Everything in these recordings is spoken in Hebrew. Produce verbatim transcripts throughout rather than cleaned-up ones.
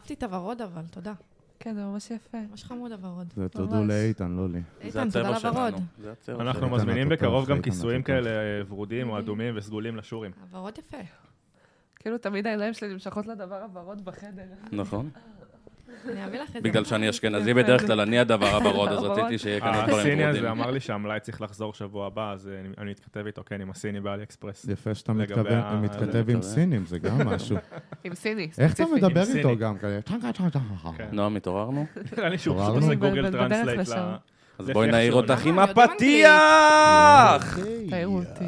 אהבתי את הוורוד, אבל תודה. כן, זה ממש יפה. ממש חמוד הוורוד. זה תודו לאיתן, לא לי. איתן, תודה לוורוד. אנחנו מזמינים בקרוב גם כיסויים כאלה ורודים או אדומים וסגולים לשורים. הוורוד יפה. כאילו תמיד העיניים שלי נמשכות לדבר הוורוד בחדר. נכון. אני אביא לך את זה. בגלל שאני אשכנזי בדרך כלל, אני הדבר הוורוד, אז רציתי שיהיה כאן דברים הסיני ורודים. הזה אמר לי שהמלאי צריך לחזור שבוע הבא, אז אני מתכתב איתו, כן, עם הסיני באלי אקספרס. יפה שאתה מתכתב עם סינים, זה גם משהו. עם סיני, איך אתה ספציפי. מדבר איתו גם כאלה? נועם, התעוררנו? נראה לי שהוא עברנו. עושה גוגל בדרך טרנסלייט לשם. ל... אז בואי לפי נעיר איך אותך שהוא עם אה, יודעים הפתיח! תאירו אותי.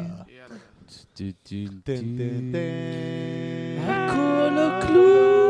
הכל או כלום!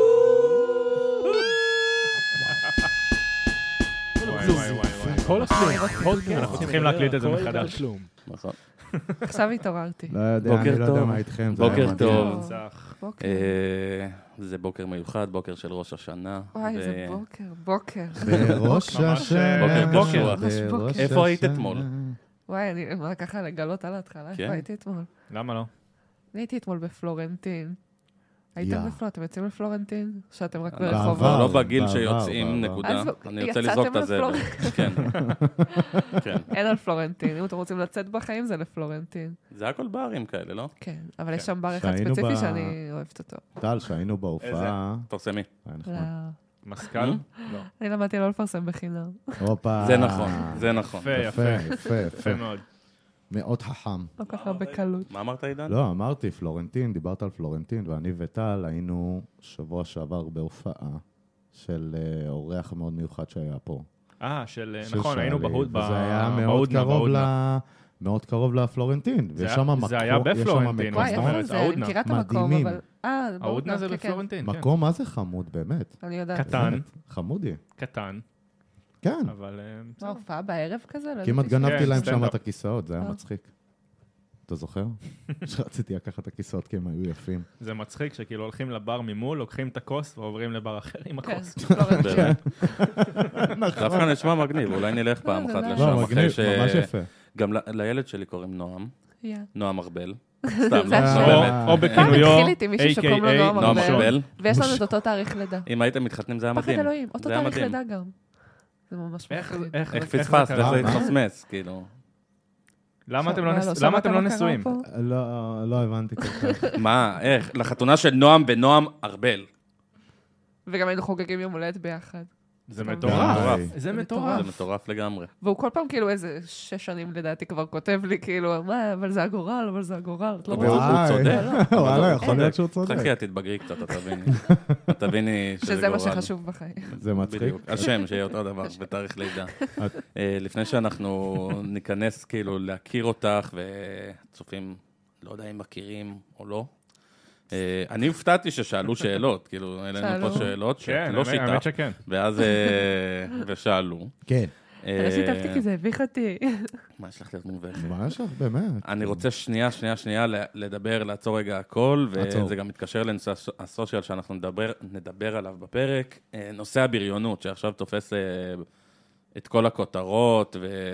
וואי וואי וואי וואי. כל הכלום. אנחנו צריכים להקליט את זה מחדש. נכון. עכשיו התעוררתי. לא יודע, בוקר אני לא יודע טוב. מה איתכם. זה היה בוקר מדהים. טוב. צח. בוקר. אה, זה בוקר מיוחד, בוקר של ראש השנה. וואי, ו- זה בוקר, בוקר. בראש ממש, השנה. בוקר קשוח. בראש איפה היית השנה. אתמול? וואי, אני מה ככה לגלות על ההתחלה, כן. איפה הייתי אתמול? למה לא? אני הייתי אתמול בפלורנטין. יא. הייתם בפלורנטין, אתם יוצאים לפלורנטין? שאתם רק בעבר. ברחובות? כבר לא בגיל בעבר, שיוצאים, בעבר. נקודה. אז אני רוצה יצאתם לזרוק את הזבל. לפלורנטין. כן. כן. אין על פלורנטין, אם אתם רוצים לצאת בחיים זה לפלורנטין. זה הכל ברים כאלה, לא? כן, אבל יש שם בר אחד שהיינו ספציפי ב- שאני אוהבת אותו. טל, שהיינו בהופעה. פרסמי. היה נחמד. לא. משכל? לא. אני למדתי לא לפרסם בחינם. הופה. זה נכון, זה נכון. יפה, יפה. יפה, יפה, יפה יפה. מאוד. מאוד חכם. לא ככה בקלות. מה אמרת, עידן? לא, אמרתי, פלורנטין, דיברת על פלורנטין, ואני וטל היינו שבוע שעבר בהופעה של אה, אורח מאוד מיוחד שהיה פה. אה, של... של נכון, היינו שאלי, בהוד... וזה היה מאוד בהודנה, קרוב ל... בהודנה. מאוד קרוב לפלורנטין. זה ויש היה- שם זה מקום- היה יש שם בפלורנטין, מקום- וואי, זאת איפה אומרת, זה? אני ההודנה. מכירה את המקום, מדהימים. אבל... אה, בוא, ההודנה גם, זה כן, כן. בפלורנטין, כן. מקום מה זה חמוד, באמת. אני יודעת. קטן, באמת, חמודי. קטן, כן. אבל... אה, מה, הופעה בערב כזה? לא כמעט ידעתי ש- גנבתי כן, להם שם סטנדאפ. את הכיסאות, זה היה אה. מצחיק. אתה זוכר? שרציתי לקחת את הכיסאות כי הם היו יפים. זה מצחיק שכאילו הולכים לבר ממול, לוקחים את הכוס ועוברים לבר אחר עם כן, הכוס. פלורנטין. באמת. דווקא נשמע מגניב, אולי נלך פעם לא, אחת לא, לשם. לא, אחרי מגניב, ש- ממש יפה. גם ל- לילד שלי קוראים נועם, יא. נועם ארבל. סתם, זה לא השם. באמת. או פעם בכינויו, התחיל איתי מישהו שקוראים לו נועם נועם ארבל. ארבל. ויש לנו את אותו תאריך לידה. אם הייתם מתחתנים זה היה פחד מדהים. אלוהים, אותו זה היה תאריך מדהים. לידה גם. זה ממש איך מפחיד. איך- איך איך זה פספסת, קרה? איך זה מה? התחסמס, כאילו. למה אתם לא מה, נס- שמעת למה אתם לא מה קרה נשואים? פה? לא, לא הבנתי כל כך. מה, איך? לחתונה של נועם ונועם ארבל. וגם היינו חוגגים יום הולדת ביחד. זה די. מטורף. די. זה זה מטורף. זה מטורף לגמרי. והוא כל פעם כאילו איזה שש שנים לדעתי כבר כותב לי כאילו, מה, אבל זה הגורל, אבל זה הגורל. את לא והוא- רוצה- הוא צודק. וואלה, יכול להיות שהוא צודק. חכי, את תתבגרי קצת, את תביני. את תביני שזה שזה מה גורל. שחשוב בחיים. זה מצחיק. בדיוק. השם, שיהיה אותו דבר, בתאריך לידה. אה, לפני שאנחנו ניכנס כאילו להכיר אותך, וצופים, לא יודע אם מכירים או לא. אה, אני הופתעתי ששאלו שאלות, כאילו, העלינו פה שאלו. שאלות כן, שלא האמת- האמת שיתף, שכן. ואז, אה, ושאלו. כן. אה, אני שיתפתי כי זה הביך אותי. מה יש לך להיות מובכת? מה יש לך, באמת? אני רוצה שנייה, שנייה, שנייה ל- לדבר, לעצור רגע הכל, עצור. וזה גם מתקשר לנושא הס- הסושיאל שאנחנו נדבר, נדבר עליו בפרק. אה, נושא הבריונות, שעכשיו תופס אה, את כל הכותרות,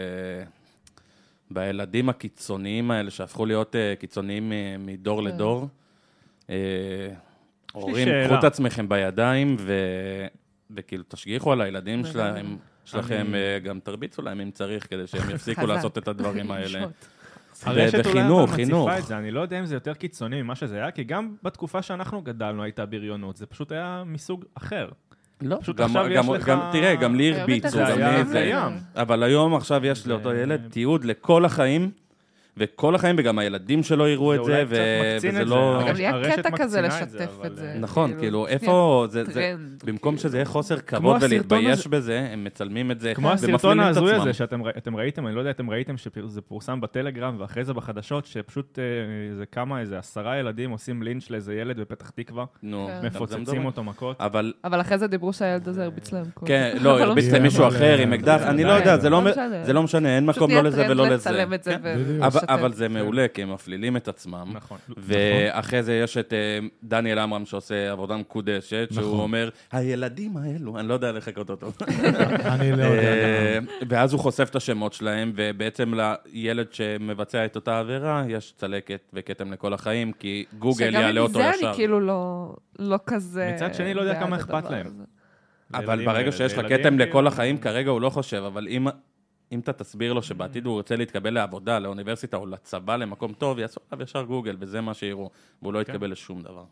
ובילדים הקיצוניים האלה, שהפכו להיות אה, קיצוניים אה, מדור כן. לדור. אה, הורים, שאלה. קחו את עצמכם בידיים, ו... וכאילו תשגיחו על הילדים לגמרי. שלהם, שלכם, אני- אה, גם תרביצו להם אם צריך, כדי שהם יפסיקו חזק. לעשות את הדברים האלה. שוט. הרשת אולי וחינוך, אבל חינוך. מציפה את זה, אני לא יודע אם זה יותר קיצוני ממה שזה היה, כי גם בתקופה שאנחנו גדלנו הייתה בריונות, זה פשוט היה מסוג אחר. לא, פשוט גם, עכשיו גם, יש לך- גם, תראה, גם לי היום הרביצו, יותר זה גם היה לי זה. קיים. אבל היום עכשיו יש זה- לאותו ילד תיעוד לכל החיים, וכל החיים, וגם הילדים שלו יראו את אולי זה, קצת ו- מקצין וזה את לא... זה. גם נהיה הרשת קטע כזה מקצינה את זה, לשתף אבל, את זה. נכון, כאילו, איפה, זה, זה, טרנד. במקום שזה יהיה חוסר כמו כבוד הסרטון ולהתבייש הזה- בזה, הם מצלמים את זה, כמו הסרטון ומפלילים את ההזוי עצמם. הזה שאתם ר- אתם ראיתם, אני לא יודע, אתם ראיתם שזה פורסם בטלגרם, ואחרי זה בחדשות, שפשוט אה, זה כמה, איזה עשרה ילדים עושים לינץ' לאיזה ילד בפתח תקווה, נו, כן. גם זה מפוצצים מדבר. אותו מכות. אבל, אבל אחרי זה דיברו שהילד הזה הרביץ להם. כל- כן, לא, אבל הרביץ משנה. למישהו אבל, אחר אה, עם אקדח, זה אני לא עדיין. יודע, זה לא לא מ- משנה. זה לא משנה, אין פשוט מקום נהיה לא לזה טרנד ולא לזה. לצלם את זה כן. ו- בדיוק. אבל, לשתף. אבל זה מעולה, כי הם מפלילים את עצמם. נכון. ואחרי זה יש את אה, דניאל אמרם שעושה עבודה מקודשת, שהוא נכון. אומר, הילדים האלו, אני לא יודע לחכות אותו. אני לא יודע. אה, ואז הוא חושף את השמות שלהם, ובעצם לילד שמבצע את אותה עבירה, יש צלקת וכתם לכל החיים, כי גוגל יעלה אותו שגם עם ישר. זה אני כאילו לא, לא כזה... מצד שני, לא יודע בעד כמה הדבר אכפת להם. הזה. אבל לילדים ברגע האלה, שיש לך לילדים, כתם כאילו. לכל החיים, כרגע הוא לא חושב, אבל אם... אם אתה תסביר לו שבעתיד הוא רוצה להתקבל לעבודה, לאוניברסיטה או לצבא, למקום טוב, יעשו עליו ישר גוגל, וזה מה שיראו, והוא לא יתקבל לשום דבר.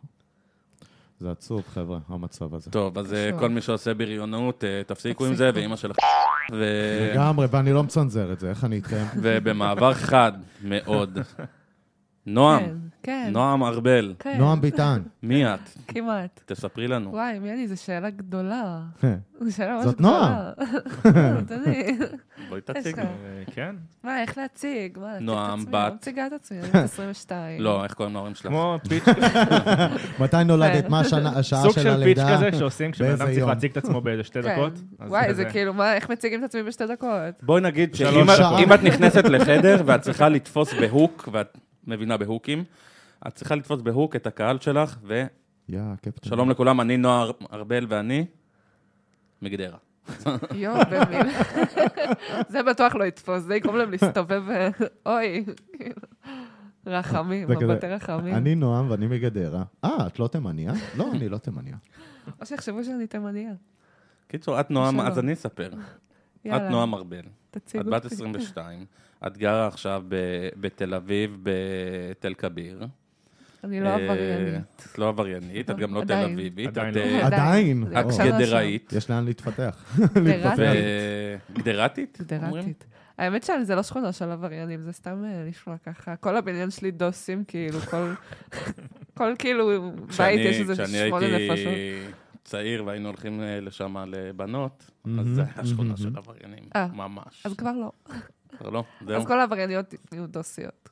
זה עצוב, חבר'ה, המצב הזה. טוב, אז קשור. כל מי שעושה בריונות, אה, תפסיקו עם זה, ואמא שלך... ו- לגמרי, ואני לא מצנזר את זה, איך אני איתכם? ובמעבר חד מאוד, נועם, כן, כן. נועם ארבל, כן, נועם ביטן. מי את? כמעט. תספרי לנו. וואי, מיאני, זו שאלה גדולה. כן. זו שאלה ממש זאת גדולה. תראי. בואי תציג. לך. אה, כן? מה, איך להציג? מה, להציג את נועם, עצמי? בת. לא מציגה את עצמי, אני בת עשרים ושתיים. לא, איך קוראים להורים שלך? כמו פיץ', מתי נולדת? מה השנה- השעה סוג של של פיץ' הלידה? כזה שעושים כשבן באיזה אדם צריך יום? להציג את עצמו באיזה שתי כן. דקות. אז וואי, כזה. זה כאילו, מה, איך מציגים את עצמי בשתי דקות? בואי נגיד שלוש שאם שעות. אם את נכנסת לחדר ואת צריכה לתפוס בהוק, ואת מבינה בהוקים, את צריכה לתפוס בהוק את הקהל שלך, יא, קפטן. ושלום לכולם, אני נוער ארבל ואני מגדרה. יואו, במיל. זה בטוח לא יתפוס, זה יגרום להם להסתובב, ו- אוי, כאילו. רחמים, זה כזה, מבטי רחמים. אני נועם ואני מגדרה. אה, את לא תימניה? לא, אני לא תימניה. או שיחשבו שאני תימניה. קיצור, את נועם, שלום. אז אני אספר. את יאללה, נועם ארבל. תציגו את בת אותי. עשרים ושתיים, את גרה עכשיו ב- בתל אביב, בתל כביר. אני לא אה, עבריינית. את לא עבריינית, את גם לא תל עדיין. אביבית. עדיין את לא. אה, עדיין. זה את או, שנה גדראית. יש לאן להתפתח. גדראית. גדרתית? גדרתית. האמת שזה לא שכונה של עבריינים, זה סתם אה, נשמע ככה. כל הבניין שלי דוסים, כאילו, כל... כל כאילו בית יש איזה כשאני שמונה הייתי נפשות. צעיר והיינו הולכים אה, לשם לבנות, אז מהמם, זה היה שכונה מהמם. של עבריינים, אה, ממש. אז כבר לא. כבר לא, זהו. אז כל העברייניות הביאו דוסיות.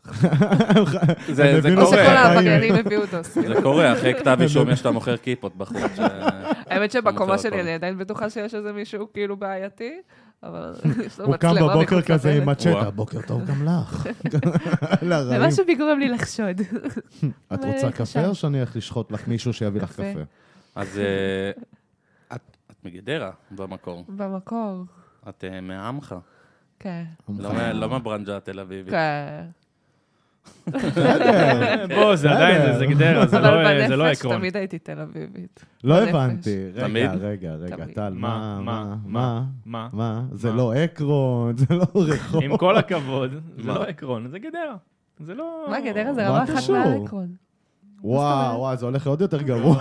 זה הם זה הבינו או שכל קורה, העבריינים הביאו דוסיות. זה קורה, אחרי כתב אישום יש שאתה מוכר כיפות בחוץ. ש- האמת שבקומה מוכר שלי הכל. אני עדיין בטוחה שיש איזה מישהו כאילו בעייתי, אבל יש לו הוא קם מצלמה בבוקר מחוץ כזה עם לדלת. מצ'טה, וואו. בוקר טוב גם לך. זה לרעים. משהו בגורם לי לחשוד. את אבל רוצה קשה. קפה או שאני הולך לשחוט לך מישהו שיביא לך קפה. קפה? אז אה, את את מגדרה במקור, במקור, את אה, מעמך, כן. לא מה- לא מהברנג'ה התל אביבית. כן. בוא, זה עדיין, זה- זה גדרה, זה אבל לא- זה לא בנפש עקרון. תמיד הייתי תל אביבית. לא בנפש. הבנתי. רגע, תמיד? רגע, רגע, תמיד. טל, מה, מה, מה, מה? מה? זה מה? לא עקרון, זה לא רחוב. עם כל הכבוד, זה מה? לא עקרון, זה גדרה. זה לא... מה, גדרה זה מה רמה אחת קשור? מעל עקרון. וואו, וואו, זה הולך להיות יותר גרוע.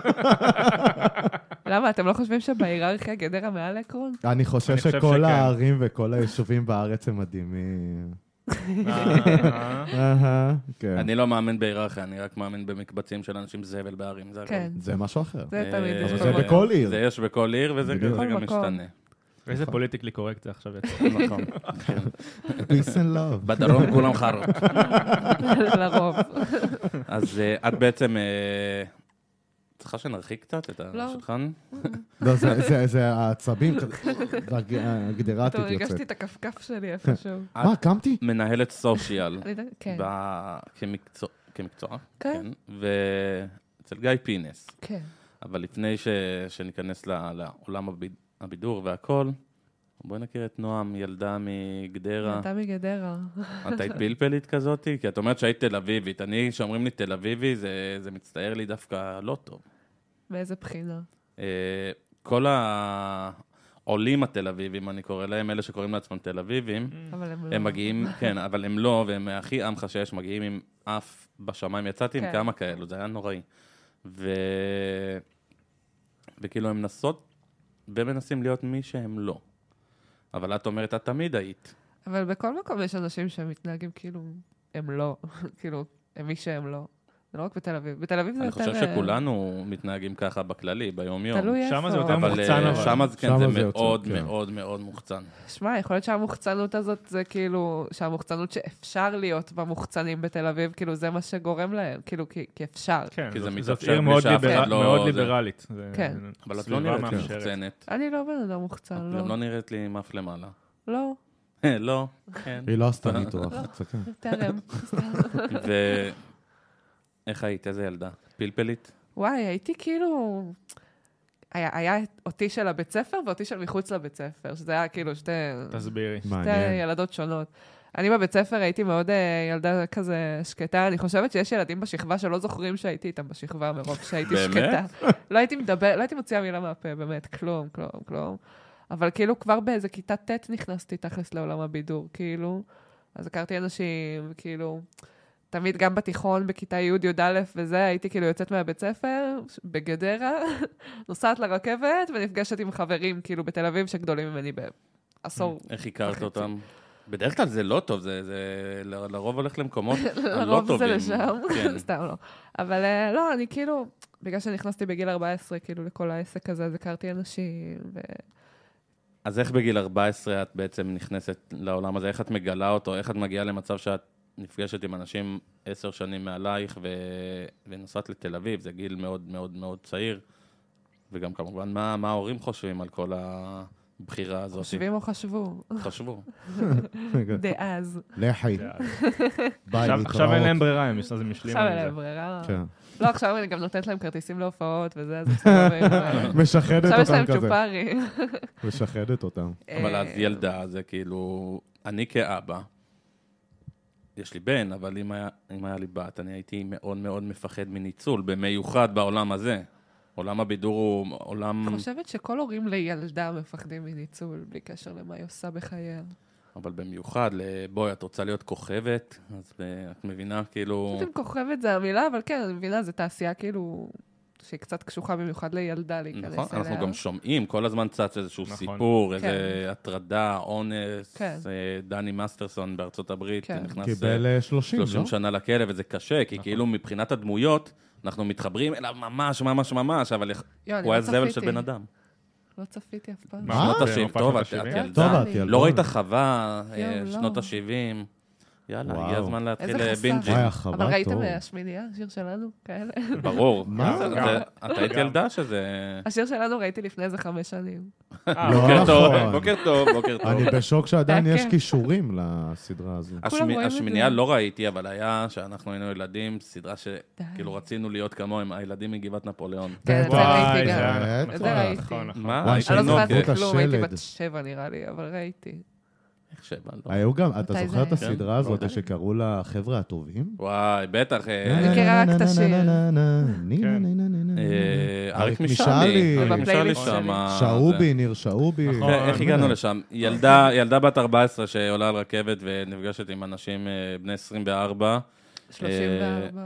למה, אתם לא חושבים שבהיררכיה גדרה מעל עקרון? אני חושב אני חושב שכל שכן. הערים וכל היישובים בארץ הם מדהימים. אה, אהה, כן. אני לא מאמין בהיררכיה, אני רק מאמין במקבצים של אנשים זבל בערים. זה הכל. כן. זה משהו אחר. זה תמיד אה, יש אבל זה כל בכל עיר. זה יש בכל עיר, וזה בדיוק. זה גם בכל מקום. משתנה. איזה פוליטיקלי קורקט זה עכשיו יצא. נכון. peace and love. בדרום כולם חרות. לרוב. אז אה, את בעצם... אה, צריכה שנרחיק קצת את לא. השולחן? לא, זה- זה- זה העצבים, כזה, והג- הגדרתית טוב, הרגשתי יוצאת. את הכפכף שלי איפשהו. מה, קמתי? מנהלת סושיאל אני יודעת- כן. ב- כמקצוע, כמקצוע, כן. כן, ואצל גיא פינס. כן. אבל לפני ש... שניכנס ל... לעולם הביד... הבידור והכל, בואי נכיר את נועם, ילדה מגדרה. אתה מגדרה. את היית פלפלית כזאתי? כי את אומרת שהיית תל אביבית. אני, שאומרים לי תל אביבי, זה, זה מצטער לי דווקא לא טוב. מאיזה בחינה? אה, כל העולים התל אביבים, אני קורא להם, אלה שקוראים לעצמם תל אביבים, אבל הם לא. הם מגיעים, כן, אבל הם לא, והם הכי עמך שיש, מגיעים עם אף בשמיים. יצאתי עם כן. כמה כאלו, זה היה נוראי. ו... וכאילו הם נסות ומנסים להיות מי שהם לא. אבל את אומרת, את תמיד היית. אבל בכל מקום יש אנשים שמתנהגים כאילו הם לא, כאילו, הם מי שהם לא. זה לא רק בתל אביב. בתל אביב זה אני יותר... חושב שכולנו מתנהגים ככה בכללי, ביום-יום. תלוי איפה. שם זה יותר אבל מוחצן, אה, אבל. שמה זה- כן, שמה זה זה יוצא, מאוד כן. מאוד מאוד מוחצן. שמע, יכול להיות שהמוחצנות הזאת זה כאילו, שהמוחצנות שאפשר להיות במוחצנים בתל אביב, כאילו זה מה שגורם להם, כאילו כי, כי אפשר. כן, כי זה זאת- מתאפשר זאת עיר בלי מאוד שאף ליבר- אחד לא- מאוד זה- ליברלית. זה- כן. אבל את לא סביבה נראית לי מאפשרת. מוחצנת. אני לא בן אדם את מוחצן, גם לא. לא נראית לי עם אף למעלה. לא. לא, כן. היא לא עשתה ניתוח. תסתכל. טרם. ואיך היית? איזה ילדה? פלפלית? וואי, הייתי כאילו... היה, היה אותי של הבית ספר ואותי של מחוץ לבית ספר, שזה היה כאילו שתי, תסבירי. שתי מעניין. ילדות שונות. אני בבית ספר הייתי מאוד אה, ילדה כזה שקטה, אני חושבת שיש ילדים בשכבה שלא זוכרים שהייתי איתם בשכבה מרוב שהייתי באמת? שקטה. לא הייתי מדבר, לא הייתי מוציאה מילה מהפה, באמת, כלום, כלום, כלום. אבל כאילו כבר באיזה כיתה ט' נכנסתי תכלס לעולם הבידור, כאילו. אז הכרתי אנשים, כאילו... תמיד גם בתיכון, בכיתה י' י' וזה, הייתי כאילו יוצאת מהבית ספר, בגדרה, נוסעת לרכבת, ונפגשת עם חברים, כאילו, בתל אביב, שגדולים ממני בעשור. איך הכרת אותם? בדרך כלל זה לא טוב, זה לרוב הולך למקומות הלא טובים. לרוב זה לשם, כן. סתם לא. אבל לא, אני כאילו, בגלל שנכנסתי בגיל ארבע עשרה, כאילו, לכל העסק הזה, אז הכרתי אנשים, ו... אז איך בגיל ארבע עשרה את בעצם נכנסת לעולם הזה? איך את מגלה אותו? איך את מגיעה למצב שאת נפגשת עם אנשים עשר שנים מעלייך ו... ונסעת לתל אביב? זה גיל מאוד מאוד מאוד צעיר. וגם כמובן, מה, מה ההורים חושבים על כל הבחירה הזאת? חושבים או חשבו? חשבו. דאז. לחי. ביי, עכשיו- עכשיו אין להם ברירה, הם אז הם משלימים עכשיו עם אין זה. להם ברירה. כן. לא, עכשיו אני גם נותנת להם כרטיסים להופעות וזה, אז בסדר. משחדת עכשיו יש להם אותם כזה. צ'ופרי. משחדת אותם. אבל אז ילדה, זה כאילו... אני כאבא, יש לי בן, אבל אם היה, אם היה לי בת, אני הייתי מאוד מאוד מפחד מניצול, במיוחד בעולם הזה. עולם הבידור הוא עולם... אני חושבת שכל הורים לילדה מפחדים מניצול, בלי קשר למה היא עושה בחייה. אבל במיוחד, בואי, את רוצה להיות כוכבת, אז את מבינה, כאילו... אם כוכבת זה המילה, אבל כן, אני מבינה, זו תעשייה כאילו, שהיא קצת קשוחה במיוחד לילדה להיכנס אליה. נכון, אנחנו גם שומעים, כל הזמן צץ איזשהו נכון. סיפור, איזה הטרדה, אונס, כן. דני מאסטרסון בארצות הברית, כן. נכנס קיבל אה, שלושים, שלושים לא? שנה לכלא, וזה קשה, כי נכון. כאילו מבחינת הדמויות, אנחנו מתחברים אליו ממש, ממש, ממש, אבל יו, אני הוא היה לא זבל של צפיתי. בן אדם. לא צפיתי אף פעם. מה? שנות זה ה-שבעים, מופע טוב, שנות את את ה-שבעים? ילדה. טוב, את ילדה. לא ראית חווה, יואו, אה, לא. שנות ה-שבעים. יאללה, וואו. הגיע הזמן להתחיל איזה חסך. בינג'ים. וואי, החווה אבל ראיתם טוב. השמינייה, השיר שלנו? כאלה. ברור. מה? זה- גם. את היית גם. ילדה שזה... השיר שלנו ראיתי לפני איזה חמש שנים. אה, לא בוקר טוב, נכון. בוקר טוב, בוקר טוב. אני בשוק שעדיין היה יש כיף. קישורים לסדרה הזו. כולם השמי- רואים את השמינייה זה. לא ראיתי, אבל היה שאנחנו היינו ילדים, סדרה די. שכאילו רצינו להיות כמוהם, הילדים מגבעת נפוליאון. כן, את זה וואי, ראיתי זה גם. היה את נכון, זה ראיתי. נכון, נכון. מה? וואי, הייתי אני לא שהיינו זוכרת תינוקת. עברו את כלום, הייתי השלד. בת שבע נראה לי, אבל ראיתי. איך שבע, לא. היו גם, אתה מתי זוכר זה את היה? הסדרה כן, הזאת מאוד. שקראו לה החבר'ה הטובים? וואי, בטח. אה, אני מכירה רק את השיר. כן. אה, אריק אריק משאלי. משאלי. אריק משאלי בפלייליסט שם. שלי. אה, שאובי, זה. ניר שאובי. נכון. איך הגענו לשם? ילדה ילדה בת ארבע עשרה שעולה על רכבת ונפגשת עם אנשים אה, בני עשרים וארבע. שלושים וארבע.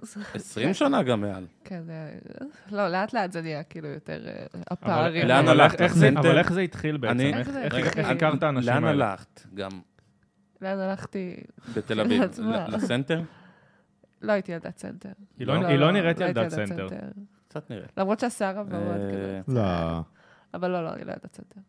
עשרים שנה גם מעל. כן, אה, לא, לאט לאט זה נהיה כאילו יותר אה, אבל- הפערים. לאן אבל הלכת? איך זה- סנטר? אבל איך זה התחיל בעצם? אני- איך- איך זה איך- התחיל? איך הכרת האנשים לאן האלה? הלכת? גם לאן הלכתי? בתל אביב. לעצמה. ל- לסנטר? לא הייתי ילדת סנטר. היא לא- היא לא נראית לא הייתי ילדת סנטר. קצת נראה. למרות שהשיער עבוד אה, כזה. לא. אבל לא, לא, אני לא ילדת סנטר.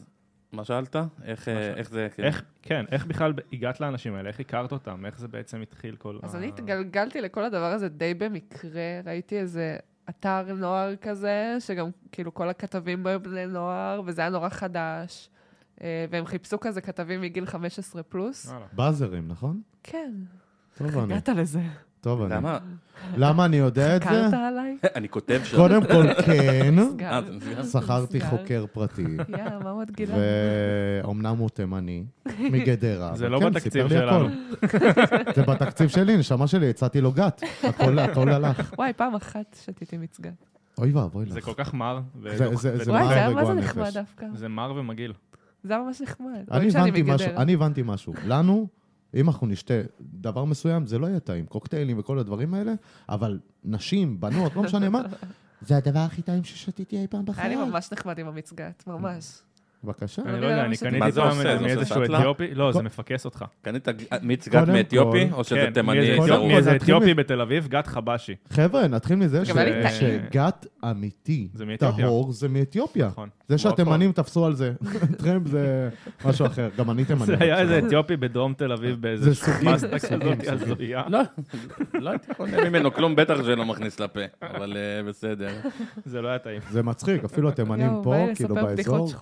מה שאלת? איך אה, איך זה... איך, כן, איך בכלל הגעת לאנשים האלה? איך הכרת אותם? איך זה בעצם התחיל כל... אז ה- אני התגלגלתי לכל הדבר הזה די במקרה. ראיתי איזה אתר נוער כזה, שגם כאילו כל הכתבים בו היו בני נוער, וזה היה נורא חדש. אה, והם חיפשו כזה כתבים מגיל חמש עשרה פלוס. וואלה. באזרים, נכון? כן. טוב, אני. הגעת לזה. טוב, אני. למה? למה אני יודע את זה? הכרת עליי? אני כותב שם. קודם כל, כן. אה, סגר. זה נסגר? שכרתי סגר. חוקר פרטי, יאללה, מה עוד גילה? ואומנם הוא תימני, מגדרה. זה אבל לא כן, בתקציב סיפר לי שלנו. הכל. זה בתקציב שלי, נשמה שלי, הצעתי לו גת. הכל הכל הלך. וואי, פעם אחת שתיתי מצגת. אוי ואבוי לך. זה כל כך מר. ו- זה- זה- ו- זה וואי, מר זה היה מה זה וגועל נחמד נפש. דווקא. זה מר ומגעיל. זה היה ממש נחמד. אני רואים שאני הבנתי משהו, מגדרה. אני הבנתי משהו. לנו, אם אנחנו נשתה דבר מסוים, זה לא יהיה טעים. קוקטיילים וכל הדברים האלה, אבל נשים, בנות, לא משנה מה, זה הדבר הכי טעים ששתיתי אי פעם היה בחיי. לי ממש נחמד עם המצגת, ממש. בבקשה. אני לא לא יודע יודע, למה אני שזה- קניתי מה זה פעם עושה? זה עושה מאיזשהו סטלה? אתיופי, לא, זה כל- מפקס אותך. קנית מצגת קודם מאתיופי, כל- או שזה כן, תימני מאיזה קודם אתיופי- צרוד? כל- מאיזה נתחיל אתיופי מ- בתל אביב, גת חבשי. חבר'ה, נתחיל מזה ש- גם היה לי ש- שגת אמיתי, זה מאתיופיה. טהור, זה מאתיופיה. נכון. זה שהתימנים תפסו על זה, אתכם זה משהו אחר. גם אני תימני. זה היה עכשיו. איזה אתיופי בדרום תל אביב באיזה זה סוגים, מסטה סוגים, כזאת סוגים. הזויה. לא, לא הייתי קונה ממנו כלום, בטח שלא מכניס לפה, אבל אה, בסדר. זה לא היה טעים. זה מצחיק, אפילו התימנים יואו, פה, בא לי כאילו לספר בדיחות באזור, שחורות, קונים את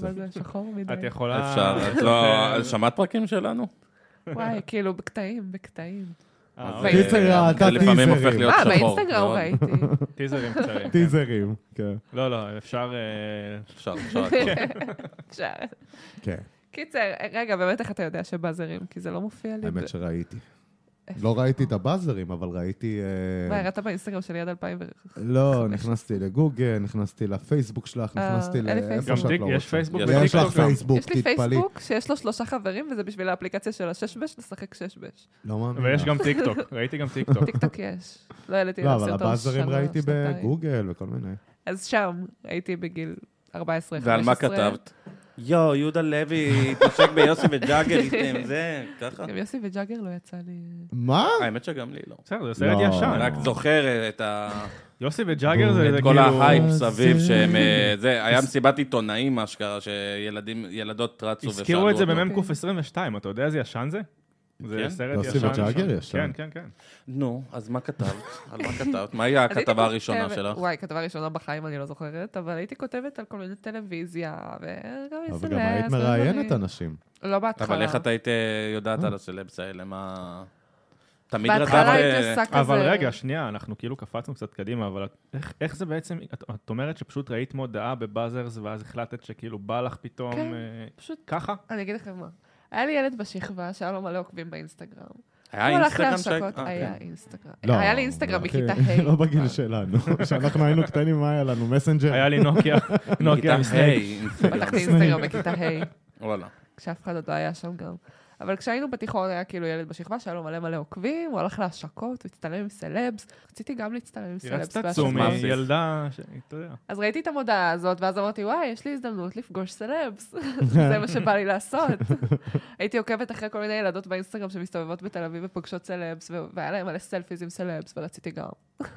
זה. אבל זה שחור מדי. את יכולה... אפשר, את לא... שמעת פרקים שלנו? וואי, כאילו, בקטעים, בקטעים. אה, אז, אוקיי. קיצר, אה, אתה זה לפעמים טיזרים. הופך להיות אה, שחור. באינסטגרם מאוד. ראיתי. טיזרים קצרים. כן. טיזרים, כן. לא, לא, אפשר... אה, אפשר, אפשר הכל. אפשר. כן, קיצר, רגע, באמת איך אתה יודע שבאזרים? כי זה לא מופיע לי. האמת ב- שראיתי. איפה? לא ראיתי את הבאזרים, אבל ראיתי... אה, מה, הראית באינסטגרם שלי עד אלפיים וחמש? לא, נכנסתי לגוגל, נכנסתי לפייסבוק שלך, אה, נכנסתי אין לי לאיפה פייסבוק. שאת גם לא טיק- רוצה. יש פייסבוק יש יש לך וטיקטוק גם. פייסבוק, יש לי תתפלאי. פייסבוק שיש לו שלושה חברים, וזה בשביל האפליקציה של הששבש, לשחק ששבש. לא מאמין. ויש לך. גם טיקטוק, ראיתי גם טיקטוק. טיקטוק יש. לא העליתי לא, עליו אבל סרטון הבאזרים שנה, ראיתי שנתיים. בגוגל וכל מיני. אז שם הייתי בגיל ארבע עשרה חמש עשרה. ועל מה כתבת? יו, יהודה לוי התעסק ביוסי וג'אגר איתם, זה, ככה. גם יוסי וג'אגר לא יצא לי... מה? האמת שגם לי לא. בסדר, זה סרט לא. ישן. אני רק זוכר את ה... יוסי וג'אגר זה את זה כל כאילו... ההייפ זה- סביב שהם... אה, זה, היה מסיבת עיתונאים, מה שקרה, שילדים, ילדות רצו ושאלו אותו. הזכירו את זה במ"ק עשרים ושתיים, אתה יודע איזה ישן זה? זה כן? סרט יוסי ישן. וג'אגר שם. ישן. כן, כן, כן. נו, אז מה כתבת? על מה כתבת? מה היה אז הייתי הכתבה הראשונה כותבת- שלך? וואי, כתבה ראשונה בחיים אני לא זוכרת, אבל הייתי כותבת על כל מיני טלוויזיה, וגם אבל סלבס, גם היית ודברים. מראיינת אנשים. לא בהתחלה. אבל איך את היית אה, יודעת על הסלבס האלה? מה... תמיד בהתחלה רצת... הייתי אה, עושה כזה... אבל רגע, שנייה, אנחנו כאילו קפצנו קצת קדימה, אבל את- איך- איך זה בעצם, את- את אומרת שפשוט ראית מודעה בבאזרס, ואז החלטת שכאילו בא לך פתאום כן. אה, פשוט, ככה? אני אגיד לכם מה. היה לי ילד בשכבה שהיה לו מלא עוקבים באינסטגרם. היה הוא הלך אינסטגרם להשקות, שהי- אה, היה כן. אינסטגרם. לא, היה לי אינסטגרם אחי, בכיתה ה'. לא בגיל שלנו. כשאנחנו היינו קטנים, מה היה לנו? מסנג'ר? היה לי נוקיה, נוקיה בכיתה מסנייק. ה', אינסטגרם. פתחתי אינסטגרם בכיתה ה', וואלה. כשאף אחד עוד לא היה שם גם. אבל כשהיינו בתיכון היה כאילו ילד בשכבה שהיה לו מלא מלא עוקבים, הוא הלך להשקות, הוא הצטלם עם סלבס. רציתי גם להצטלם עם היא סלבס. רצתה בהשקות. צומי, מה זה? ילדה, ש- אתה יודע. אז ראיתי את המודעה הזאת, ואז אמרתי, וואי, יש לי הזדמנות לפגוש סלבס. זה מה שבא לי לעשות. הייתי עוקבת אחרי כל מיני ילדות באינסטגרם שמסתובבות בתל אביב ופוגשות סלבס, ו- והיה להם מלא סלפיז עם סלבס, ורציתי גם.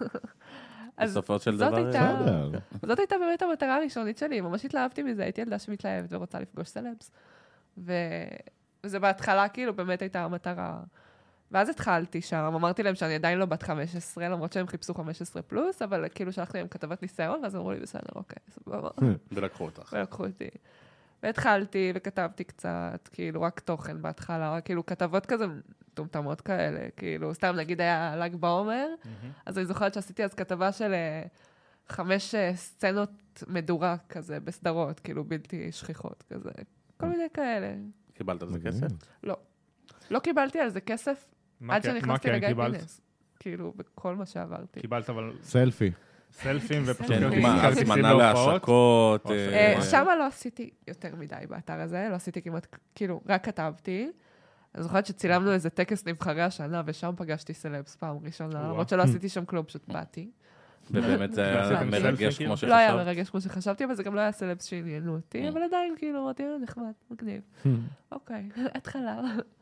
אז בסופו של זאת דבר... הייתה- בסדר. זאת הייתה באמת המטרה הראשונית שלי, ממש התלהבתי מזה, הייתי ילדה שמתלהבת ורוצה לפגוש סלבס. ו... וזה בהתחלה כאילו באמת הייתה המטרה. ואז התחלתי שם, אמרתי להם שאני עדיין לא בת חמש עשרה, למרות שהם חיפשו חמש עשרה פלוס, אבל כאילו שלחתי להם כתבת ניסיון, ואז אמרו לי, בסדר, אוקיי, סבבה. ולקחו אותך. ולקחו אותי. והתחלתי וכתבתי קצת, כאילו, רק תוכן בהתחלה, כאילו, כתבות כזה מטומטמות כאלה, כאילו, סתם נגיד היה ל"ג בעומר, אז אני זוכרת שעשיתי אז כתבה של אה, חמש אה, סצנות מדורה כזה, בסדרות, כאילו, בלתי שכיחות כזה, כל מיני כאלה. קיבלת על זה מגניב. כסף? לא. לא קיבלתי על זה כסף מה עד כן- מה שנכנסתי כן לגיא קיבלת? פינס. כאילו, בכל מה שעברתי. קיבלת אבל סלפי. סלפים ופשוט כן, כרטיסים מה, כרטיסים הזמנה להופעות. להשקות? או אה, אה, שמה לא עשיתי יותר מדי באתר הזה, לא עשיתי כמעט, כאילו, רק כתבתי. אני זוכרת שצילמנו איזה טקס נבחרי השנה, ושם פגשתי סלבס פעם ראשונה, וואו. למרות שלא עשיתי שם כלום, פשוט באתי. ובאמת זה היה ועשיתם מרגש סלפי, כמו לא היה שחשבת. מרגש כמו שחשבתי, אבל זה גם לא היה סלבס שעניינו אותי, Mm. אבל עדיין, כאילו, אמרתי, "אה, נחמד, מגניב. אוקיי, התחלה.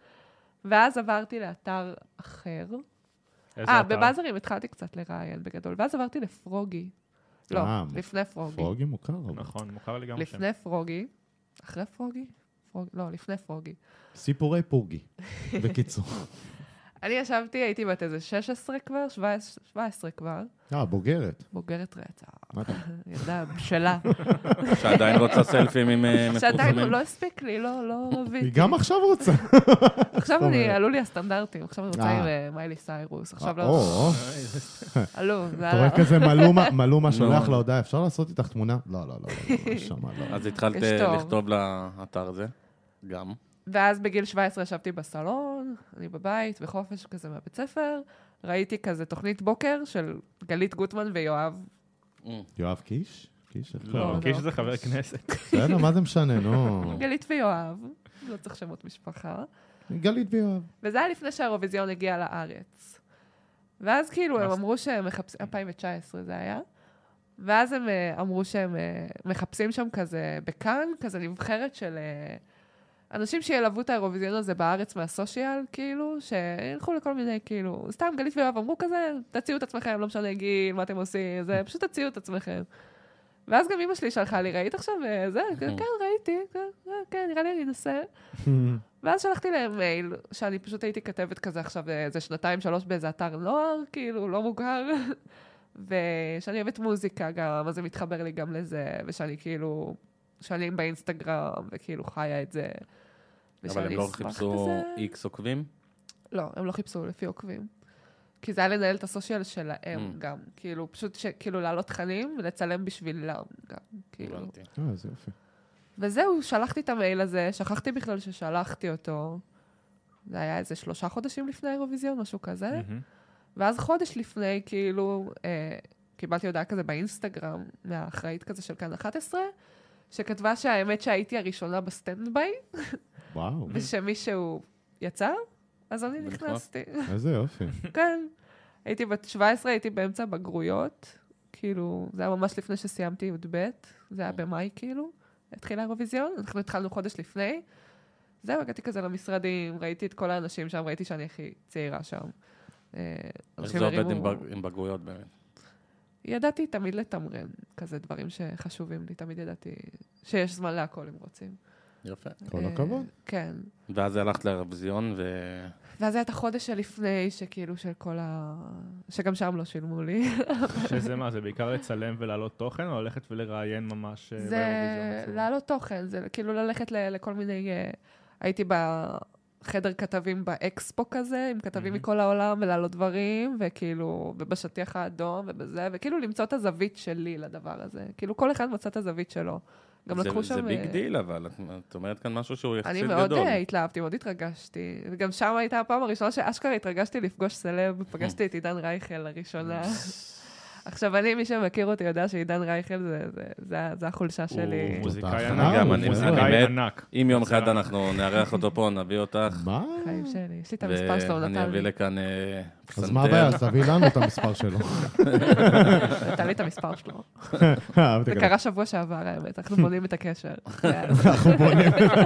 ואז עברתי לאתר אחר. איזה אה, אתר? בבאזרים התחלתי קצת לראיין בגדול, ואז עברתי לפרוגי. לא, אה, לפני פרוגי. פרוגי מוכר. אבל. נכון, מוכר לי גם שם. לפני פרוגי. אחרי פרוגי? פרוג... לא, לפני פרוגי. סיפורי פורגי. בקיצור. אני ישבתי, הייתי בת איזה שש עשרה כבר, שבע עשרה שבע עשרה כבר, אה, בוגרת. בוגרת רצח. מה אתה? ילדה בשלה. שעדיין רוצה סלפים עם אה, שעדיין מפורסמים. לא הספיק לי, לא, לא רביתי. היא גם עכשיו רוצה. עכשיו אני, אומרת. עלו לי הסטנדרטים, עכשיו אני רוצה אה. עם אה, מיילי סיירוס, עכשיו לא... או, עלו, זה אתה רואה עלה. כזה מלומה- מלומה שולח נו. להודעה, אפשר לעשות איתך תמונה? לא, לא, לא, לא, לא, שמה, לא. אז התחלת יש תור. לכתוב לאתר הזה. גם. ואז בגיל שבע עשרה ישבתי בסלון, אני בבית, בחופש כזה מהבית ספר, ראיתי כזה תוכנית בוקר של גלית גוטמן ויואב. יואב קיש? קיש? איך לא, קוראים לו? קיש לא, זה חבר קיש. כנסת. בסדר, מה זה משנה, נו. גלית ויואב, לא צריך שמות משפחה. גלית ויואב. וזה היה לפני שהאירוויזיון הגיע לארץ. ואז כאילו הם מה- אמרו שהם מחפשים, אלפיים תשע עשרה זה היה, ואז הם אה, אמרו שהם אה, מחפשים שם כזה, בכאן, כזה נבחרת של אה, אנשים שילוו את האירוויזיון הזה בארץ מהסושיאל, כאילו, שילכו לכל מיני, כאילו, סתם גלית ויואב אמרו כזה, תציעו את עצמכם, לא משנה גיל, מה אתם עושים, זה, פשוט תציעו את עצמכם. ואז גם אמא שלי שלחה לי, ראית עכשיו אה, זה? כן, ראיתי, כן, אה, כן, נראה לי אני אנסה. ואז שלחתי להם מייל, שאני פשוט הייתי כתבת כזה עכשיו איזה שנתיים, שלוש באיזה אתר נוער, כאילו, לא מוכר, ושאני אוהבת מוזיקה גם, אז זה מתחבר לי גם לזה, ושאני כאילו שנים באינסטגרם, וכאילו חיה את זה. אבל ושאני הם לא אשמח חיפשו כזה. איקס עוקבים? לא, הם לא חיפשו לפי עוקבים. כי זה היה לנהל את הסושיאל שלהם Mm. גם. כאילו, פשוט ש- כאילו לעלות תכנים ולצלם בשבילם גם. כאילו. הבנתי. אה, איזה יופי. וזהו, שלחתי את המייל הזה, שכחתי בכלל ששלחתי אותו. זה היה איזה שלושה חודשים לפני האירוויזיון, משהו כזה. מהמם. ואז חודש לפני, כאילו, אה, קיבלתי הודעה כזה באינסטגרם, מהאחראית כזה של כאן אחת עשרה, שכתבה שהאמת שהייתי הראשונה בסטנד-ביי, וואו, ושמישהו יצא, אז אני ונכנס. נכנסתי. איזה יופי. כן. הייתי בת שבע עשרה, הייתי באמצע בגרויות, כאילו, זה היה ממש לפני שסיימתי י"ב, זה היה במאי, כאילו, התחיל האירוויזיון, אנחנו התחלנו חודש לפני. זהו, הגעתי כזה למשרדים, ראיתי את כל האנשים שם, ראיתי שאני הכי צעירה שם. אה, איך אנשים זה עובד הרימו- עם בג- עם בגרויות באמת? ידעתי תמיד לתמרן, כזה דברים שחשובים לי, תמיד ידעתי שיש זמן להכל אם רוצים. יפה. כל אה, הכבוד. כן. ואז הלכת לאירוויזיון, ו... ואז היה את החודש שלפני, שכאילו של כל ה... שגם שם לא שילמו לי. שזה מה, זה בעיקר לצלם ולהעלות תוכן, או ללכת ולראיין ממש אה, זה באירוויזיון עצמו? להעלות תוכן, זה כאילו ללכת ל- לכל מיני... אה, הייתי בחדר כתבים באקספו כזה, עם כתבים מהמם. מכל העולם, ולהעלות דברים, וכאילו, ובשטיח האדום, ובזה, וכאילו למצוא את הזווית שלי לדבר הזה. כאילו כל אחד מצא את הזווית שלו. גם זה- לקחו שם... זה ביג אה, דיל, אבל את- את אומרת כאן משהו שהוא אני יחסית מאוד גדול. אה, התלהבתי, מאוד התרגשתי. וגם שם הייתה הפעם הראשונה שאשכרה התרגשתי לפגוש סלב, פגשתי את עידן רייכל לראשונה. עכשיו, אני, מי שמכיר אותי יודע שעידן רייכל זה- זה- זה- זה החולשה שלי. הוא מוזיקאי תותח. ענק, גם הוא אני- מוזיקאי אני מת. ענק. אם יום אחד יצירה. אנחנו נארח אותו פה, נביא אותך, מה? חיים שלי, יש לי את המספר שלו, הוא ואני נתן אביא לי. לכאן אה, אז מה הבעיה? אז תביא לנו את המספר שלו. נתן לי את המספר שלו. אהבתי זה גם. קרה שבוע שעבר, האמת, אנחנו בונים את הקשר. אנחנו בונים.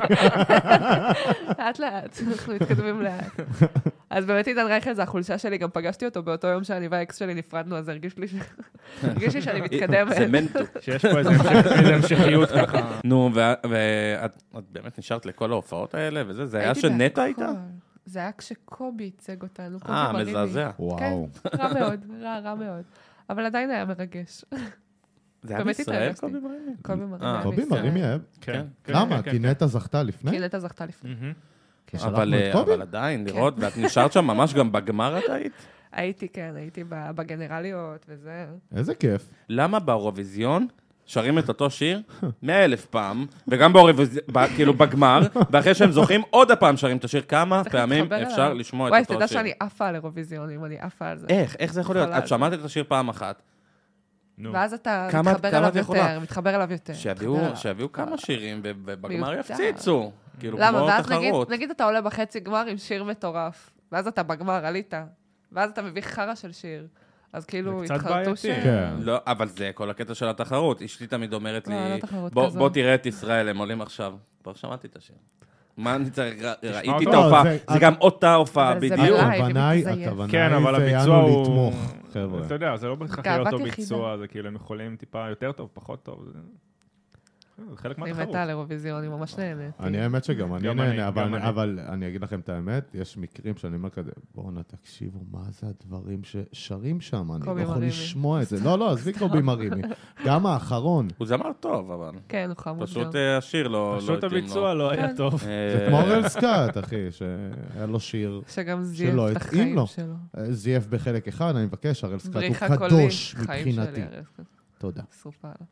לאט לאט, אנחנו מתקדמים לאט. אז באמת עידן רייכל זה החולשה שלי, גם פגשתי אותו באותו יום שאני והאקס שלי נפרדנו, אז הרגיש לי ש- הרגיש לי שאני מתקדמת. זה מנטו. שיש פה איזה המשך- איזה המשכיות ככה. נו, ואת את באמת נשארת לכל ההופעות האלה וזה? זה היה הייתי שנטע בהכל. הייתה? זה היה כשקובי ייצג אותנו, קובי אה, מרימי. מזעזע. וואו. רע מאוד, רע, רע מאוד. אבל עדיין היה מרגש. זה היה באמת בישראל, התרגשתי. קובי מרימי? קובי מרימי. אה, היה קובי בישראל. מרימי היה... כן. כן, למה? כן, כי כן. נטע זכתה לפני? כי נטע זכתה לפני. מהמם. כן. שלחנו אבל את אה, קובי? אבל עדיין, לראות, ואת נשארת שם ממש גם בגמר את היית? הייתי, כן, הייתי ב- בגנרליות וזה. איזה כיף. למה באירוויזיון שרים את אותו שיר מאה אלף פעם, וגם באירוויזיון, ב- כאילו בגמר, ואחרי שהם זוכים עוד הפעם שרים את השיר, כמה צריך פעמים להתחבר אפשר אליו. לשמוע וואי, את אותו תדע שיר? שאני עפה על אירוויזיונים, אני עפה על זה. איך? איך זה יכול להיות? יכולה את שמעת את השיר פעם אחת, נו. ואז אתה כמה- מתחבר כמה אליו את יכולה? יותר, מתחבר אליו יותר. שיביאו מתחבר אליו. שיביאו כמה שירים, ו- ובגמר מיותר. יפציצו. כאילו, למה? כמו ואז נגיד, תחרות. נגיד אתה עולה בחצי גמר עם שיר מטורף, ואז אתה בגמר, עלית, ואז אתה מביא חרא של שיר. אז כאילו, זה קצת התחרטו בעייתי. ש... כן. לא, אבל זה כל הקטע של התחרות. אשתי תמיד אומרת לא, לי, לא תחרות "בוא- כזו." בוא תראה את ישראל, הם עולים עכשיו. כבר שמעתי את השיר. מה אני צריך, ר- ראיתי את אותו. ההופעה, זה- זה גם אותה הופעה, אבל זה בדיוק. בלייב, הכוונה היא, אם תזייף. הכוונה כן, אבל היא, זה הביצוע יענו הוא... לתמוך, חבר'ה. אתה יודע, זה לא בהכרח יהיה גאוות אותו יחידה. ביצוע, זה כאילו הם יכולים טיפה יותר טוב, פחות טוב. זה זה חלק אני מהתחרות. מתה על אירוויזיון, אני ממש נהנית. אני האמת שגם אני גם אני, נהנה, אבל גם אני- אני. אבל אני אגיד לכם את האמת, יש מקרים שאני אומר כזה, בואנה, תקשיבו, מה זה הדברים ששרים שם? אני לא קובי יכול מרימי. לשמוע את זה. לא, לא, עזבי קובי מרימי. גם האחרון. הוא זמר טוב, אבל כן, הוא חמוד גם. פשוט אה, השיר לא לא פשוט התאים לו. הביצוע לא היה כן. טוב. אה, זה כמו אורל סקאט, אחי, שהיה לו שיר, שגם זייף שלא את התאים החיים לו. שלו. אה, זייף בחלק אחד, אני מבקש, אורל סקאט הוא בריחה קולית, קדוש חיים מבחינתי. שלי, הרי, תודה. שרופה עליו.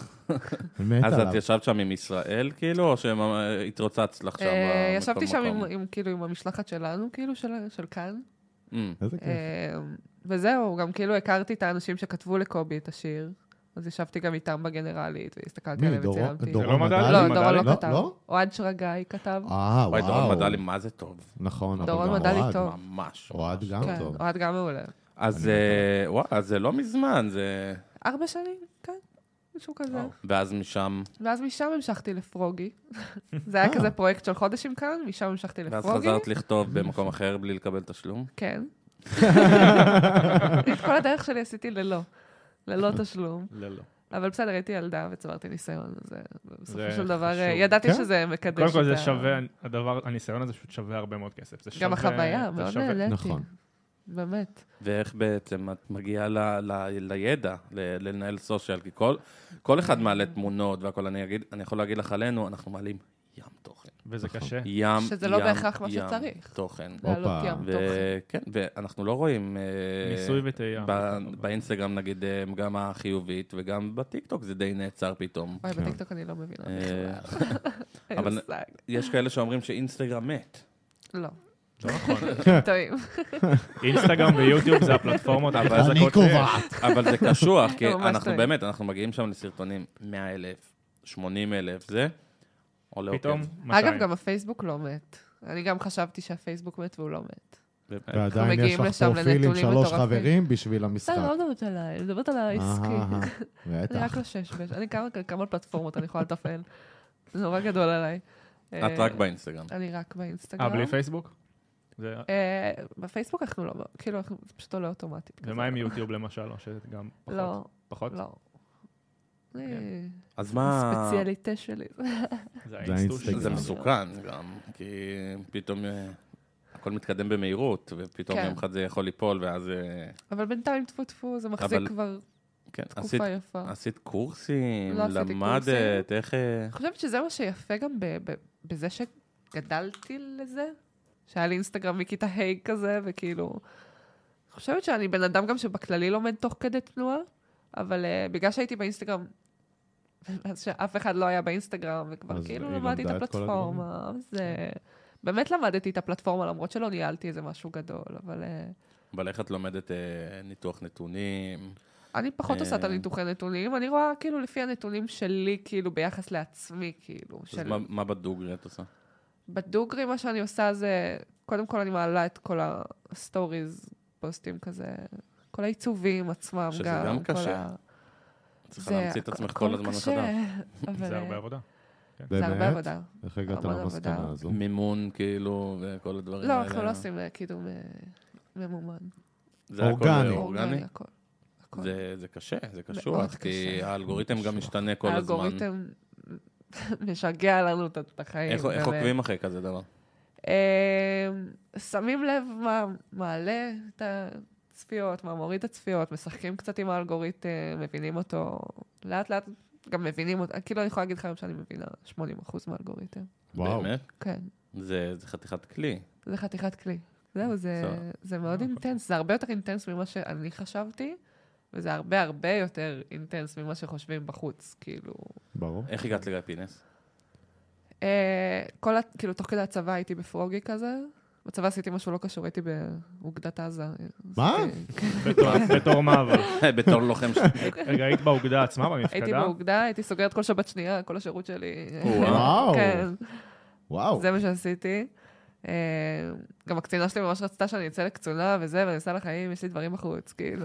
אני מת אז עליו. את ישבת שם עם ישראל, כאילו, או שהתרוצצת לך שם אה, במקום ישבתי שם עם- מקום? עם, כאילו, עם המשלחת שלנו, כאילו, של של כאן. Mm. איזה כיף. אה, וזהו, גם כאילו הכרתי את האנשים שכתבו לקובי את השיר. אז ישבתי גם איתם בגנרלית, והסתכלתי מי, עליהם דורון- וצילמתי. דורון זה לא מדע? מדלי? לא, מדלי? דורון לא לא, כתב. לא? אוהד שרגאי כתב. אה, וואי, דורון וואו. מדלי, מה זה טוב? נכון, אבל דורון גם מדלי אוהד. טוב. ממש. אוהד ממש. גם כן, טוב. אוהד גם מעולה. אז אני אה, וואי, אז זה לא מזמן, זה... ארבע שנים, כן, משהו כזה. ואז משם, ואז משם המשכתי לפרוגי. זה היה אה. כזה פרויקט של חודשים כאן, משם המשכתי ואז לפרוגי. חזרת לכתוב במקום אחר בלי לקבל תשלום? כן. את כל הדרך שלי עשיתי ללא. ללא תשלום. לא, לא. אבל בסדר, הייתי ילדה וצברתי ניסיון, אז אה, בסופו זה של דבר, חשוב. אה, ידעתי כן? שזה מקדש קודם כל את זה ה- שווה, הדבר, הניסיון הזה פשוט שווה הרבה מאוד כסף. זה גם שווה- החוויה, זה מאוד שווה- נהניתי. נכון. באמת. ואיך בעצם את מגיעה ל, ל, לידע, ל, לנהל סושיאל, כי כל, כל אחד מעלה תמונות והכל, אני, אגיד, אני יכול להגיד לך עלינו, אנחנו מעלים ים תוכן. וזה קשה. ים, שזה לא ים, בהכרח מה ים שצריך. תוכן. להעלות הופה. ים תוכן. וכן, ואנחנו לא רואים... אה, ניסוי וטעייה. ב- באינסטגרם נגיד אה, גם החיובית, וגם בטיקטוק זה די נעצר פתאום. וואי, בטיקטוק אני לא מבינה אה, בכלל. אין אבל- מושג. יש כאלה שאומרים שאינסטגרם מת. לא, לא נכון. טועים. אינסטגרם ויוטיוב זה הפלטפורמות הכי אבל חזקות אני שיש. קובעת. אבל זה קשוח, כי ממש אנחנו טועים. באמת, אנחנו מגיעים שם לסרטונים מאה אלף, שמונים אלף, זה עולה פתאום, עוקב. מאתיים. אגב, גם הפייסבוק לא מת. אני גם חשבתי שהפייסבוק מת והוא לא מת. באמת. ועדיין יש מגיעים לך לשם פרופיל עם לנתונים שלוש מטורפים. חברים בשביל בסדר, המשחק. לא מדברת עליי, אני מדברת על העסקי. אהה, אני בטח. רק לשש, אני כמה- כמה פלטפורמות אני יכולה לתפעל. זה נורא גדול עליי. את אה, רק באינסטגרם. אני רק באינסטגרם. אה, בלי פייסבוק? זה- אה, בפייסבוק אנחנו לא, כאילו, אנחנו- זה פשוט עולה אוטומטית. כזה. ומה עם יוטיוב למשל, או שגם פחות? לא, פחות? לא. אה, אז מה... הספציאליטה שלי. זה זה האינסטוש. האינסטגרם. זה מסוכן גם, כי פתאום אה, הכל מתקדם במהירות, ופתאום כן. יום אחד זה יכול ליפול, ואז... אה, אבל בינתיים טפו טפו, זה מחזיק אבל- כבר כן, עשית, תקופה יפה. עשית קורסים, לא עשיתי למדת, קורסים. איך... אה, אני חושבת שזה מה שיפה גם ב- ב- בזה שגדלתי לזה, שהיה לי אינסטגרם מכיתה ה' כזה, וכאילו... אני חושבת שאני בן אדם גם שבכללי לומד תוך כדי תנועה, אבל uh, בגלל שהייתי באינסטגרם, אז שאף אחד לא היה באינסטגרם, וכבר אז כאילו היא למדתי את למדה את כל הפלטפורמה, אז uh, באמת למדתי את הפלטפורמה, למרות שלא ניהלתי איזה משהו גדול, אבל uh, אבל איך את לומדת אה, ניתוח נתונים? אני פחות עושה את אה. הניתוחי נתונים, אני רואה כאילו לפי הנתונים שלי, כאילו ביחס לעצמי, כאילו. אז של... מה, מה בדוגרי את עושה? בדוגרי מה שאני עושה זה, קודם כל אני מעלה את כל הסטוריז, פוסטים כזה, כל העיצובים עצמם שזה גם. גם כל קשה. ה- צריכה זה להמציא את עצמך הכל כל הזמן קשה, מחדש. אבל, זה הרבה אה, עבודה. זה הרבה באמת? עבודה. איך הגעת המון למסקנה עבודה. הזו? מימון, כאילו, וכל הדברים לא, האלה. אנחנו לא עושים אה, קידום אה, ממומן. זה הכל אורגני. אורגני? הכל. הכל. זה, זה קשה, זה מאוד קשוח, כי קשה. האלגוריתם גם משתנה כל הזמן. האלגוריתם משגע לנו את את החיים. איך, איך באמת. עוקבים אחרי כזה דבר? אה, שמים לב מה מעלה את הצפיות, מה מוריד את הצפיות, משחקים קצת עם האלגוריתם, מבינים אותו, לאט לאט גם מבינים אותו, כאילו אני יכולה להגיד לך היום שאני מבינה שמונים אחוז מהאלגוריתם. וואו. באמת? כן, זה, זה חתיכת כלי. זה חתיכת כלי. זהו, זה, בסדר. זה מאוד אינטנס, זה הרבה יותר אינטנס ממה שאני חשבתי, וזה הרבה הרבה יותר אינטנס ממה שחושבים בחוץ, כאילו. ברור. איך הגעת לגיא פינס? אה, כל, ה- כאילו, תוך כדי הצבא הייתי בפרוגי כזה, בצבא עשיתי משהו לא קשור, הייתי באוגדת עזה. מה? עשיתי- בתור- בתור מה אבל? בתור לוחם ש... רגע, היית באוגדה עצמה, הייתי במפקדה? באוגדה, הייתי סוגרת כל שבת שנייה, כל השירות שלי. וואו. כן, וואו. זה מה שעשיתי. אה, גם הקצינה שלי ממש רצתה שאני אצא לקצונה וזה, ואני אעשה לחיים, יש לי דברים בחוץ, כאילו.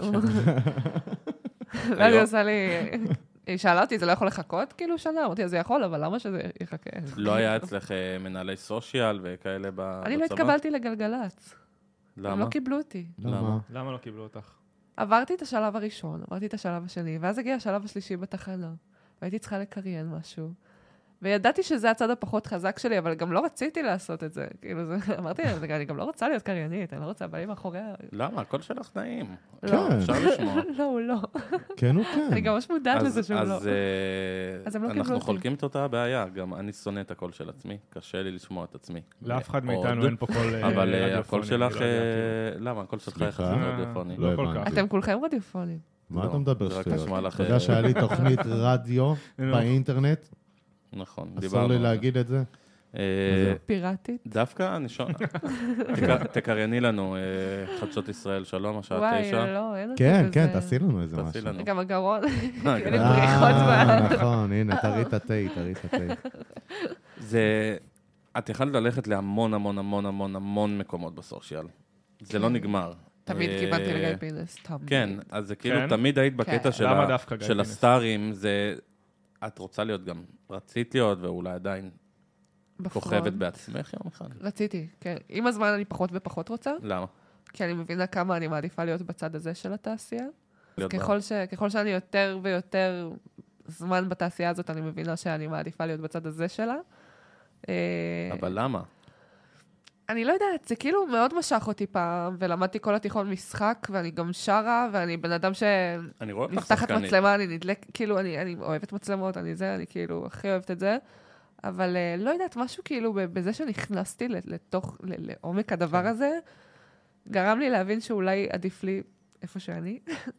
ואז היא עושה לי, היא שאלה אותי, זה לא יכול לחכות כאילו שנה? אמרתי, זה יכול, אבל למה שזה יחכה? לא היה אצלך אה, מנהלי סושיאל וכאלה ב- בצבא? אני לא התקבלתי לגלגלצ. הם למה? לא קיבלו אותי. למה? למה לא קיבלו אותך? עברתי את השלב הראשון, עברתי את השלב השני, ואז הגיע השלב השלישי בתחנה. והייתי צריכה לקריין משהו. וידעתי שזה הצד הפחות חזק שלי, אבל גם לא רציתי לעשות את זה. כאילו, זה, אמרתי, אני גם לא רוצה להיות קריינית, אני לא רוצה, בא לי מאחוריה. למה? הקול שלך נעים. לא. אפשר לשמוע. לא, הוא לא. כן הוא כן. אני גם ממש מודעת אז- לזה שהוא לא. אז, אה, אז הם לא קיבלו אנחנו אותי. חולקים את אותה הבעיה, גם אני שונא את הקול של עצמי, קשה לי לשמוע את עצמי. לאף אחד מאוד. מאיתנו אין פה קול אה, אבל אה, רדיופוני, הקול אני שלך, לא יודע, אה, למה? הקול שלך סליחה? יחסית רדיופוני. לא לא כל הבנתי. כך. אתם כולכם רדיופונים. מה לא, אתה מדבר זה רק שטויות? נשמע לך, אתה יודע אה, שהיה לי תוכנית רדיו נו. באינטרנט? נכון, אסור דיברנו. לי על זה. להגיד את זה? אה, פיראטית. דווקא, אני שואל, תק- תקרייני לנו, אה, חדשות ישראל, שלום, השעה וואי, תשע. לא, אין אותי כן, בזה. כן, תעשי לנו איזה תעשי משהו. לנו. גם הגרון, אה, אין לי גם- בריחות אה, ב... נכון, הנה, תראי את התה, תראי את התה. זה, את יכולת ללכת להמון המון המון המון המון מקומות בסושיאל. זה לא נגמר. תמיד אה, כיוונתי לגיא פינס, תמיד. כן, אז זה כאילו כן? תמיד היית בקטע כן. של למה ה- דווקא גיא של פינס? הסטארים, זה... את רוצה להיות גם, רצית להיות, ואולי עדיין בפרונט. כוכבת בעצמך יום אחד. רציתי, כן. עם הזמן אני פחות ופחות רוצה, למה? כי אני מבינה כמה אני מעדיפה להיות בצד הזה של התעשייה. להיות ככל, ש... ככל שאני יותר ויותר זמן בתעשייה הזאת, אני מבינה שאני מעדיפה להיות בצד הזה שלה. אה, ב- אבל למה? אני לא יודעת, זה כאילו מאוד משך אותי פעם, ולמדתי כל התיכון משחק, ואני גם שרה, ואני בן אדם אני רואה אותך שנפתחת שחקנית. מצלמה, אני נדלק, כאילו, אני, אני אוהבת מצלמות, אני זה, אני כאילו הכי אוהבת את זה, אבל uh, לא יודעת, משהו כאילו בזה שנכנסתי לתוך, לעומק הדבר הזה, גרם לי להבין שאולי עדיף לי איפה שאני.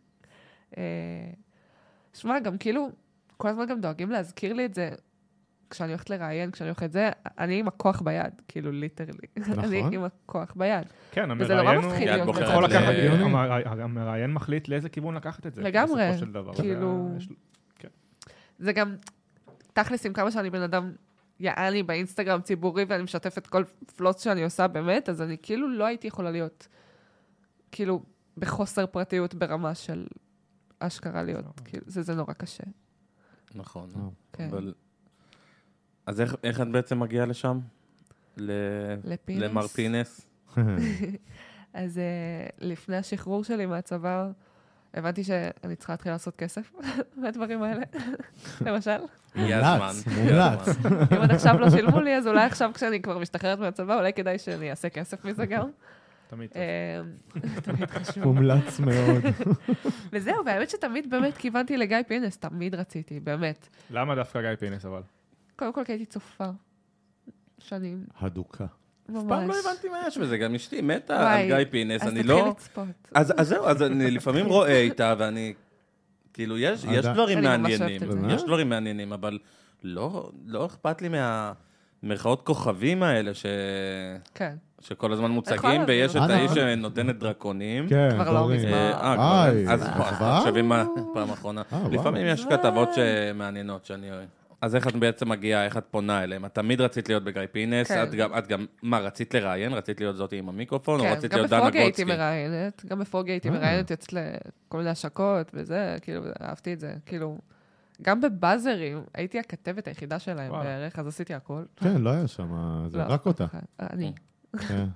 שמע, גם כאילו, כל הזמן גם דואגים להזכיר לי את זה, כשאני הולכת לראיין, כשאני הולכת את זה, אני עם הכוח ביד, כאילו ליטרלי. אני עם הכוח ביד. כן, וזה נורא מפחיד להיות הוא בצד יכול הזה. לקחת, המראיין מחליט לאיזה כיוון לקחת את זה. לגמרי, בסופו של דבר. כאילו, זה גם, תכלס עם כמה שאני בן אדם יעני באינסטגרם ציבורי, ואני משתפת כל פלוץ שאני עושה באמת, אז אני כאילו לא הייתי יכולה להיות, כאילו, בחוסר פרטיות ברמה של אשכרה להיות, כאילו, זה, זה נורא קשה. נכון. כן. אבל... אז איך, איך את בעצם מגיעה לשם? ל... לפינס. למר פינס? אז uh, לפני השחרור שלי מהצבא, הבנתי שאני צריכה להתחיל לעשות כסף מהדברים האלה, למשל. מומלץ, מומלץ. אם עד עכשיו לא שילמו לי, אז אולי עכשיו כשאני כבר משתחררת מהצבא, אולי כדאי שאני אעשה כסף מזה גם. תמיד טוב. תמיד חשוב. מומלץ מאוד. וזהו, והאמת שתמיד באמת כיוונתי לגיא פינס, תמיד רציתי, באמת. למה דווקא גיא פינס אבל? קודם כל כי הייתי צופה. שנים. הדוקה. ממש. פעם לא הבנתי מה יש בזה, גם אשתי מתה וואי, על גיא פינס, אז אני תתחיל לא... לצפות. אז אז זהו, אז אני לפעמים רואה איתה, ואני... כאילו, יש יש דברים אני ממש מעניינים, אוהבת את זה. יש דברים מעניינים, אבל לא לא אכפת לי מהמרכאות כוכבים האלה, ש... כן. שכל הזמן מוצגים, להבין. ויש את אה, האיש נכון. שנותנת דרקונים. כן, כבר לא דורי. מזמן. אה, כבר, איי, אז כבר? תחשבי מה פעם האחרונה. אה, וואו. לפעמים יש כתבות שמעניינות שאני אוהב. אז איך את בעצם מגיעה, איך את פונה אליהם? את תמיד רצית להיות בגיא פינס, כן. את גם, את גם, מה, רצית לראיין? רצית להיות זאתי עם המיקרופון, או כן, רצית גם להיות דנה בפרוגי הייתי גולדסקי? מראיינת, גם בפרוגי הייתי אה. מראיינת, יוצאת לכל מיני השקות וזה, כאילו, אהבתי את זה, כאילו, גם בבאזרים, הייתי הכתבת היחידה שלהם וואלה. בערך, אז עשיתי הכל. כן, לא היה שם, זה לא, רק אותה. אני. כן.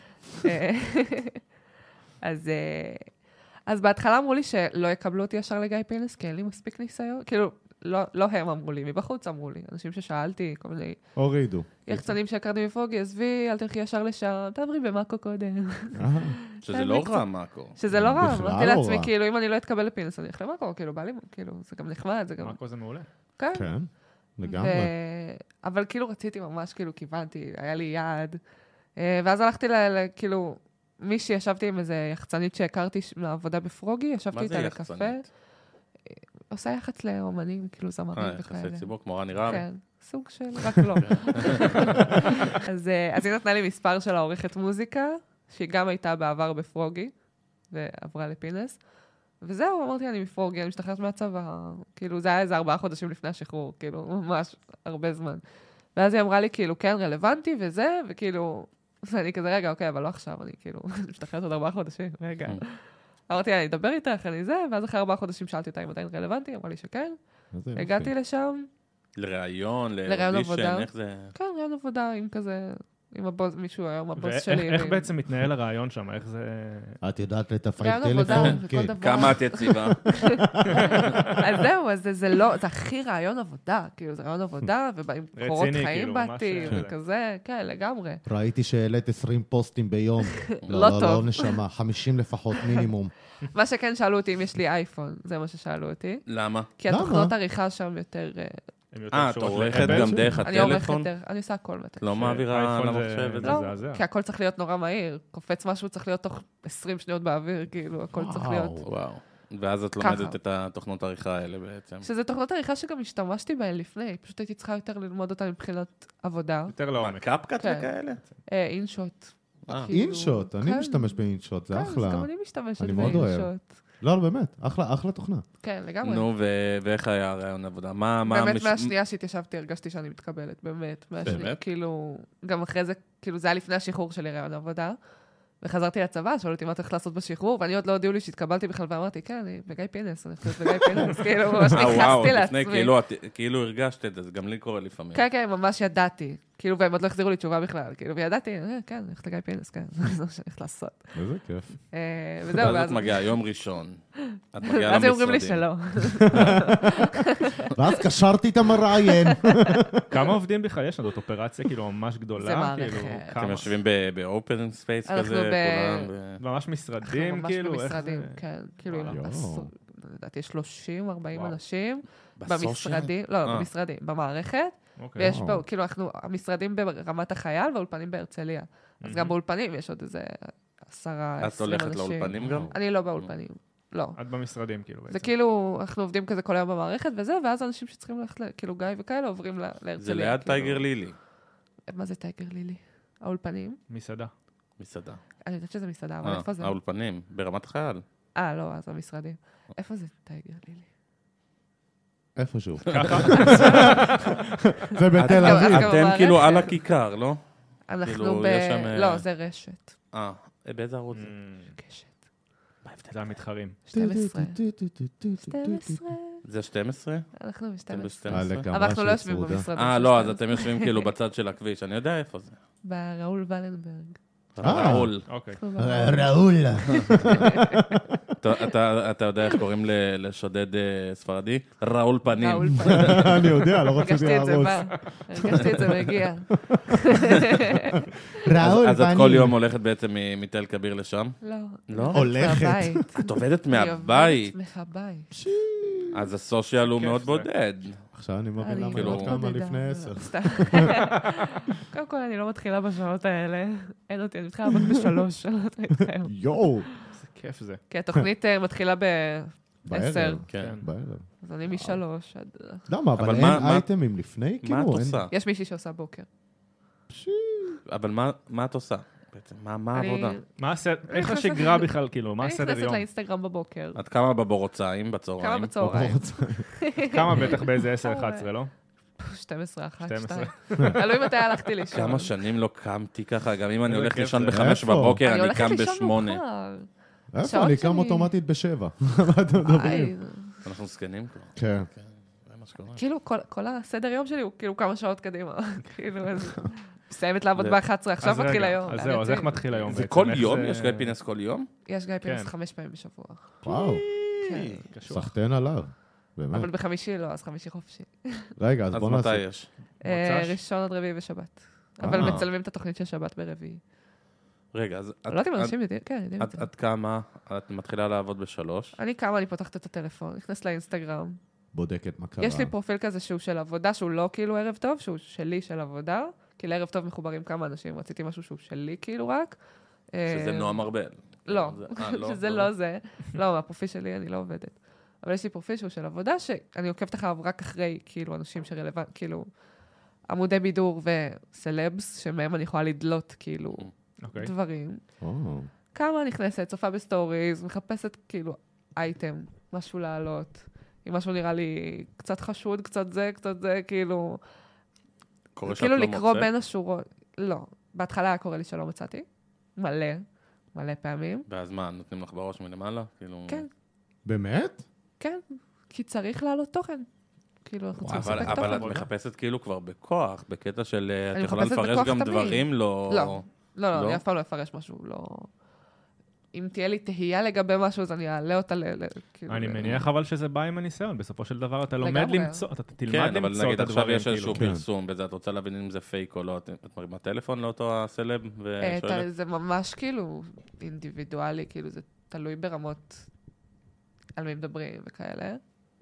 אז, אה, אז בהתחלה אמרו לי שלא יקבלו אותי ישר לגיא פינס, כי אין לי מספיק ניסיון, כאילו, לא, לא הם אמרו לי, מבחוץ אמרו לי, אנשים ששאלתי, כל מיני הורידו. יחצנים שהכרתי בפרוגי, עזבי, אל תלכי ישר לשם, תעברי במאקו קודם. אה, שזה לא רע, מאקו. שזה לא רע, בכלל אמרתי לא לעצמי, רע. כאילו, אם אני לא אתקבל לפינס, אני אלך למאקו, כאילו, בא לי, כאילו, זה גם נחמד, זה גם... מאקו זה מעולה. כן. כן, לגמרי. אבל כאילו רציתי ממש, כאילו, כיוונתי, היה לי יעד. אה, ואז הלכתי ל... ל- כאילו, מי שישבתי עם איזה יחצנית שהכרתי ש- לעבודה בפרוגי, ישבתי מה זה איתה לקפה. יחצנית? עושה יח"צ לאומנים, כאילו זמרים אה, וכאלה. יחסי ציבור כמו רני רהב. כן, סוג של, רק לא. אז, אה, אז היא נתנה לי מספר של העורכת מוזיקה, שהיא גם הייתה בעבר בפרוגי, ועברה לפינס. וזהו, אמרתי, אני מפרוגי, אני משתחררת מהצבא. כאילו, זה היה איזה ארבעה חודשים לפני השחרור, כאילו, ממש הרבה זמן. ואז היא אמרה לי, כאילו, כן, רלוונטי וזה, וכאילו, ואני כזה, רגע, אוקיי, אבל לא עכשיו, אני כאילו, משתחררת עוד ארבעה חודשים, רגע. אמרתי, אני אדבר איתך, אני זה, ואז אחרי ארבעה חודשים שאלתי אותה אם עדיין רלוונטי, אמרה לי שכן. איזה יופי. הגעתי לשם, לראיון, לראיון לאודישן, עבודה. איך זה... כן, ראיון עבודה עם כזה, עם הבוס, מישהו היום, הבוס ואיך שלי. איך ועם- בעצם מתנהל הרעיון שם? איך זה... את יודעת לתפעל ראיון עבודה טלפון? וכל כן. דבר. כמה את יציבה? אז זהו, אז זה- זה לא, זה הכי רעיון עבודה, כאילו, זה רעיון עבודה, ועם קורות רציני, חיים כאילו, ממש, באתי, אה, וכזה, כן, לגמרי. ראיתי שהעלית עשרים פוסטים ביום. לא לא, טוב. לא, לא נשמה, חמישים לפחות מינימום. מה שכן שאלו אותי אם יש לי אייפון, זה מה ששאלו אותי. למה? כי למה? התוכנות עריכה שם יותר... אה, הם יותר אה, את קשורות עורכת לאפל? גם דרך אני עורכת הטלפון? דרך, אני עושה הכל בטלפון. לא מעבירה אייפון זה- למחשב את זה זה? לא, מזעזע. כי הכל צריך להיות נורא מהיר. קופץ משהו, צריך להיות תוך עשרים שניות באוויר, כאילו, הכל צריך להיות... וואו. וואו. ואז את ככה. לומדת את התוכנות העריכה האלה בעצם. שזה תוכנות עריכה שגם השתמשתי בהן לפני, פשוט הייתי צריכה יותר ללמוד אותן מבחינת עבודה. יותר מה, לעומק. קפקט כן. וכאלה? אה, אינשוט. אה. כאילו, אינשוט, אני כן. משתמש באינשוט, זה כן, אז אחלה. גם אני משתמשת אני מאוד אוהב. באינשוט. לא, לא, באמת, אחלה, אחלה תוכנה. כן, לגמרי. נו, ו- ואיך היה הרעיון עבודה? מה... מה באמת המש- מהשנייה שהתיישבתי הרגשתי שאני מתקבלת, באמת. מהשנייה, באמת? כאילו, גם אחרי זה, כאילו זה היה לפני השחרור שלי רעיון עבודה, וחזרתי לצבא, שאלו אותי מה צריך לעשות בשחרור, ואני עוד לא הודיעו לי שהתקבלתי בכלל, ואמרתי, כן, אני בגיא פינס, אני חושבת בגיא פינס, כאילו, ממש אה, וואו, נכנסתי לפני, לעצמי. כאילו את- כאילו הרגשת את זה, זה גם לי קורה לפעמים. כן, כן, ממש ידעתי. כאילו, והם עוד לא החזירו לי תשובה בכלל. כאילו, וידעתי, אה, כן, אני הולכת לגיא פינס, כן, זה מה שאני הולכת לעשות. איזה כיף. אה, וזהו, ואז ואז... את מגיעה, יום ראשון. את מגיעה אז הם אומרים לי למשרדים. שלא. ואז קשרתי את המראיין. כמה עובדים בכלל יש? זאת אופרציה כאילו ממש גדולה? זה מערכת. כאילו, אתם כמה? אתם יושבים באופן ספייס אנחנו כזה, ב- כולם? ב- ממש משרדים, ממש כאילו? איך במשרדים, זה? כן. כאילו, וואלה. עם עשור- לא יודעת, יש שלושים ארבעים וואו. אנשים בסושיאל? במשרדים, לא, אה. במשרדים, במערכת, אוקיי. ויש וואו. בו, כאילו, אנחנו, המשרדים ברמת החייל והאולפנים בהרצליה. אז גם באולפנים יש עוד איזה עשרה, את עשרים אנשים. הולכת לאולפנים גם? אני לא באולפנים, לא. את במשרדים, כאילו, בעצם. זה כאילו, אנחנו עובדים כזה כל היום במערכת וזה, ואז אנשים שצריכים ללכת, ל- כאילו גיא וכאלה, עוברים ל- להרצליה. זה ליד כאילו. טייגר לילי, מה זה טייגר לילי? האולפנים? מסעדה. מסעדה. אני יודעת שזה מסעדה, אבל אה, איפה זה? האולפנים, ברמת החייל. אה, לא, אז המשרדים. איפה זה טייגר לילי? איפשהו. ככה? זה בתל גם- אביב. גם אתם במערכת. כאילו על הכיכר, לא? אנחנו כאילו, ב... יש שם, אה, לא, זה רשת. אה, באיזה ערוץ זה? קשת. זה המתחרים. שתים עשרה. שתים עשרה. זה שתים עשרה? אנחנו אתם ב-שתים עשרה. ב-שתים עשרה? אלק אבל אמרה אנחנו לא שהיא יושבים צרודה. במשרדים. אה, של לא, אז שתים אתם יושבים כאילו בצד של הכביש, אני יודע איפה זה. בראול ולנברג. אה. ראול. אוקיי. אנחנו בראול. ראול. אתה- אתה אתה יודע איך קוראים ל- לשודד אה, ספרדי? ראול פנים. ראול פנים. אני יודע, לא רציתי הרגשתי את זה להרוס. בא. הרגשתי את זה מגיע. ראול אז את ואני. כל יום הולכת בעצם מ- מתל כביר לשם? לא. לא? הולכת. מהבית. את עובדת אני מהבית. עובדת מהבית. אז הסושיאל הוא כיף מאוד זה. בודד. עכשיו אני מבין אני למה כאילו- עוד כמה בודדה. לפני לא, עשר. סתם. קודם כל, אני לא מתחילה בשעות האלה. אין אותי, אני מתחילה לעבוד בשלוש. אני לא יודעת איתכם. יואו. איזה כיף זה. כי התוכנית אה, מתחילה בעשר. בערב. כן. בערב. אז אני משלוש עד... למה? אבל אבל אין מה- מה- אייטמים לפני? מה כאילו, את אין- עושה? יש מישהי שעושה בוקר. אבל מה- מה את עושה בעצם? מה מה אני- העבודה? מה הסדר, איך נכנסת- השגרה בכלל, כאילו, מה אני הסדר נכנסת יום? לאינסטגרם בבוקר. את קמה בבורוצאים, כמה בצהריים? בצהריים? כמה בטח באיזה עשר אחת עשרה, לא? שתים עשרה, אחת, שתים עשרה. שתיים. תלוי מתי הלכתי לישון. כמה שנים לא קמתי ככה, גם אם אני איזה הולך כיף לישון זה. בחמש איפה? בבוקר, אני הולכת קם לישון בשמונה. מאוחר. איפה? שעות אני קם שאני- אוטומטית בשבע. מה אתם מדברים? וואי, אנחנו זקנים כבר. כן. זה מה שקורה. כאילו, כל- כל הסדר יום שלי הוא כאילו כמה שעות קדימה. כאילו, אז- מסיימת לעבוד זה- ב-אחת עשרה, עכשיו אז מתחיל רגע, היום. אז לאן זהו, אז איך יוצאים? מתחיל היום זה בעצם? כל איך יום? זה- יש גיא פינס כל יום? יש גיא פינס כן. חמש פעמים בשבוע. וואו. כן. קשור. סחטיין עליו. אבל באמת. בחמישי לא, אז חמישי חופשי. רגע, אז אז בוא מתי נעשה. יש? אה, מוצ"ש? ראשון עד רביעי ושבת. אבל אה. מצלמים את התוכנית של שבת ברביעי. רגע, אז... את- לא יודעת אם את- אנשים יודעים, כן, יודעים את את- זה. את קמה, את מתחילה לעבוד בשלוש. אני קמה, אני פותחת את הטלפון, נכנסת לאינסטגרם. בודקת מה קרה. יש לי פרופיל כזה שהוא של עבודה, שהוא לא כאילו ערב טוב, שהוא שלי של עבודה. כי לערב טוב מחוברים כמה אנשים, רציתי משהו שהוא שלי כאילו רק. שזה אה, נועם ארבל. לא, זה- אה, שזה לא זה. לא, הפרופיל שלי אני לא עובדת. אבל יש לי פרופיל שהוא של עבודה, שאני עוקבת אחריו רק אחרי, כאילו, אנשים שרלוונט, כאילו, עמודי בידור וסלבס, שמהם אני יכולה לדלות, כאילו, אוקיי. דברים. או, כמה נכנסת, צופה בסטוריז, מחפשת, כאילו, אייטם, משהו לעלות. אם משהו נראה לי קצת חשוד, קצת זה, קצת זה, כאילו, קורה שאת כאילו לא לקרוא מוצאת? בין השורות. לא. בהתחלה היה קורה לי שלא מצאתי. מלא. מלא פעמים. ואז מה, נותנים לך בראש מלמעלה? כאילו... כן. באמת? כן, כי צריך לעלות תוכן. כאילו, אנחנו צריכים אבל, לספק אבל תוכן. את מחפשת כאילו כבר בכוח, בקטע של אה, את אני יכולה מחפשת לפרש בכוח גם תמיד. דברים לא... לא. לא, לא, לא? אני אף פעם לא אפרש משהו, לא... אם תהיה לי תהייה לגבי משהו, אז אני אעלה אותה ל... ל- כאילו, אני ל- מניח אבל שזה בא עם הניסיון, בסופו של דבר אתה לומד לגמרי. למצוא, אתה תלמד כן, אבל למצוא נגיד את עכשיו הדברים, יש איזשהו כאילו. כן. פרסום וזה, את רוצה להבין אם זה פייק או לא, את את מרימה טלפון לאותו הסלב אה, ת- ושואלת? זה ממש כאילו אינדיבידואלי, כאילו זה תלוי ברמות על מי מדברים וכאלה.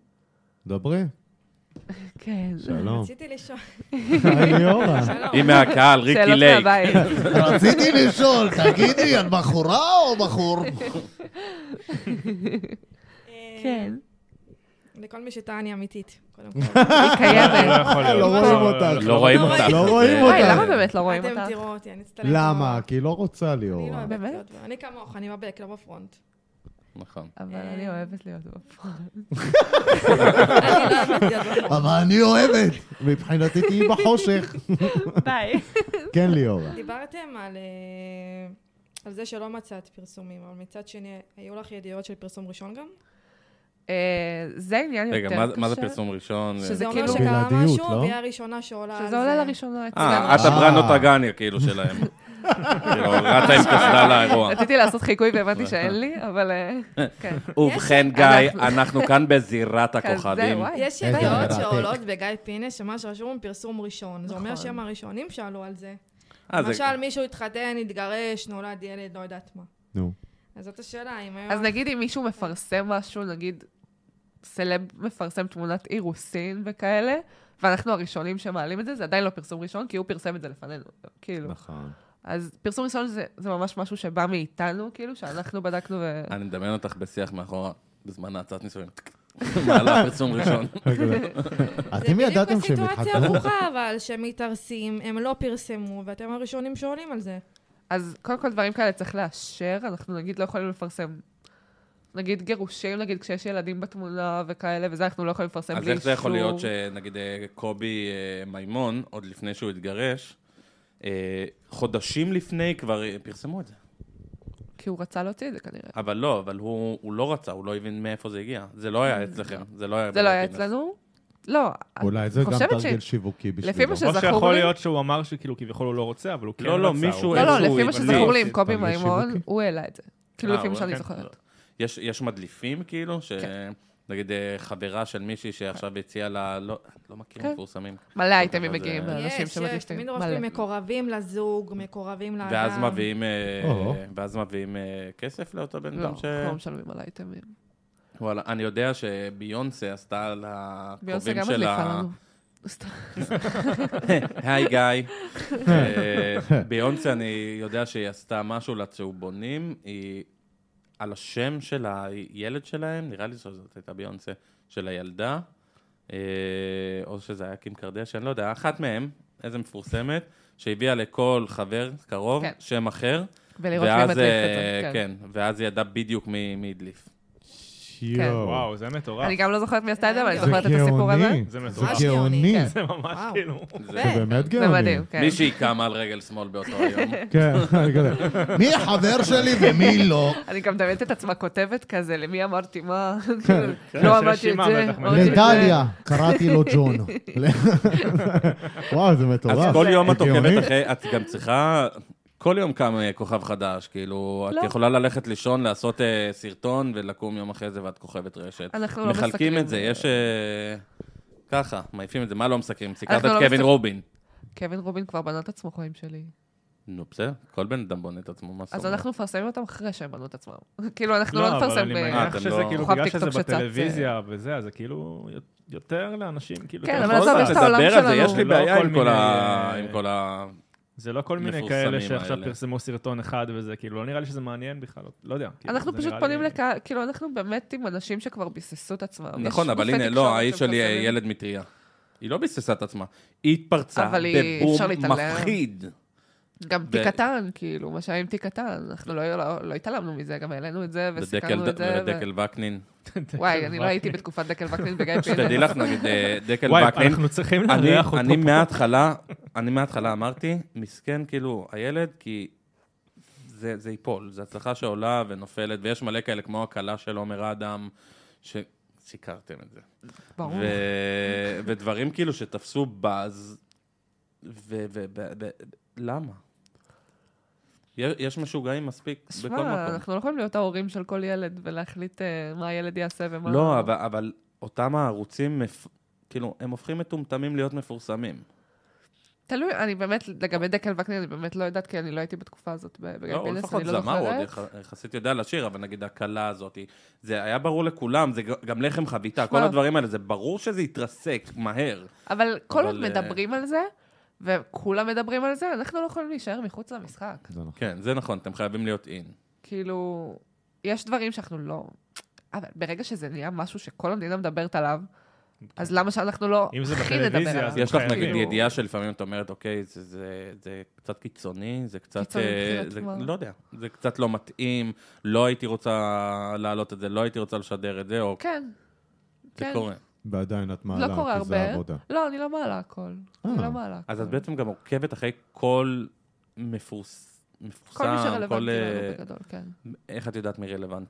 דברי. כן. שלום. רציתי לשאול. היי ליאורה. שלום. היא מהקהל, ריקי שאלות לייק. מהבית. רציתי לשאול, תגידי, את בחורה או בחור? אה, כן. לכל מי שטעני אמיתית, קודם כל. היא לא קיימת. יכול להיות. לא רואים אותך. לא רואים לא אותך. לא רואים וואי, אותה. למה באמת לא רואים אתם אותך? תראו אותי, אני אצטלם. למה? פה. כי היא לא רוצה אני לא ליאורה. אוהבת באמת? להיות, אני כמוך, אני בבק, לא בפרונט. נכון. אבל אה. אני אוהבת להיות בפרונט. אני לא אוהבת להיות בפרונט. אבל אני אוהבת. מבחינתי תהיי בחושך. ביי. כן, ליאורה. דיברתם על, אה, על זה שלא מצאת פרסומים, אבל מצד שני, היו לך ידיעות של פרסום ראשון גם? אה, זה עניין יותר רגע, קשה. מה- מה זה פרסום ראשון? שזה זה אומר כאילו- שקרה בלעדיות, משהו, לא? והיא הראשונה שעולה על זה. שזה עולה לראשונה אצלנו. אה, את אה. הברנו טגניה כאילו שלהם. כאילו, רצה עם קסדה לאירוע. רציתי לעשות חיקוי והבנתי שאין לי, אבל כן. ובכן, גיא, אנחנו כאן בזירת הכוכבים. יש ידיעות שעולות בגיא פינס, שמה שרשום פרסום ראשון. זה אומר שהם הראשונים שעלו על זה. למשל, מישהו התחתן, התגרש, נולד ילד, לא יודעת מה. נו. אז זאת השאלה, אם היום... אז נגיד אם מישהו מפרסם משהו, נגיד סלב מפרסם תמונת אירוסין וכאלה, ואנחנו הראשונים שמעלים את זה, זה עדיין לא פרסום ראשון, כי הוא פרסם את זה לפנינו, כאילו. נכון. אז פרסום ראשון זה, זה ממש משהו שבא מאיתנו, כאילו, שאנחנו בדקנו ו... אני מדמיין אותך בשיח מאחורה, בזמן ההצעת נישואים. מעלה פרסום ראשון. אתם ידעתם זה שהם בדיוק בסיטואציה התחתנו? הפוכה, אבל שהם מתארסים, הם לא פרסמו, ואתם הראשונים שעולים על זה. אז קודם כל דברים כאלה צריך לאשר, אנחנו נגיד לא יכולים לפרסם, נגיד גירושים, נגיד כשיש ילדים בתמונה וכאלה, וזה אנחנו לא יכולים לפרסם בלי אישור. אז איך זה יכול להיות שנגיד קובי מימון, עוד לפני שהוא התגרש, חודשים לפני כבר פרסמו את זה? כי הוא רצה להוציא את זה כנראה. אבל לא, אבל הוא, הוא לא רצה, הוא לא הבין מאיפה זה הגיע. זה לא היה אצלכם, זה לא היה... זה לא היה אצלנו? לא. אולי זה גם חושבת תרגיל ש- שיווקי לפי בשבילו. מה או שזכור שיכול לי... להיות שהוא אמר שכאילו כביכול הוא לא רוצה, אבל הוא כן לא, רצה. לא, מישהו- הוא- לא, לא, איזשהו לפי מה הדליף. שזכור לי עם תרגיל קובי מימון, שיווקי. הוא העלה את זה. כאילו אה, לפי מה הוא- שאני כן. זוכרת. יש, יש מדליפים כאילו, ש... כן. נגיד אה, חברה של מישהי שעכשיו הציעה לה, לא, לא מכיר כן. מפורסמים. מלא אייטמים אבל מגיעים זה- לאנשים יש, יש, שמדליפים. תמיד מלא. רושמים מקורבים לזוג, מקורבים לאדם. ואז מביאים, אה, או. ואז מביאים אה, כסף לאותו בן לא, אדם ש... אנחנו לא משלמים על אייטמים. וואלה, אני יודע שביונסה עשתה על ביונסה הקרובים גם שלה... מדליפה לנו. סתם. היי גיא. אה, ביונסה אני יודע שהיא עשתה משהו לצהובונים, היא על השם של הילד שלהם, נראה לי שזאת הייתה ביונסה, של הילדה, אה, או שזה היה קים קרדשן, אני לא יודע, אחת מהם, איזה מפורסמת, שהביאה לכל חבר קרוב, כן. שם אחר, ולראות מי ואז, מדליף אה, את זה. כן. כן, ואז היא ידעה בדיוק מי מי הדליף. יואו. וואו, זה מטורף. אני גם לא זוכרת מי עשתה את זה, אבל אני זה זוכרת את הסיפור הזה. גאוני. זה מה מטורף. זה גאוני. כן. זה ממש וואו. כאילו... זה- זה באמת זה גאוני. מדהים, כן. מישהי קמה על רגל שמאל באותו היום. כן, כזה. מי החבר שלי ומי לא? אני גם מדמיינת את עצמה כותבת כזה, למי אמרתי מה, כן. לא אמרתי את שרשימה זה. בטח אמרתי את זה. לדליה, קראתי לו ג'ון. וואו, זה מטורף. אז כל יום את גאוני. עוקבת אחרי, את גם צריכה, כל יום קם אה, כוכב חדש, כאילו, את לא. יכולה ללכת לישון, לעשות אה, סרטון ולקום יום אחרי זה ואת כוכבת רשת. אנחנו לא מחלקים מסקרים. את זה, יש... אה, ככה, מעיפים את זה, מה לא מסקרים? סיכרת אנחנו את לא קווין מסק- רובין. קווין רובין כבר בנה את עצמו חיים שלי. נו, בסדר, כל בן אדם בונה את עצמו, מה זאת אז אומרת? אנחנו מפרסמים אותם אחרי שהם בנו את עצמם. כאילו, אנחנו לא אבל נפרסם אני ב... אה, מניח אתם שזה לא- כאילו, כוכב בגלל שזה טיקטוק שצץ, בטלוויזיה וזה, אז זה כאילו יותר לאנשים, כאילו... כן, יותר אבל עזוב, חובה. יש את העולם תדבר על זה, שלנו. יש לי לא בעיה כל עם כל מיני, ה... אה, עם כל ה... זה לא כל מיני מפורסמים כאלה שעכשיו האלה. פרסמו סרטון אחד וזה, כאילו, לא נראה לי שזה מעניין בכלל, לא יודע. כאילו, אנחנו זה פשוט נראה פונים לי- לקהל, כאילו, אנחנו באמת עם אנשים שכבר ביססו את עצמם. נכון, יש אבל גופי הנה, תקשורת לא, האיש שלי שמפרסמים. ילד מטריה. היא לא ביססה את עצמה. היא התפרצה אבל היא- בבום אפשר להתעלם. מפחיד. גם ו- תיק קטן, כאילו, מה שהיה עם תיק קטן, אנחנו לא- לא לא התעלמנו מזה, גם העלינו את זה וסיכרנו את זה. ו- ודקל וקנין. וואי, אני לא הייתי בתקופת דקל וקנין בגיא פינס. שתדעי לך, נגיד, אה, דקל וואי, וקנין, אנחנו צריכים אני, לארח אותו אני פה. מההתחלה, אני מההתחלה אמרתי, מסכן כאילו הילד, כי זה, זה ייפול, זו הצלחה שעולה ונופלת, ויש מלא כאלה כמו הקלה של עומר אדם, שסיקרתם את זה. ברור. ו... ודברים כאילו שתפסו באז, ו... ו... ו... ו... למה? יש, יש משוגעים מספיק בכל שמע, מקום. אנחנו לא יכולים להיות ההורים של כל ילד ולהחליט אה, מה הילד יעשה ומה... לא, אבל, אבל אותם הערוצים, מפ... כאילו, הם הופכים מטומטמים להיות מפורסמים. תלוי, אני באמת, לגבי דקל וקנין, אני באמת לא יודעת, כי אני לא הייתי בתקופה הזאת בגיא לא, הוא פינס, לפחות אני לא זמר, הוא עוד זוכרת. יח- יחסית יודע לשיר, אבל נגיד הקלה הזאת, זה היה ברור לכולם, זה ג- גם לחם חביתה, שמע. כל הדברים האלה, זה ברור שזה יתרסק מהר. אבל כל עוד אבל, אה, מדברים על זה, וכולם מדברים על זה, אנחנו לא יכולים להישאר מחוץ למשחק. זה נכון. כן, זה נכון, אתם חייבים להיות אין. כאילו, יש דברים שאנחנו לא... אבל ברגע שזה נהיה משהו שכל המדינה מדברת עליו, אז למה שאנחנו לא אם זה הכי נדבר בטלוויזיה, עליו? אז יש לך חייבים. נגיד כאילו- ידיעה שלפעמים את אומרת, אוקיי, זה, זה, זה קצת קיצוני, זה קצת, קיצוני אה, מבחינת זה, מה? לא יודע, זה קצת לא מתאים, לא הייתי רוצה להעלות את זה, לא הייתי רוצה לשדר את זה, או כן, זה כן. קורה. ועדיין את מעלה, לא קורה כי זה הרבה. עבודה. לא, אני לא מעלה הכל. אני לא מעלה הכל. אז את בעצם גם עוקבת אחרי כל מפורס, כל מי מפורסם, שרלוונטי כל... לנו אה, בגדול, כן. איך את יודעת מי רלוונטי?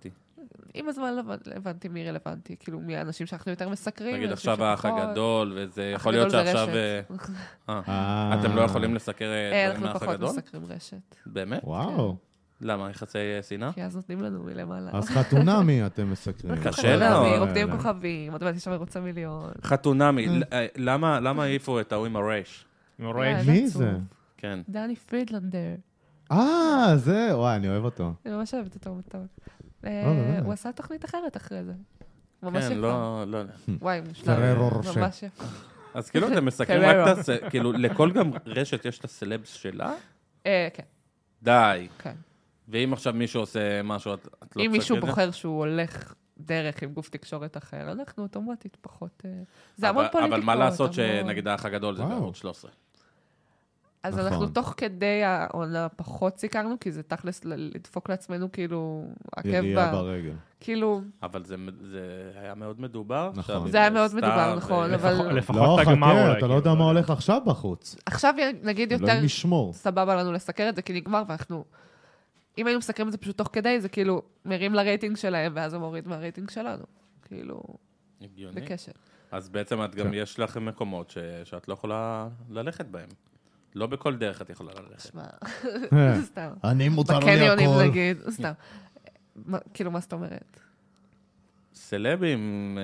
עם הזמן הבנתי מי רלוונטי, כאילו מי האנשים שאנחנו יותר מסקרים. נגיד עכשיו האח הגדול, וזה יכול להיות שעכשיו... אתם לא יכולים לסקר דברים מהאח הגדול? אנחנו פחות מסקרים רשת. באמת? וואו. למה? יחסי שנאה? כי אז נותנים לנו מלמעלה. אז חתונמי אתם מסקרים. קשה מאוד. רוקדים כוכבים, עוד מעט יש שם ערוץ המיליון. חתונמי, למה העיפו את ההוא עם הרייש? עם הרייש? מי זה? כן. דני פרידלנדר. אה, זה, וואי, אני אוהב אותו. אני ממש אוהבת אותו מתוק. הוא עשה תוכנית אחרת אחרי זה. ממש כן, יפה. לא, לא. וואי, מושלם. ממש יפה. אז כאילו אתם מסקרים רק את ה... כאילו, לכל גם רשת יש את הסלבס שלה? כן. די. כן. ואם עכשיו מישהו עושה משהו, את לא צריך את זה? אם מישהו בוחר שהוא הולך דרך עם גוף תקשורת אחר, אנחנו אוטומטית פחות... זה המון פוליטיקות. אבל מה לעשות שנגיד האח הגדול זה בערוץ שלוש עשרה? אז אנחנו תוך כדי העונה פחות סיקרנו, כי זה תכלס לדפוק לעצמנו כאילו עקב ב... ירייה ברגל. כאילו... אבל זה היה מאוד מדובר. נכון. זה היה מאוד מדובר, נכון, אבל... לא, חכה, אתה לא יודע מה הולך עכשיו בחוץ. עכשיו נגיד יותר... אלוהים ישמור. סבבה לנו לסקר את זה, כי נגמר, ואנחנו... אם היינו מסקרים את זה פשוט תוך כדי, זה כאילו מרים לרייטינג שלהם, ואז הוא מוריד מהרייטינג שלנו. כאילו... הגיוני. בקשר. אז בעצם את גם יש לכם מקומות שאת לא יכולה ללכת בהם. לא בכל דרך את יכולה ללכת. שמע, סתם. אני מותר לי בקניונים הכל. נגיד, סתם. כאילו, מה זאת אומרת? סלבים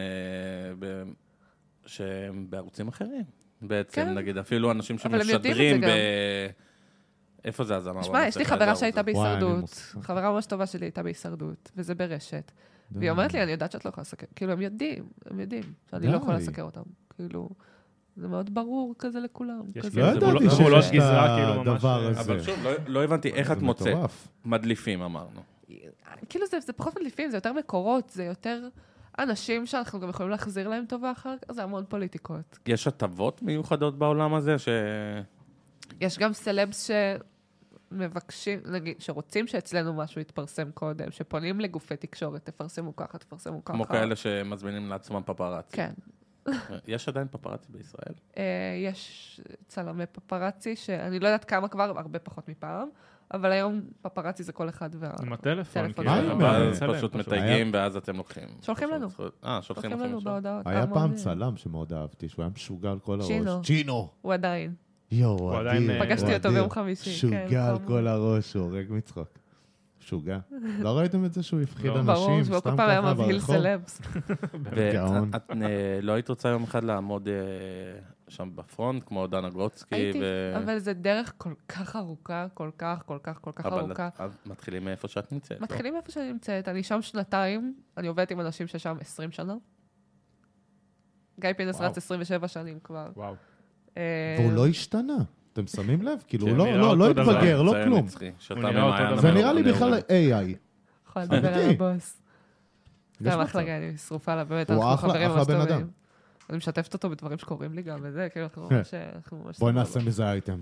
שהם בערוצים אחרים. בעצם, נגיד, אפילו אנשים שמשדרים ב... איפה זה הזמר? שמע, יש לי חברה שהייתה בהישרדות. חברה ממש טובה שלי הייתה בהישרדות, וזה ברשת. והיא אומרת לי, אני יודעת שאת לא יכולה לסקר. כאילו, הם יודעים, הם יודעים שאני לא יכולה לסקר אותם. כאילו... זה מאוד ברור כזה לכולם. לא ידעתי שיש את הדבר הזה. אבל שוב, לא הבנתי איך את מוצאת. מדליפים, אמרנו. כאילו זה פחות מדליפים, זה יותר מקורות, זה יותר אנשים שאנחנו גם יכולים להחזיר להם טובה אחר כך, זה המון פוליטיקות. יש הטבות מיוחדות בעולם הזה ש... יש גם סלבס שמבקשים, נגיד, שרוצים שאצלנו משהו יתפרסם קודם, שפונים לגופי תקשורת, תפרסמו ככה, תפרסמו ככה. כמו כאלה שמזמינים לעצמם פפרצי. כן. יש עדיין פפרצי בישראל? יש צלמי פפרצי, שאני לא יודעת כמה כבר, הרבה פחות מפעם, אבל היום פפרצי זה כל אחד וה... עם הטלפון. פשוט מתייגים ואז אתם לוקחים. שולחים לנו. אה, שולחים לנו בהודעות. היה פעם צלם שמאוד אהבתי, שהוא היה משוגע על כל הראש. צ'ינו. צ'ינו. הוא עדיין. יואו, אדיר. פגשתי אותו ביום חמישי. משוגע על כל הראש, הוא הורג מצחוק. משוגע. לא ראיתם את זה שהוא הפחיד אנשים? ברור, שהוא כל פעם היה מבהיל סלבס. ואת לא היית רוצה יום אחד לעמוד שם בפרונט, כמו דנה גרוצקי? הייתי, אבל זה דרך כל כך ארוכה, כל כך, כל כך, כל כך ארוכה. אבל מתחילים מאיפה שאת נמצאת. מתחילים מאיפה שאני נמצאת. אני שם שנתיים, אני עובדת עם אנשים ששם עשרים שנה. גיא פינס רץ עשרים ושבע שנים כבר. וואו. והוא לא השתנה. אתם שמים לב? כאילו, הוא לא התבגר, לא כלום. זה נראה לי בכלל איי איי. יכול לדבר על הבוס. גם אחלה גיא, אני שרופה לה, באמת, אנחנו חברים ממש טובים. אני משתפת אותו בדברים שקורים לי גם, וזה, כאילו, אנחנו ממש... בואי נעשה מזה אייטם.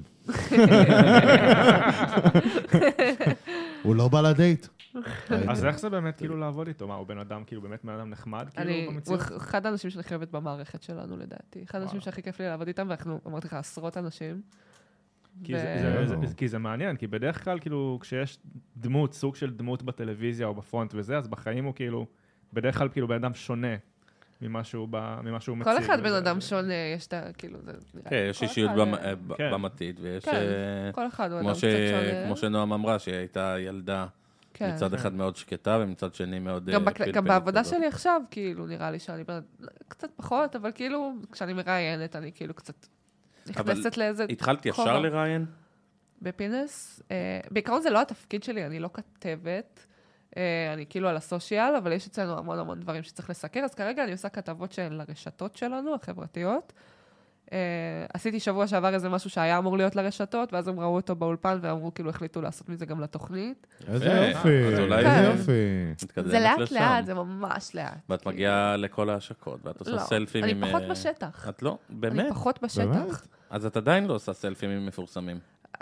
הוא לא בא לדייט. אז איך זה באמת כאילו לעבוד איתו? מה, הוא בן אדם, כאילו, באמת בן אדם נחמד, כאילו, במציאות? הוא אחד האנשים שאני חייבת במערכת שלנו, לדעתי. אחד האנשים שהכי כיף לי לעבוד איתם, ואנחנו, אמרתי לך, עשרות אנשים. כי זה מעניין, כי בדרך כלל, כאילו, כשיש דמות, סוג של דמות בטלוויזיה או בפרונט וזה, אז בחיים הוא כאילו, בדרך כלל כאילו בן אדם שונה ממה שהוא מציג. כל אחד בן אדם שונה, יש את ה... כאילו, זה... כן, יש אישיות במתית, ויש... כל אחד הוא אדם קצת שונה. כמו שנועם אמרה, שהיא הייתה ילדה מצד אחד מאוד שקטה, ומצד שני מאוד... גם בעבודה שלי עכשיו, כאילו, נראה לי שאני קצת פחות, אבל כאילו, כשאני מראיינת, אני כאילו קצת... נכנסת לאיזה... התחלת ישר לראיין? בפינס. בעיקרון זה לא התפקיד שלי, אני לא כתבת. אני כאילו על הסושיאל, אבל יש אצלנו המון המון דברים שצריך לסקר, אז כרגע אני עושה כתבות שהן לרשתות שלנו, החברתיות. עשיתי שבוע שעבר איזה משהו שהיה אמור להיות לרשתות, ואז הם ראו אותו באולפן, ואמרו כאילו החליטו לעשות מזה גם לתוכנית. איזה יופי, איזה יופי. זה לאט לאט, זה ממש לאט. ואת מגיעה לכל ההשקות, ואת עושה סלפים עם... אני פחות בשטח. את לא? באמת? אני פחות בשטח. אז את עדיין לא עושה סלפים עם מפורסמים.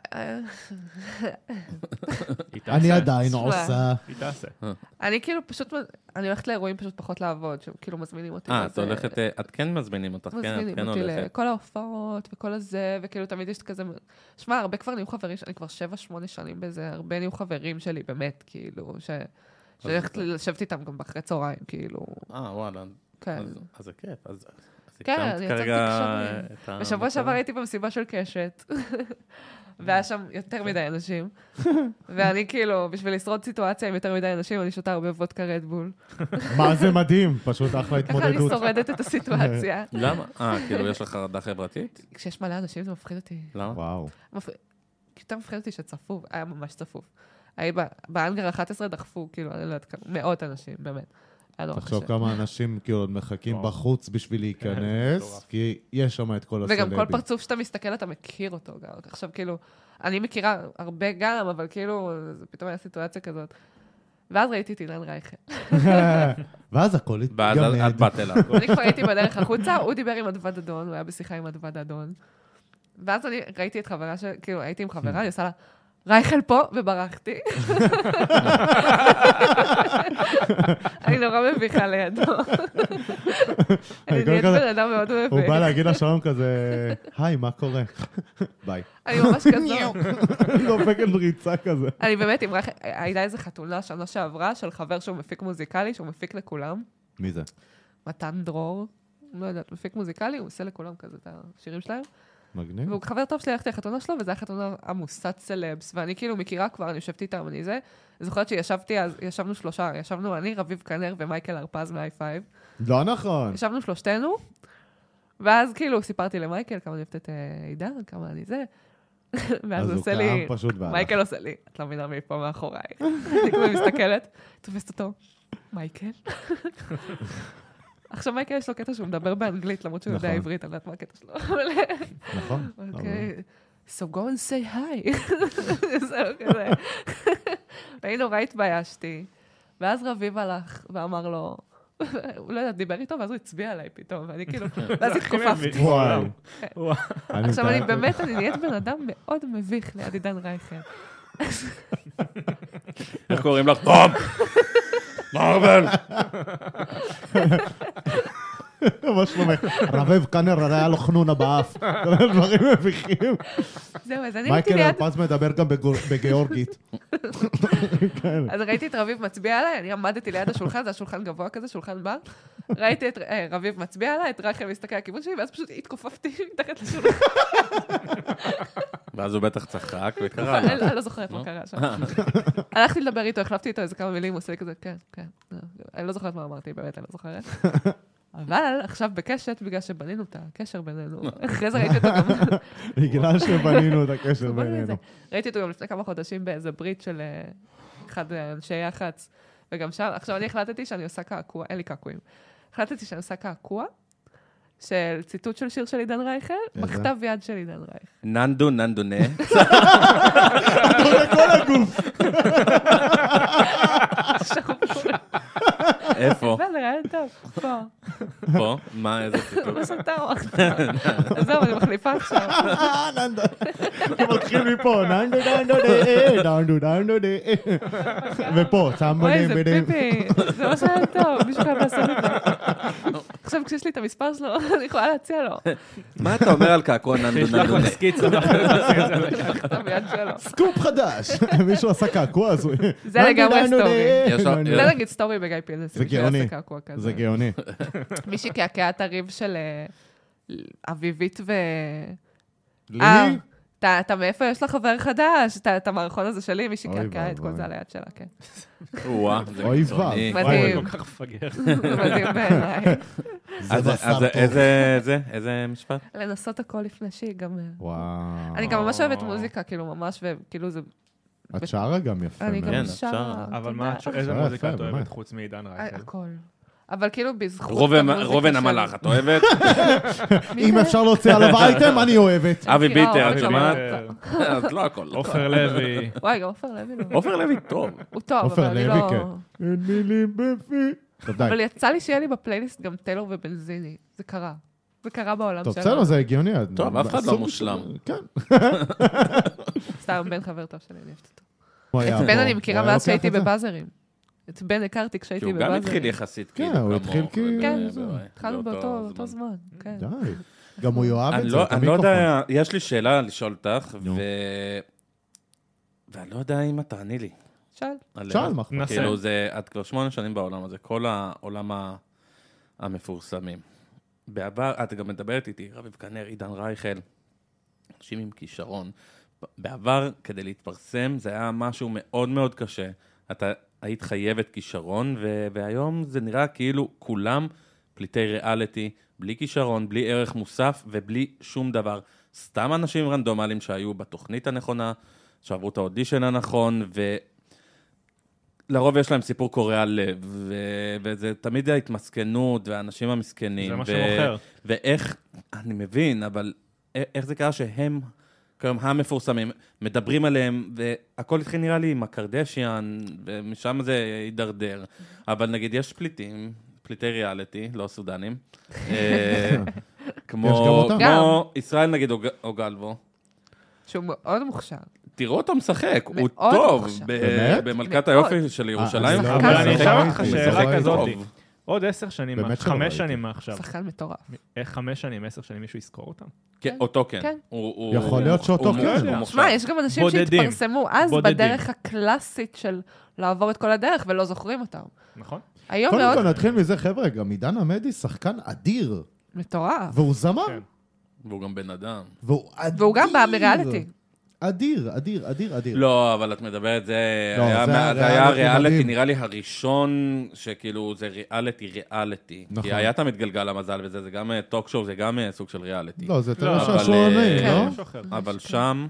אני עדיין עושה. היא תעשה. אני כאילו פשוט, אני הולכת לאירועים פשוט פחות לעבוד, שכאילו מזמינים אותי. אה, את הולכת, את כן מזמינים אותך, כן, את כן הולכת. מזמינים אותי לכל ההופעות וכל הזה, וכאילו תמיד יש כזה, שמע, הרבה כבר נהיו חברים, אני כבר שבע, שמונה שנים בזה, הרבה נהיו חברים שלי, באמת, כאילו, שהולכת לשבת איתם גם באחרי צהריים, כאילו. אה, וואלה. כן. אז זה כיף. אז כן, אני יצאתי קשרים. בשבוע שעבר הייתי במסיבה של קשת, והיה שם יותר מדי אנשים, ואני כאילו, בשביל לשרוד סיטואציה עם יותר מדי אנשים, אני שותה הרבה וודקה רדבול. מה זה מדהים, פשוט אחלה התמודדות. ככה אני שורדת את הסיטואציה. למה? אה, כאילו יש לך חרדה חברתית? כשיש מלא אנשים זה מפחיד אותי. למה? וואו. יותר מפחיד אותי שצפוף, היה ממש צפוף. באנגר אחת עשרה דחפו, כאילו, אני לא יודעת, מאות אנשים, באמת. תחשוב כמה אנשים כאילו עוד מחכים בחוץ בשביל להיכנס, כי יש שם את כל הסלבים. וגם כל פרצוף שאתה מסתכל, אתה מכיר אותו גם. עכשיו, כאילו, אני מכירה הרבה גם, אבל כאילו, פתאום היה סיטואציה כזאת. ואז ראיתי את אילן רייכל. ואז הכל התגמד. ואז את באת אליו. אני כבר הייתי בדרך החוצה, הוא דיבר עם אדווד אדון, הוא היה בשיחה עם אדווד אדון. ואז אני ראיתי את חברה, כאילו, הייתי עם חברה, אני עושה לה, רייכל פה, וברחתי. אני נורא מביכה לידו. אני נהיית בן אדם מאוד מביך. הוא בא להגיד לשלום כזה, היי, מה קורה? ביי. אני ממש כזו. דופקת בריצה כזה. אני באמת, הייתה איזו חתונה שנה שעברה של חבר שהוא מפיק מוזיקלי, שהוא מפיק לכולם. מי זה? מתן דרור. לא יודעת, מפיק מוזיקלי, הוא עושה לכולם כזה את השירים שלהם. מגניב. והוא חבר טוב שלי, הלכתי לחתונה שלו, וזו החתונה עמוסת סלבס, ואני כאילו מכירה כבר, אני יושבתי איתם, אני זה. אני זוכרת שישבתי, אז ישבנו שלושה, ישבנו אני, רביב קנר ומייקל הרפז מ-איי פייב. לא נכון. ישבנו שלושתנו, ואז כאילו סיפרתי למייקל כמה אני אוהבת את עידן, כמה אני זה. ואז הוא עושה לי, מייקל עושה לי, את לא מבינה מפה מאחוריי. אני כבר מסתכלת, תופסת אותו, מייקל. עכשיו מייקל יש לו קטע שהוא מדבר באנגלית, למרות שהוא יודע עברית, אני יודעת מה הקטע שלו. נכון. אוקיי. So go and say hi. זהו כזה. ואני נורא התביישתי. ואז רביב הלך ואמר לו, הוא לא יודע, דיבר איתו, ואז הוא הצביע עליי פתאום, ואני כאילו, ואז התכופפתי. וואי. עכשיו אני באמת, אני נהיית בן אדם מאוד מביך ליד עידן רייכל. איך קוראים לך? בום! מרבל! מה שלומך? רביב קנר, היה לו חנונה באף. דברים מביכים. זהו, אז אני מייקל הייתי ליד... הרפז מדבר גם בגיאורגית. אז ראיתי את רביב מצביע עליי, אני עמדתי ליד השולחן, זה השולחן גבוה כזה, שולחן בר. ראיתי את רביב מצביע עליי, את רייכל מסתכל לכיוון שלי, ואז פשוט התכופפתי מתחת לשולחן. ואז הוא בטח צחק וקרא. אני לא זוכרת מה קרה שם. הלכתי לדבר איתו, החלפתי איתו איזה כמה מילים, הוא עושה לי כזה, כן, כן. אני לא זוכרת מה אמרתי, באמת, אני לא זוכרת. אבל עכשיו בקשת, בגלל שבנינו את הקשר בינינו, אחרי זה ראיתי אותו גם... בגלל שבנינו את הקשר בינינו. ראיתי אותו גם לפני כמה חודשים באיזה ברית של אחד אנשי יח"צ, וגם שם, עכשיו אני החלטתי שאני עושה קעקוע, אין לי קעקועים. החלטתי שאני עושה קעקוע, של ציטוט של שיר של עידן רייכל, בכתב יד של עידן רייכל. ננדו, ננדונה. כל הגוף. איפה? זה רעיון טוב, פה. פה? מה, איזה ציטוט? מה שאתה אמרת. אז זהו, אני מחליפה עכשיו. ננדו. מתחיל מפה, ננדו, ננדו, דה, ננדו, ננדו, דה. ופה, שם אוי, בנים, זה בנים. פיפי. זה מה שהיה טוב, מישהו חייב לעשות את זה. עכשיו, כשיש לי את המספר שלו, אני יכולה להציע לו. מה אתה אומר על קעקוע ננדו, ננדונה? סקופ חדש. מישהו עשה קעקוע, אז הוא... זה לגמרי סטורי. זה נגיד סטורי בגיא פינס. זה גאוני. זה גאוני. מישהי קעקעה את הריב של אביבית ו... לי? אתה מאיפה יש לך חבר חדש? את המערכון הזה שלי, מישהי קעקעה את כל זה על היד שלה, כן. וואה, זה קיצוני. מדהים. כל כך מפגר. מדהים בעיניי. אז איזה, איזה משפט? לנסות הכל לפני שהיא גם... וואו. אני גם ממש אוהבת מוזיקה, כאילו ממש, וכאילו זה... את שרה גם יפה. אני מאוד. גם כן, שרה. שרה. אבל מה, איזה שרה מוזיקה יפה, את אוהבת באמת. חוץ מעידן רייכל? הכל. אבל כאילו בזכות רובן- המוזיקה רובן של- המלאך, את אוהבת? אם אפשר להוציא עליו אייטם, אני אוהבת. אבי מכירה, ביטר, את אוהבת שומעת? אותו. אז לא הכל. עופר לוי. וואי, גם עופר לוי לא. עופר לוי טוב. הוא טוב, אבל עופר אני לוי, לא... כן. אין מילים בפי. טוב, די. אבל יצא לי שיהיה לי בפלייליסט גם טיילור ובנזיני. זה קרה. זה קרה בעולם טוב, שלנו. בסדר, זה הגיוני. טוב, אף אחד לא סוג- מושלם. כן. סתם, בן חבר טוב שלי, אני אוהבת אותו. הוא היה את בן פה. אני מכירה הוא היה מאז לוקח שהייתי את זה? בבאזרים. את בן הכרתי כי כשהייתי הוא גם בבאזרים. התחיל יחסית כן, כאילו הוא כמוך, התחיל כאילו- כן, ו- ו- התחלנו באותו באותו זמן. כן. די. גם הוא יאהב אני את זה, לא- את אני לא המיקרופון. יודע, יש לי שאלה לשאול אותך, נו. ו... ואני לא יודע אם את תעני לי. שאל. שאל, מה? כאילו זה, את כבר שמונה שנים בעולם הזה, כל העולם המפורסמים. בעבר, את גם מדברת איתי, רביב כנר, עידן רייכל, אנשים עם כישרון. בעבר, כדי להתפרסם, זה היה משהו מאוד מאוד קשה. אתה היית חייבת כישרון, והיום זה נראה כאילו כולם פליטי ריאליטי, בלי כישרון, בלי ערך מוסף ובלי שום דבר. סתם אנשים רנדומליים שהיו בתוכנית הנכונה, שעברו את האודישן הנכון, ולרוב יש להם סיפור קורע לב, ו- וזה תמיד ההתמסכנות, והאנשים המסכנים. זה מה שמוכר. ואיך, אני מבין, אבל איך זה קרה שהם, כיום המפורסמים, מדברים עליהם, והכל התחיל נראה לי עם הקרדשיאן, ומשם זה יידרדר. אבל נגיד, יש פליטים, פליטי ריאליטי, לא סודנים, כמו ישראל נגיד אוגלבו. שהוא מאוד מוכשר. תראו אותו משחק, הוא טוב, במלכת היופי של ירושלים. אבל אני אשאל אותך שאלה כזאת, עוד עשר שנים, חמש שנים מעכשיו. שחקן מטורף. איך חמש שנים, עשר שנים מישהו יזכור אותם? כן, אותו כן. יכול להיות שאותו כן. שמע, יש גם אנשים שהתפרסמו אז בדרך הקלאסית של לעבור את כל הדרך ולא זוכרים אותם. נכון. קודם כל נתחיל מזה, חבר'ה, גם עידן עמדי שחקן אדיר. מטורף. והוא זמר. והוא גם בן אדם. והוא אדיר. והוא גם בא מריאליטי. אדיר, אדיר, אדיר, אדיר. לא, אבל את מדברת, זה היה ריאליטי, נראה לי הראשון שכאילו זה ריאליטי, ריאליטי. כי היה את המתגלגל המזל וזה, זה גם טוק שואו, זה גם סוג של ריאליטי. לא, זה יותר שעשועוני, לא? אבל שם,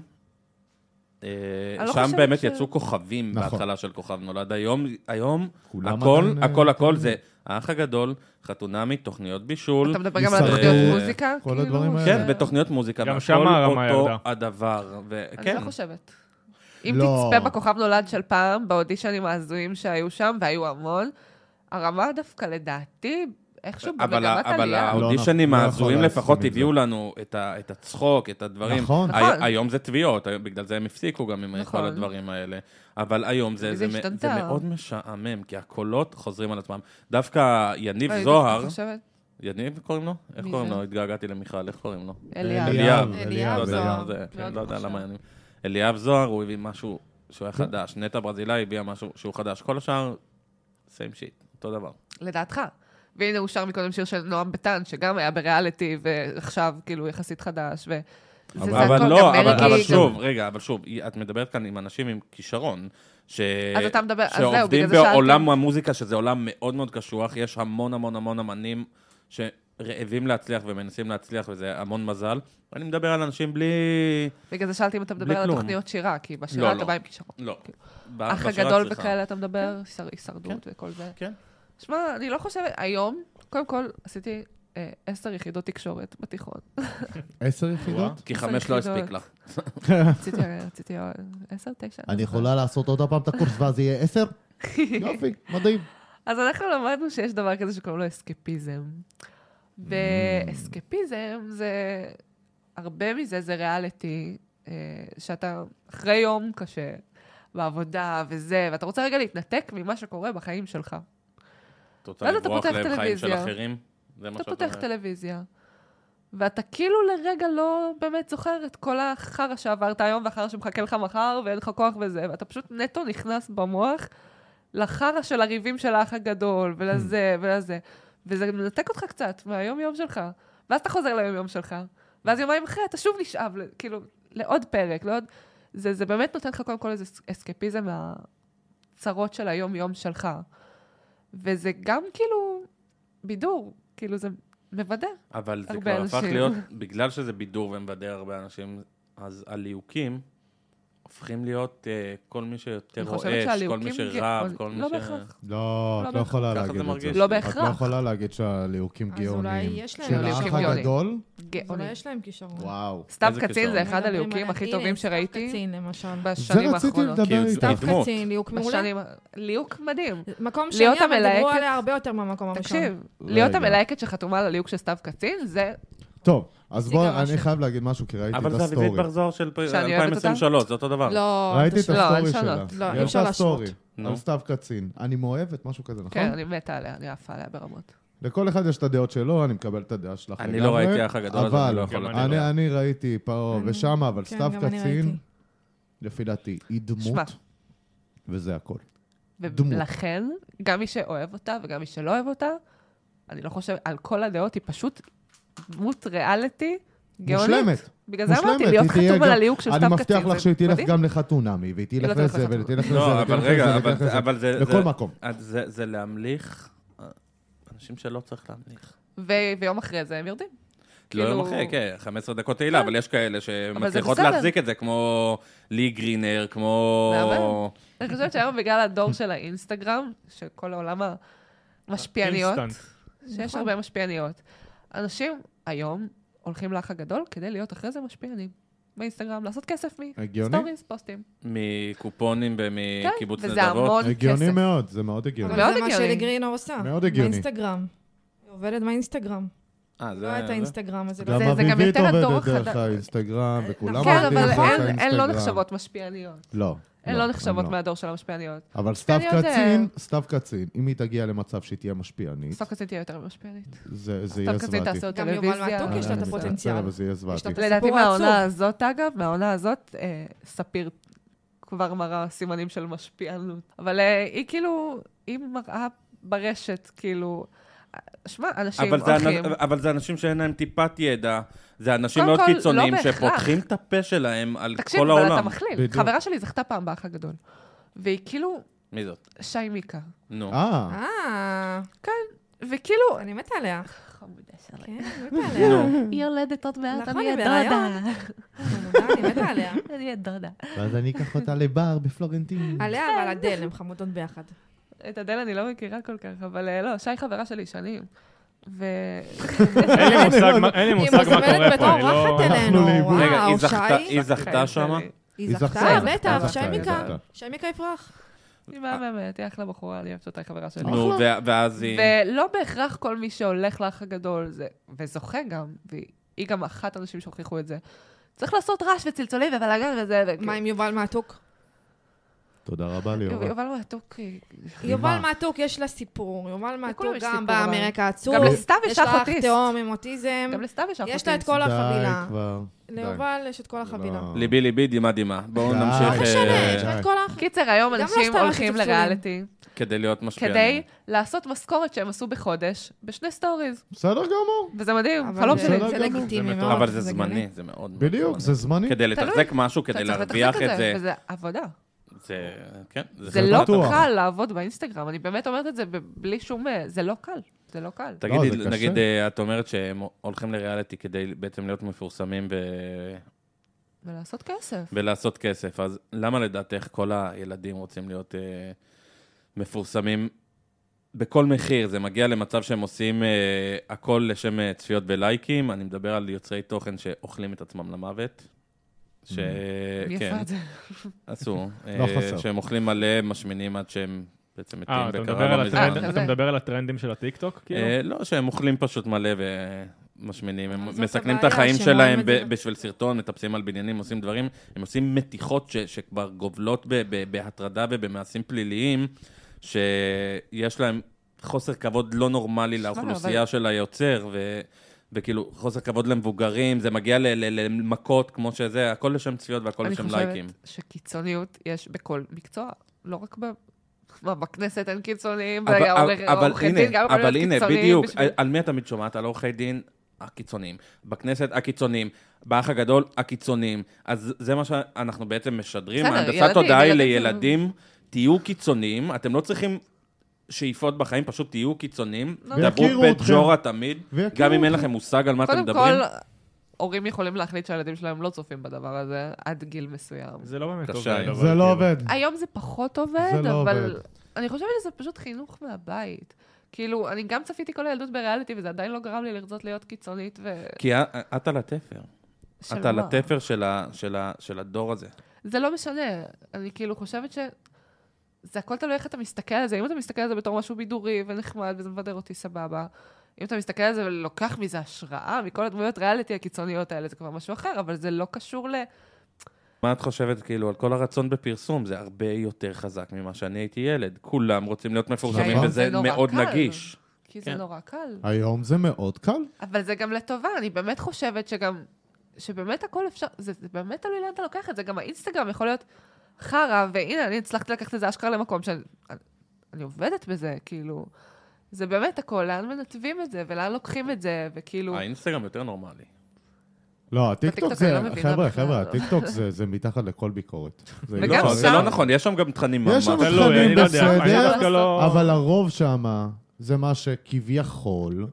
שם באמת יצאו כוכבים בהתחלה של כוכב נולד. היום, הכל, הכל, הכל זה האח הגדול, חתונמי, תוכניות בישול. אתה מדבר גם על תוכניות מוזיקה? כל הדברים האלה. כן, בתוכניות מוזיקה. גם שם הרמה ירדה. אותו הדבר. אני לא חושבת. אם תצפה בכוכב נולד של פעם, באודישנים העזויים שהיו שם, והיו המון, הרמה דווקא לדעתי, איכשהו במגמת עלייה. אבל האודישנים העזויים לפחות הביאו לנו את הצחוק, את הדברים. נכון. היום זה תביעות, בגלל זה הם הפסיקו גם עם כל הדברים האלה. אבל היום זה מאוד משעמם, כי הקולות חוזרים על עצמם. דווקא יניב זוהר, יניב קוראים לו? איך קוראים לו? התגעגעתי למיכל, איך קוראים לו? אליאב. אליאב זוהר. לא יודע למה יניב. אליאב זוהר, הוא הביא משהו שהוא היה חדש. נטע ברזילי הביאה משהו שהוא חדש. כל השאר, same shit, אותו דבר. לדעתך. והנה הוא שר מקודם שיר של נועם בטן, שגם היה בריאליטי, ועכשיו כאילו יחסית חדש, ו... אבל לא, אבל שוב, רגע, אבל שוב, את מדברת כאן עם אנשים עם כישרון, שעובדים בעולם המוזיקה, שזה עולם מאוד מאוד קשוח, יש המון המון המון אמנים שרעבים להצליח ומנסים להצליח, וזה המון מזל. אני מדבר על אנשים בלי... בגלל זה שאלתי אם אתה מדבר על התוכניות שירה, כי בשירה אתה בא עם כישרון. לא. אח הגדול וכאלה אתה מדבר, הישרדות וכל זה. כן. שמע, אני לא חושבת, היום, קודם כל, עשיתי עשר יחידות תקשורת בתיכון. עשר יחידות? כי חמש לא הספיק לך. רציתי עשר, תשע. אני יכולה לעשות עוד הפעם את הקורס, ואז יהיה עשר? יופי, מדהים. אז אנחנו למדנו שיש דבר כזה שקוראים לו אסקפיזם. ואסקפיזם זה, הרבה מזה זה ריאליטי, שאתה אחרי יום קשה, בעבודה וזה, ואתה רוצה רגע להתנתק ממה שקורה בחיים שלך. אתה רוצה לברוח להם חיים של אחרים? אתה פותח טלוויזיה, ואתה כאילו לרגע לא באמת זוכר את כל החרא שעברת היום, והחרא שמחכה לך מחר, ואין לך כוח וזה, ואתה פשוט נטו נכנס במוח לחרא של הריבים של האח הגדול, ולזה ולזה, וזה מנתק אותך קצת מהיום יום שלך, ואז אתה חוזר ליום יום שלך, ואז יומיים אחרי אתה שוב נשאב, כאילו, לעוד פרק, לעוד... זה, זה באמת נותן לך קודם כל איזה אסקפיזם מהצרות של היום יום שלך, וזה גם כאילו בידור, כאילו זה מבדר. אבל זה כבר הפך להיות, בגלל שזה בידור ומבדר הרבה אנשים, אז הליהוקים הופכים להיות כל מי שיותר רועש, כל מי שרב, כל מי ש... לא בהכרח. לא, את לא יכולה להגיד את זה. לא בהכרח. את לא יכולה להגיד שהליהוקים גאונים. אז אולי יש להם. של האח הגדול? אולי יש להם כישרון. וואו. סתיו קצין זה אחד הליהוקים הכי טובים שראיתי. סתיו קצין למשל. בשנים האחרונות. זה רציתי לדבר איתה. סתיו קצין, ליהוק מעולה. ליהוק מדהים. מקום שני, אבל דיברו עליה הרבה יותר מהמקום הראשון. תקשיב, להיות המלהקת שחתומה על הליהוק של סתיו קצין, זה... טוב, אז בוא, אני חייב להגיד משהו, כי ראיתי את הסטורי. אבל זה אביבית בר זוהר של אלפיים עשרים ושלוש, זה אותו דבר. לא, ראיתי את הסטורי שלה. לא, אי אפשר להשוות. על סתיו קצין. אני מאוהבת, משהו כזה, נכון? כן, אני מתה עליה, אני עפה עליה ברמות. לכל אחד יש את הדעות שלו, אני מקבל את הדעה שלך. אני לא ראיתי האח הגדול, אז אני לא יכול לדבר. אני ראיתי פה ושם, אבל סתיו קצין, לפי דעתי, היא דמות וזה הכל. ולכן, גם מי שאוהב אותה וגם מי שלא אוהב אותה, אני לא חושב, על כל הדעות היא פשוט דמות ריאליטי גאונית. מושלמת. בגלל זה אמרתי, להיות חתום על הליהוק של סתיו קצין. אני מבטיח לך שהיא תלך גם לחתונמי, והיא תלך לזה, ותלך לזה, לא, אבל רגע, אבל זה... בכל מקום. זה להמליך אנשים שלא צריך להמליך. ויום אחרי זה הם יורדים. לא יום אחרי, כן, חמש עשרה דקות תהילה, אבל יש כאלה שמצליחות להחזיק את זה, כמו לי גרינר, כמו... אני חושבת שהיום בגלל הדור של האינסטגרם, שכל העולם המשפיעניות, שיש הרבה משפיעניות, אנשים היום הולכים לאח הגדול כדי להיות אחרי זה משפיענים. באינסטגרם, לעשות כסף מסטוריז, פוסטים. מקופונים ומקיבוץ נדבות. וזה המון כסף. הגיוני מאוד, זה מאוד הגיוני. אבל זה מה שלי גרינר עושה. מאוד הגיוני. באינסטגרם. היא עובדת מהאינסטגרם. לא את האינסטגרם הזה. גם אביבית עובדת דרך האינסטגרם, וכולם כן, אבל הן לא נחשבות משפיעניות. לא. הן לא נחשבות מהדור של המשפיעניות. אבל סתיו קצין, סתיו קצין, אם היא תגיע למצב שהיא תהיה משפיענית... סתיו קצין תהיה יותר משפיענית. זה יהיה זוועתי. סתיו קצין תעשה גם יובל מעתוק יש לה את הפוטנציאל. אבל זה יהיה זוועתי. לדעתי מהעונה הזאת, אגב, מהעונה הזאת, ספיר כבר מראה סימנים של משפיענות. אבל היא כאילו, היא מראה ברשת, כאילו... שמע, אנשים הולכים... אבל זה אנשים שאין להם טיפת ידע, זה אנשים מאוד קיצוניים שפותחים את הפה שלהם על כל העולם. תקשיב, אבל אתה מכליל. חברה שלי זכתה פעם באח הגדול. והיא כאילו... מי זאת? שי מיקה. נו. אה. כן, וכאילו... אני מתה עליה. חמודה שלי. כן, אני מתה עליה. היא יולדת עוד מעט, נכון, אני היא הדודה. חמודה, אני מתה עליה. אני הדודה. ואז אני אקח אותה לבר בפלורנטין. עליה ועל אדל, הם חמודות ביחד. את אדל אני לא מכירה כל כך, אבל לא, שי חברה שלי שנים. ו... אין לי מושג מה קורה פה, אני לא... רגע, היא זכתה שמה? היא זכתה, בטח, שי מיקה. שי מיקה יפרח. היא באמת, היא אחלה בחורה, אני אוהבת אותה, היא חברה שלי. נו, ואז היא... ולא בהכרח כל מי שהולך לאח הגדול, וזוכה גם, והיא גם אחת האנשים שהוכיחו את זה, צריך לעשות רעש וצלצולים ובלגן וזה... מה עם יובל מעתוק? תודה רבה לי, יובל. יובל מעתוק... יובל מעתוק יש לה סיפור. יובל מעתוק גם באמריקה עצוב. גם לסתיו יש לך אוטיסט. יש לך תאום עם אוטיזם. גם לסתיו יש לך אוטיסט. יש לה את כל החבילה. די כבר. ליובל יש את כל החבילה. ליבי ליבי, דימה דימה. בואו נמשיך... לא משנה, יש לה את כל החבילה. קיצר, היום אנשים הולכים לריאליטי. כדי להיות משפיענים. כדי לעשות משכורת שהם עשו בחודש, בשני סטוריז. בסדר גמור. וזה מדהים, חלום שלי. זה לגיטימי מאוד. אבל זה זמני, זה מאוד... בדיוק, זה זמני. כדי לתחזק משהו, כדי להרוויח את זה. וזה עבודה. זה, כן. זה לא קל לעבוד באינסטגרם, אני באמת אומרת את זה בלי שום... זה לא קל, זה לא קל. תגידי, נגיד, את אומרת שהם הולכים לריאליטי כדי בעצם להיות מפורסמים ב... ולעשות כסף. ולעשות כסף, אז למה לדעתך כל הילדים רוצים להיות מפורסמים בכל מחיר? זה מגיע למצב שהם עושים הכל לשם צפיות ולייקים, אני מדבר על יוצרי תוכן שאוכלים את עצמם למוות. ש... כן, עשו, שהם אוכלים מלא, משמינים עד שהם בעצם מתים בקרב המזמן. אתה מדבר על הטרנדים של הטיקטוק? לא, שהם אוכלים פשוט מלא ומשמינים, הם מסכנים את החיים שלהם בשביל סרטון, מטפסים על בניינים, עושים דברים, הם עושים מתיחות שכבר גובלות בהטרדה ובמעשים פליליים, שיש להם חוסר כבוד לא נורמלי לאוכלוסייה של היוצר, ו... וכאילו חוסר כבוד למבוגרים, זה מגיע למכות כמו שזה, הכל לשם צפיות והכל לשם לייקים. אני חושבת שקיצוניות יש בכל מקצוע, לא רק בכנסת אין קיצוניים, אבל הנה, אבל הנה, בדיוק, על מי אתה תמיד שומעת? על עורכי דין הקיצוניים, בכנסת הקיצוניים, באח הגדול הקיצוניים, אז זה מה שאנחנו בעצם משדרים, הנדסת תודעה היא לילדים, תהיו קיצוניים, אתם לא צריכים... שאיפות בחיים, פשוט תהיו קיצוניים, דברו בג'ורה תמיד, גם אם אין לכם מושג על מה אתם מדברים. קודם כל, הורים יכולים להחליט שהילדים שלהם לא צופים בדבר הזה עד גיל מסוים. זה לא באמת עובד. זה לא עובד. היום זה פחות עובד, אבל אני חושבת שזה פשוט חינוך מהבית. כאילו, אני גם צפיתי כל הילדות בריאליטי, וזה עדיין לא גרם לי לרצות להיות קיצונית ו... כי את על התפר. את על התפר של הדור הזה. זה לא משנה. אני כאילו חושבת ש... זה הכל תלוי איך אתה מסתכל על זה. אם אתה מסתכל על זה בתור משהו בידורי ונחמד, וזה מבדר אותי סבבה. אם אתה מסתכל על זה ולוקח מזה השראה, מכל הדמויות ריאליטי הקיצוניות האלה, זה כבר משהו אחר, אבל זה לא קשור ל... מה את חושבת, כאילו, על כל הרצון בפרסום? זה הרבה יותר חזק ממה שאני הייתי ילד. כולם רוצים להיות מפורסמים, וזה מאוד נגיש. כי זה נורא קל. היום זה מאוד קל. אבל זה גם לטובה. אני באמת חושבת שגם, שבאמת הכל אפשר, זה באמת תלוי לאן אתה לוקח את זה. גם האינסטגרם יכול להיות חרה, והנה, אני הצלחתי לקחת את זה אשכרה למקום שאני אני עובדת בזה, כאילו, זה באמת הכל, לאן מנתבים את זה, ולאן לוקחים את זה, וכאילו... האינסטגרם יותר נורמלי. לא, הטיקטוק זה, חבר'ה, חבר'ה, הטיקטוק זה מתחת לכל ביקורת. זה לא נכון, יש שם גם תכנים ממש. יש שם תכנים בסדר, אבל הרוב שם זה מה שכביכול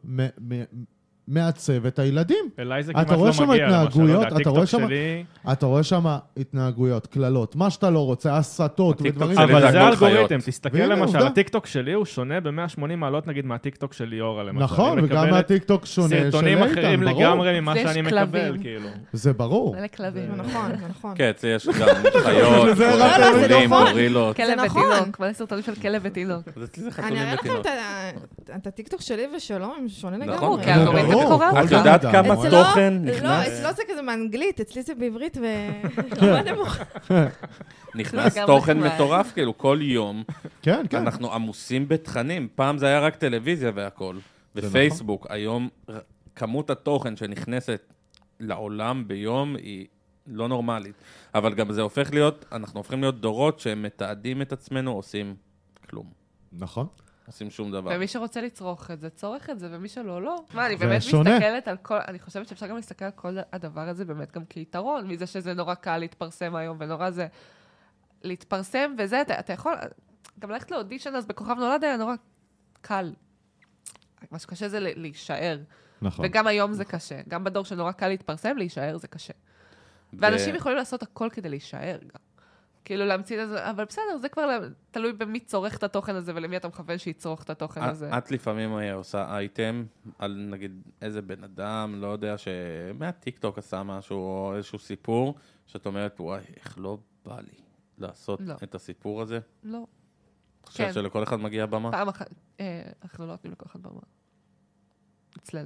מעצב את הילדים. אליי זה כמעט לא מגיע, למשל, לא יודע, הטיקטוק שלי... אתה רואה שם התנהגויות, כללות, מה שאתה לא רוצה, הסתות ודברים... אבל זה האלגוריתם, תסתכל למשל, הטיקטוק שלי הוא שונה ב-מאה ושמונים מעלות, נגיד, מהטיקטוק של ליאורה, למשל. נכון, וגם מהטיקטוק שונה של איתן, ברור. סרטונים אחרים לגמרי ממה שאני מקבל, כאילו. זה ברור. זה כלבים. נכון, זה נכון. כן, יש גם חיות, גורים, גורילות. כלב ותינוק, מלא סרטונים של כלב ותינוק. אני אראה לכם את הטיקטוק שלי ושלו, הם שונה נכון, לגמרי. את יודעת כמה תוכן נכנס? לא, אצלו זה כזה מאנגלית, אצלי זה בעברית ורמה נמוכה. נכנס תוכן מטורף, כאילו, כל יום. כן, כן. אנחנו עמוסים בתכנים. פעם זה היה רק טלוויזיה והכל. ופייסבוק, היום כמות התוכן שנכנסת לעולם ביום היא לא נורמלית. אבל גם זה הופך להיות, אנחנו הופכים להיות דורות שהם מתעדים את עצמנו, עושים כלום. נכון. עושים שום דבר. ומי שרוצה לצרוך את זה, צורך את זה, ומי שלא, לא. מה, אני באמת מסתכלת על כל, אני חושבת שאפשר גם להסתכל על כל הדבר הזה באמת גם כיתרון, מזה שזה נורא קל להתפרסם היום, ונורא זה להתפרסם, וזה, אתה, אתה יכול, גם ללכת לאודישן, אז בכוכב נולד היה נורא קל. מה שקשה זה להישאר. נכון. וגם היום זה קשה. גם בדור שנורא קל להתפרסם, להישאר זה קשה. ואנשים יכולים לעשות הכל כדי להישאר גם. כאילו להמציא את זה, אבל בסדר, זה כבר תלוי במי צורך את התוכן הזה, ולמי אתה מכוון שיצרוך את התוכן הזה. את לפעמים עושה אייטם, על נגיד איזה בן אדם, לא יודע, שמהטיקטוק עשה משהו, או איזשהו סיפור, שאת אומרת, וואי, איך לא בא לי לעשות את הסיפור הזה? לא. חושבת שלכל אחד מגיע במה? פעם אחת, אנחנו לא נותנים לכל אחד במה. אצלנו.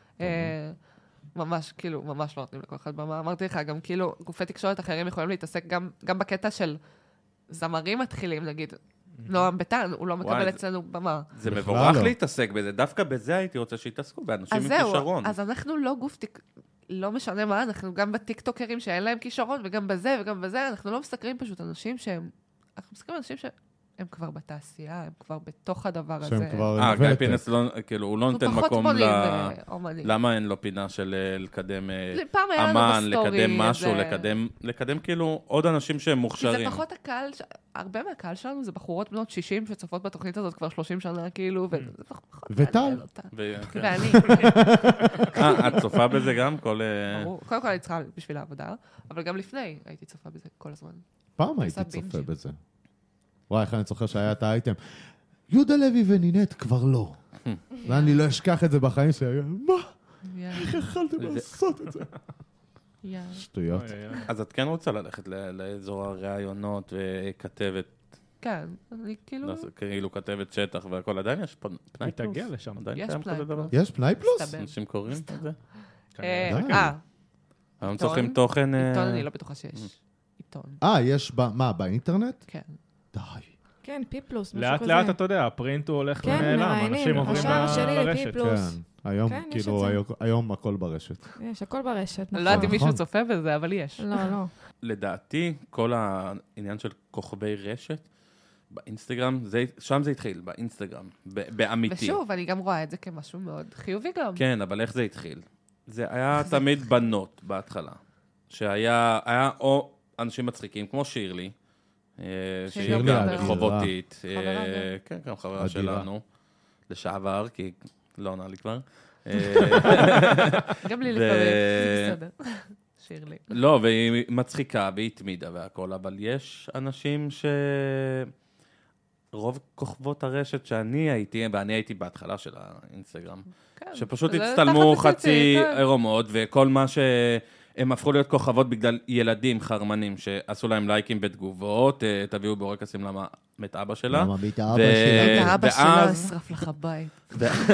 ממש, כאילו, ממש לא נותנים לכל אחד במה. אמרתי לך, גם כאילו, גופי תקשורת אחרים יכולים להתעסק גם, גם בקטע של זמרים מתחילים, נגיד, נועם ביטן, הוא לא מקבל אצלנו במה. זה מבורך להתעסק בזה, דווקא בזה הייתי רוצה שיתעסקו, באנשים עם כישרון. אז אנחנו לא גוף, לא משנה מה, אנחנו גם בטיקטוקרים שאין להם כישרון, וגם בזה וגם בזה, אנחנו לא מסתכלים פשוט אנשים שהם, אנחנו מסתכלים אנשים ש... הם כבר בתעשייה, הם כבר בתוך הדבר הזה. שהם כבר... אה, גיא פינס, כאילו, הוא לא נותן מקום ל... למה אין לו פינה של לקדם אמן, לקדם משהו, לקדם כאילו עוד אנשים שהם מוכשרים. כי זה פחות הקהל, הרבה מהקהל שלנו זה בחורות בנות שישים שצופות בתוכנית הזאת כבר שלושים שנה, כאילו, וזה פחות... וטל. ואני. אה, את צופה בזה גם? קודם כל אני צריכה בשביל העבודה, אבל גם לפני הייתי צופה בזה כל הזמן. פעם הייתי צופה בזה. וואי, איך אני זוכר שהיה את האייטם. יהודה לוי ונינט כבר לא. ואני לא אשכח את זה בחיים שלי. מה? איך יכלתם לעשות את זה? שטויות. אז את כן רוצה ללכת לאזור הראיונות וכתבת... כן, אני כאילו... כאילו כתבת שטח והכל. עדיין יש פנאי פלוס? תגיע לשם. יש פנאי פלוס. יש פנאי פלוס? אנשים קוראים את זה? אה. היום צריכים תוכן... עיתון אני לא בטוחה שיש. עיתון. אה, יש מה, באינטרנט? כן. די. כן, פי פלוס, משהו לאט כזה. לאט אתה יודע, הפרינט הוא הולך ונעלם, אנשים עוברים לרשת. כן, היום, כאילו, היום הכל ברשת. יש, הכל ברשת. לא יודעת אם מישהו צופה בזה, אבל יש. לא, לא. לדעתי, כל העניין של כוכבי רשת, באינסטגרם, שם זה התחיל, באינסטגרם, באמיתי. ושוב, אני גם רואה את זה כמשהו מאוד חיובי גם. כן, אבל איך זה התחיל? זה היה תמיד בנות בהתחלה, שהיה או אנשים מצחיקים, כמו שירלי, שהיא גם רחובותית, כן, גם חברה שלנו, לשעבר, כי לא עונה לי כבר. גם לי לפעמים, זה בסדר, שירלי. לא, והיא מצחיקה, והיא תמידה והכל, אבל יש אנשים ש... רוב כוכבות הרשת שאני הייתי, ואני הייתי בהתחלה של האינסטגרם, שפשוט הצטלמו חצי עירומות, וכל מה ש... הם הפכו להיות כוכבות בגלל ילדים חרמנים שעשו להם לייקים בתגובות, תביאו בורקסים למה מת אבא שלה. למה מת אבא שלה? את האבא שלה אשרף לך בית.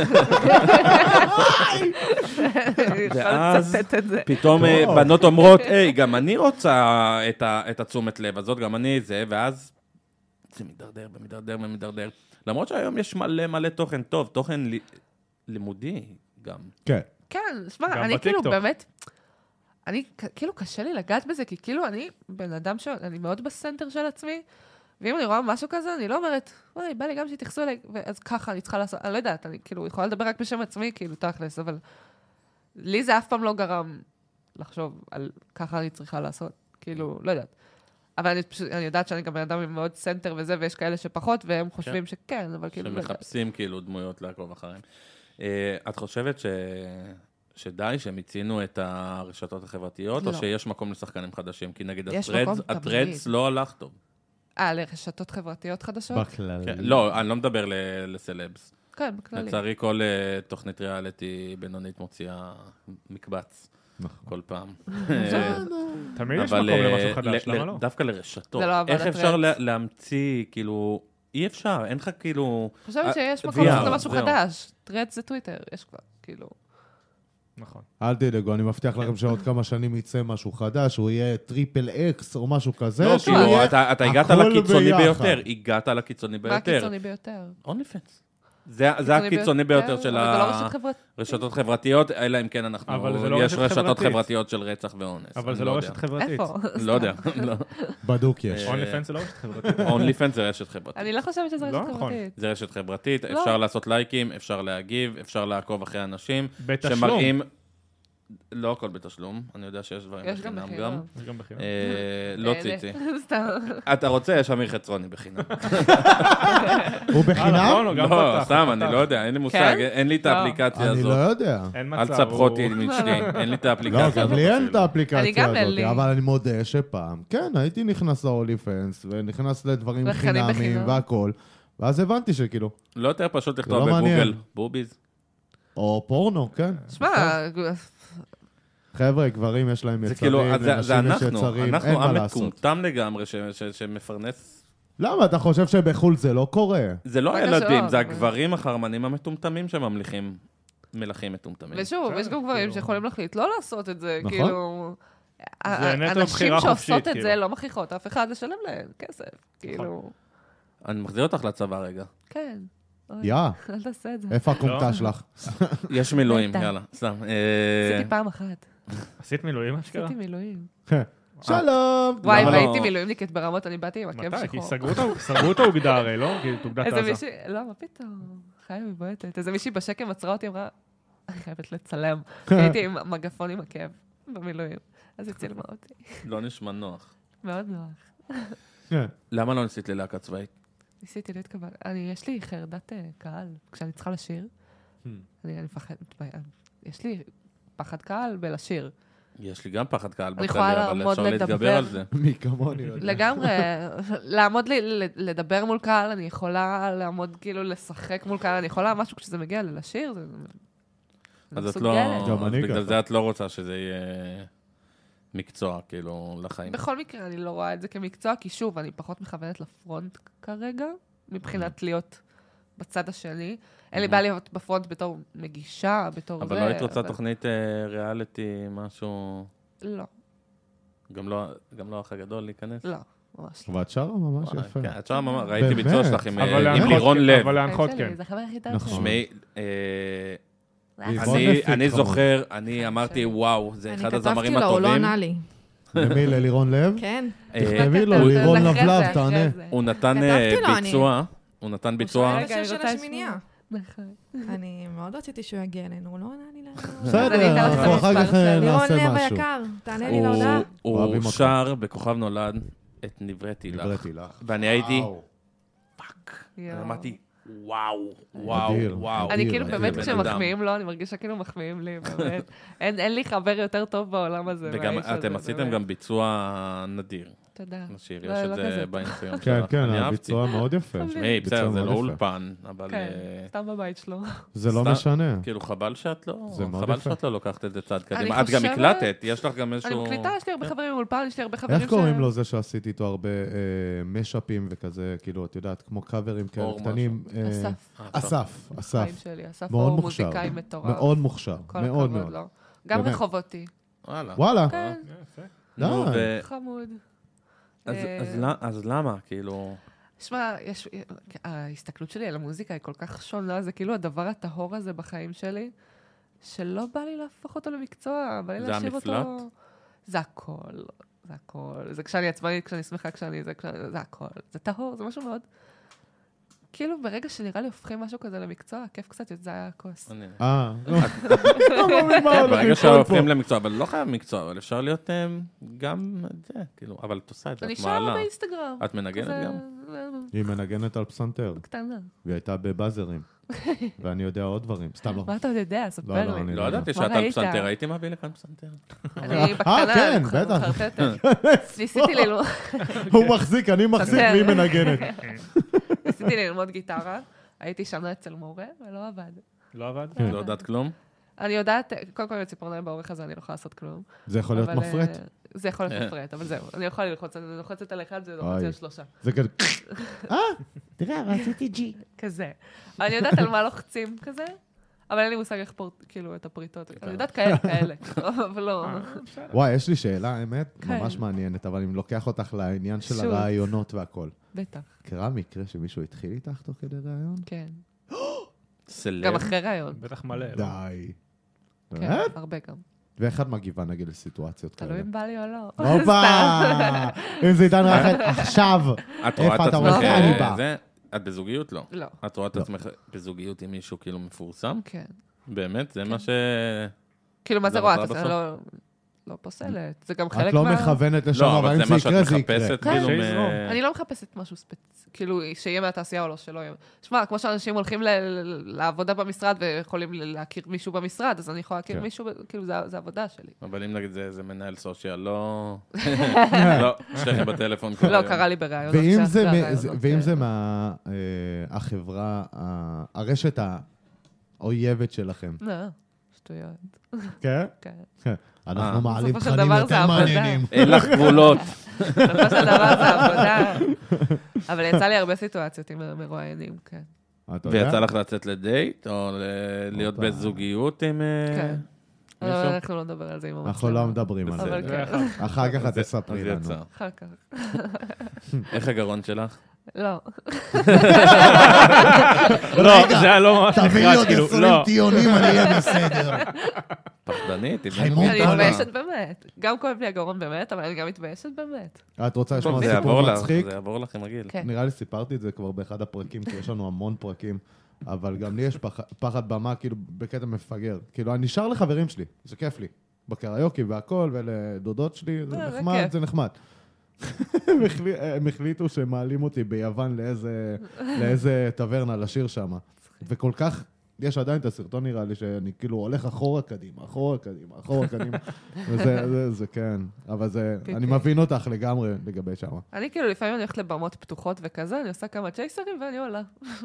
ואז פתאום בנות אומרות, היי, גם אני רוצה את התשומת לב הזאת, גם אני זה, ואז זה מדרדר ומדרדר ומדרדר. למרות שהיום יש מלא מלא תוכן טוב, תוכן לימודי גם. כן. כן, שמע, אני כאילו באמת... אני, כאילו, קשה לי לגעת בזה, כי כאילו אני בן אדם ש... אני מאוד בסנטר של עצמי, ואם אני רואה משהו כזה, אני לא אומרת, וואי, בא לי גם שתייחסו אליי, ואז ככה אני צריכה לעשות, אני לא יודעת, אני כאילו יכולה לדבר רק בשם עצמי, כאילו, תכלס, אבל לי זה אף פעם לא גרם לחשוב על ככה אני צריכה לעשות, כאילו, לא יודעת. אבל אני פשוט, אני יודעת שאני גם בן אדם עם מאוד סנטר וזה, ויש כאלה שפחות, והם חושבים שכן, אבל כאילו... שמחפשים כאילו דמויות לעקוב אחריהם. את חושבת ש... שדי, שמיצינו את הרשתות החברתיות, או שיש מקום לשחקנים חדשים? כי נגיד הטרדס לא הלך טוב. אה, לרשתות חברתיות חדשות? בכללי. לא, אני לא מדבר לסלבס. כן, בכללי. לצערי כל תוכנית ריאליטי בינונית מוציאה מקבץ. כל פעם. תמיד יש מקום למשהו חדש, למה לא? דווקא לרשתות. איך אפשר להמציא, כאילו... אי אפשר, אין לך כאילו... חושבת שיש מקום לעשות משהו חדש. טרדס זה טוויטר, יש כבר, כאילו... נכון. אל תדאגו, אני מבטיח לכם שעוד כמה שנים יצא משהו חדש, הוא יהיה טריפל אקס או משהו כזה. לא, כאילו, אתה הגעת לקיצוני ביותר, הגעת לקיצוני ביותר. מה הקיצוני ביותר? אונליפנס. זה הקיצוני ביותר של הרשתות חברתיות, אלא אם כן אנחנו, יש רשתות חברתיות של רצח ואונס. אבל זה לא רשת חברתית. איפה? לא יודע. בדוק יש. אונליפנס זה לא רשת חברתית. אונליפנס זה רשת חברתית. אני לא חושבת שזה רשת חברתית. זה רשת חברתית, אפשר לעשות לייקים, אפשר להגיב, אפשר לעקוב אחרי אנשים. בתשלום. לא הכל בתשלום, אני יודע שיש דברים בחינם גם. יש גם בחינם. לא ציצי. אתה רוצה, יש אמיר חצרוני בחינם. הוא בחינם? לא, סתם, אני לא יודע, אין לי מושג, אין לי את האפליקציה הזאת. אני לא יודע. אל תספחו אותי מאשתי, אין לי את האפליקציה הזאת. לא, גם לי אין את האפליקציה הזאת, אבל אני מודה שפעם, כן, הייתי נכנס ל-OnlyFans, ונכנס לדברים חינמיים והכל, ואז הבנתי שכאילו... לא יותר פשוט לכתוב בגוגל, בוביז. או פורנו, כן. שמע, חבר'ה, גברים יש להם יצרים, כאילו, זה לנשים יש אנחנו, יצרים, אנחנו אין מה עם לעשות. מטומטם לגמרי שמפרנס... למה? אתה חושב שבחול זה לא קורה? זה לא הילדים, זה הגברים החרמנים המטומטמים שממליכים מלכים מטומטמים. ושוב, יש גם גברים שיכולים להחליט לא לעשות את זה, נכון. כאילו... זה נטו הנשים בחירה חופשית, שעושות את כאילו. זה לא מכריחות אף אחד לשלם להן כסף, כאילו... אני מחזיר אותך לצבא רגע. כן. יא, אל תעשה את זה. איפה הקומטה שלך? יש מילואים, יאללה, סתם. עשיתי פעם אחת. עשית מילואים, מה שקרה? עשיתי מילואים. שלום. וואי, למה לא? והייתי מילואימניקית ברמות, אני באתי עם עקב מתי? כי שחור. סגרו אותו אוגדה הרי, לא? כי תוגדת איזה עזה. מישהי, לא, מה פתאום? חיה מבועטת. איזה מישהי בשקם עצרה אותי, אמרה, אני חייבת לצלם. הייתי עם מגפון עם עקב במילואים. אז היא צילמה אותי. לא נשמע נוח. מאוד נוח. למה לא ניסית ללהקה צבאית? ניסיתי להתקבל. אני, יש לי חרדת קהל. כשאני צריכה לשיר, אני מפחדת, יש לי פחד קהל בלשיר. יש לי גם פחד קהל אני יכולה בכללי, אבל לעמוד אפשר להתגבר לדבר. על זה. מי כמוני יודע. לגמרי, לעמוד לי, לדבר מול קהל, אני יכולה לעמוד כאילו לשחק מול קהל, אני יכולה משהו כשזה מגיע ללשיר, זה אז את לא, גם אני בגלל ככה. זה את לא רוצה שזה יהיה מקצוע, כאילו, לחיים. בכל מקרה, אני לא רואה את זה כמקצוע, כי שוב, אני פחות מכוונת לפרונט כרגע, מבחינת להיות בצד השני. אין לי בעיה להיות בפרונט בתור מגישה, בתור זה. אבל לא היית רוצה תוכנית ריאליטי, משהו... לא. גם לא האח הגדול להיכנס? לא, ממש לא. ואת שרה ממש יפה. כן, את שרה ממש, ראיתי ביצוע שלך עם אבל לירון לב. אבל להנחות כן. זה חבר הכי טוב נכון. שלי. שמי, בעקבות מפיק, אני כמובן. זוכר, אני אמרתי, וואו, זה אחד הזמרים אני כתבתי לו, הוא לא הטובים. ענה לי. למי? ללירון לב? כן. תכתבי לו, לירון זה אחרי לבלב, זה, תענה. אחרי זה. הוא נתן כתבתי לו, אני. ביצוע, הוא נתן ביצוע. הוא רגע, שואל אני בשיר של רוצה השמינייה. נכון. אני מאוד רציתי שהוא יגיע אלינו, הוא לא ענה לי לנו. אז אני אתן לך את בסדר, אנחנו אחר המספר כך שלי. לירון נעשה לב משהו. היקר, תענה לי הוא- להודעה. אוהבים הוא אותך. שר בכוכב נולד את נבראתי לך. נבראתי לך. ואני הייתי, וואו. פאק. יואו. אמרתי, וואו, וואו, אדיר. וואו. אני אדיר, כאילו אדיר. באמת בן כשמחמיאים לו, אני מרגישה כאילו מחמיאים לי, באמת. אין אין לי חבר יותר טוב בעולם הזה. וגם מהאיש הזה, אתם עשיתם באמת. גם ביצוע נדיר. תודה. לשיר, לא, יש לא את זה כזה. באינסטגרם כן, שלך. כן, אני אהבתי. הביצוע מאוד יפה. היי, בסדר, ביצוע זה מאוד לא יפה. אולפן, אבל כן, אה, סתם בבית שלו. זה לא סתם- משנה. כאילו חבל שאת לא, זה מאוד חבל יפה. שאת לא לוקחת את זה צעד אני קדימה. את גם חושבת- הקלטת, יש לך גם אני איזשהו... מקליטה, יש לי הרבה חברים באולפן, יש לי הרבה חברים ש... איך קוראים לו זה שעשיתי איתו הרבה אה, משאפים וכזה, כאילו, את יודעת, כמו קאברים כאלה אור קטנים. אה, אסף. אסף, חיים אסף. שלי, אסף מאוד הוא מוכשר. מוזיקאי מטורף. מאוד מוכשר. כל מאוד הכבוד מאוד. לו. גם באמת. רחובותי. וואלה. וואלה. כן, נו, די. ו- חמוד. אז- אה, אז למה- אז למה, כאילו... שמע, יש... ההסתכלות שלי על המוזיקה היא כל כך שונה, זה כאילו הדבר הטהור הזה בחיים שלי, שלא בא לי להפוך אותו למקצוע, בא לי זה להשאיר המפלט? אותו... זה הכל, זה הכל. זה כשאני עצבנית, כשאני שמחה, כשאני זה, זה הכל. זה טהור, זה משהו מאוד... כאילו, ברגע שנראה לי הופכים משהו כזה למקצוע, הכיף קצת, זה היה הכוס. אה, ברגע שהופכים למקצוע, אבל לא חייב מקצוע, אבל אפשר להיות גם זה, כאילו, אבל את עושה את זה, את מעלה. אני שרה באינסטגרם. את מנגנת גם? היא מנגנת על פסנתר. קטנה. והיא הייתה בבאזרים. ואני יודע עוד דברים, סתם לא. מה אתה עוד יודע? ספר לי. לא ידעתי שאת על פסנתר, הייתי מביא לכאן פסנתר. אני בקטנה. אה, כן, בטח. ניסיתי ללמוד. הוא מחזיק, אני מחזיק, והיא מנגנת. ניסיתי ללמוד גיטרה, הייתי שנה אצל מורה, ולא עבד. לא עבד? לא יודעת כלום? אני יודעת, קודם כל, ציפורניים באורך הזה, אני לא יכולה לעשות כלום. זה יכול להיות מפרט? זה יכול להיות מפרט, אבל זהו. אני יכולה ללחוץ, אני לוחצת על אחד, זה לוחצת על שלושה. זה כזה, אה, תראה, רציתי ג'י. כזה. אני יודעת על מה לוחצים כזה, אבל אין לי מושג איך פורט, כאילו, את הפריטות. אני יודעת כאלה, כאלה, אבל לא. וואי, יש לי שאלה, האמת, ממש מעניינת, אבל אני לוקח אותך לעניין של הרעיונות והכל. בטח. קרה מקרה שמישהו התחיל איתך תוך כדי רעיון? כן. סלב? גם אחרי רעיון. בטח מלא. די. כן, הרבה גם. ואיך את מגיבה נגיד לסיטואציות כאלה? תלוי אם בא לי או לא. הופה! אם זה עידן רחל, עכשיו, איפה אתה רואה איך אני בא? את בזוגיות? לא. לא. את רואה את עצמך בזוגיות עם מישהו כאילו מפורסם? כן. באמת? זה מה ש... כאילו, מה זה רואה? אתה לא... לא פוסלת, זה גם חלק מה... את לא מכוונת לשם, אבל אם זה יקרה, זה יקרה. אני לא מחפשת משהו ספציפי, כאילו, שיהיה מהתעשייה או לא, שלא יהיה. שמע, כמו שאנשים הולכים לעבודה במשרד ויכולים להכיר מישהו במשרד, אז אני יכולה להכיר מישהו, כאילו, זה העבודה שלי. אבל אם נגיד זה מנהל סושיאל, לא... לא, שכם בטלפון. לא, קרה לי ברעיון. ואם זה מהחברה, הרשת האויבת שלכם? לא, שטויות. כן? כן. אנחנו מעלים תכנים יותר מעניינים. אין לך גבולות. בסופו של דבר זה עבודה. אבל יצא לי הרבה סיטואציות עם מרואיינים, כן. ויצא לך לצאת לדייט, או להיות בזוגיות עם כן. אבל אנחנו לא נדבר על זה עם המצלמה. אנחנו לא מדברים על זה. אחר כך את תספרי לנו. אחר כך. איך הגרון שלך? לא. לא, זה היה לא ממש נחרץ, תביא לי עוד עשרים טיונים, אני אהיה בסדר. פחדנית, אני מתביישת באמת. גם כואב לי הגרון באמת, אבל אני גם מתביישת באמת. את רוצה לשמוע סיפור מצחיק? זה יעבור לכם רגיל. נראה לי סיפרתי את זה כבר באחד הפרקים, כי יש לנו המון פרקים, אבל גם לי יש פחד במה, כאילו, בקטע מפגר. כאילו, אני נשאר לחברים שלי, זה כיף לי. בקריוקי והכל, ולדודות שלי, זה נחמד, זה נחמד. הם החליטו שמעלים אותי ביוון לאיזה טברנה לשיר שם. וכל כך, יש עדיין את הסרטון נראה לי שאני כאילו הולך אחורה קדימה, אחורה קדימה, אחורה קדימה. וזה כן, אבל זה, אני מבין אותך לגמרי לגבי שם. אני כאילו לפעמים אני הולכת לבמות פתוחות וכזה, אני עושה כמה צ'ייסרים ואני עולה.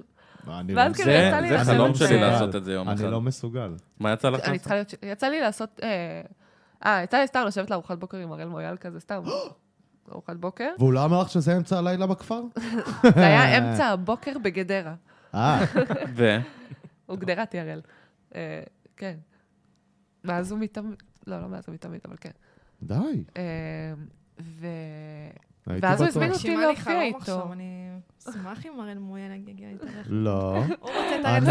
זה חלום שלי לעשות את זה יום אחד. אני לא מסוגל. מה יצא לך? יצא לי לעשות, אה, יצא לי סתם לשבת לארוחת בוקר עם הראל מויאל כזה, סתם. ארוחת בוקר. והוא לא אמר לך שזה אמצע הלילה בכפר? זה היה אמצע הבוקר בגדרה. אה. ו? הוא גדרתי הראל. כן. מאז הוא מתאמית, לא, לא מאז הוא מתאמית, אבל כן. די. ו... ואז הוא הזמין אותי להופיע איתו. אני אשמח אם הראל מויאל יגיע להתארח. לא. הוא רוצה את הראל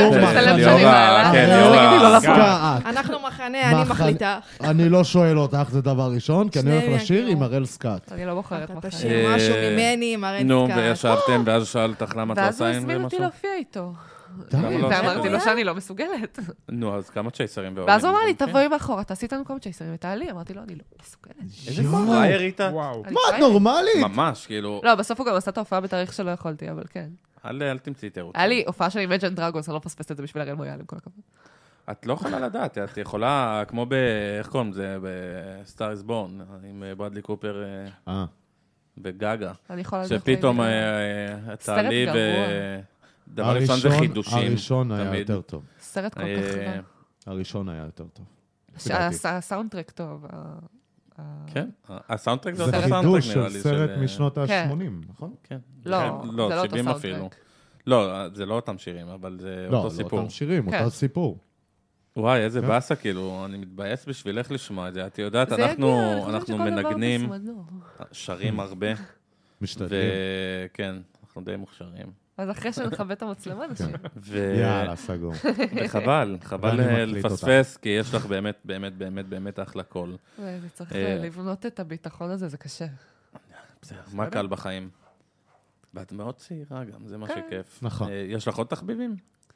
סקאט. אנחנו מחנה, אני מחליטה. אני לא שואל אותך, זה דבר ראשון, כי אני הולך לשיר עם הראל סקאט. אני לא בוחרת מחנה. אתה תשאיר משהו ממני עם הראל סקאט. נו, וישבתם, ואז שאלת לך למה את לא עושה עם ואז הוא הזמין אותי להופיע איתו. די. ואמרתי לו שאני לא מסוגלת. נו, אז כמה צ'ייסרים? ואז הוא אמר לי, תבואי מאחורה, תעשי איתנו כמה צ'ייסרים, ותעלי. אמרתי לו, אני לא מסוגלת. איזה פראייר איתה? מה, את נורמלית? ממש, כאילו... לא, בסוף הוא גם עשה את ההופעה בתאריך שלא יכולתי, אבל כן. אל תמצאי תירוץ. היה לי הופעה של Imagine Dragons, אני לא מפספסת את זה בשביל הראל מויאל, עם כל הכבוד. את לא יכולה לדעת, את יכולה, כמו ב... איך קוראים זה? ב-Star is Born, עם ברדלי קופר וגגה. אני יכולה לדעת. שפתאום תעלי ו... דבר ראשון זה חידושים. הראשון היה יותר טוב. סרט כל כך חבל. הראשון היה יותר טוב. הסאונדטרק טוב. כן, הסאונדטרק זה זה חידוש של סרט משנות ה-שמונים, נכון? כן. לא, זה לא אותו סאונדטרק. לא, זה לא אותם שירים, אבל זה אותו סיפור. לא, לא אותם שירים, אותו סיפור. וואי, איזה באסה, כאילו, אני מתבאס בשבילך לשמוע את זה. את יודעת, אנחנו מנגנים, שרים הרבה. משתדלים. וכן, אנחנו די מוכשרים. אז אחרי שנכבה את המצלמה, נשאיר. יאללה, סגור. וחבל, חבל לפספס, כי יש לך באמת, באמת, באמת, באמת אחלה קול. זה צריך לבנות את הביטחון הזה, זה קשה. מה קל בחיים? ואת מאוד צעירה גם, זה מה שכיף. נכון. יש לך עוד תחביבים?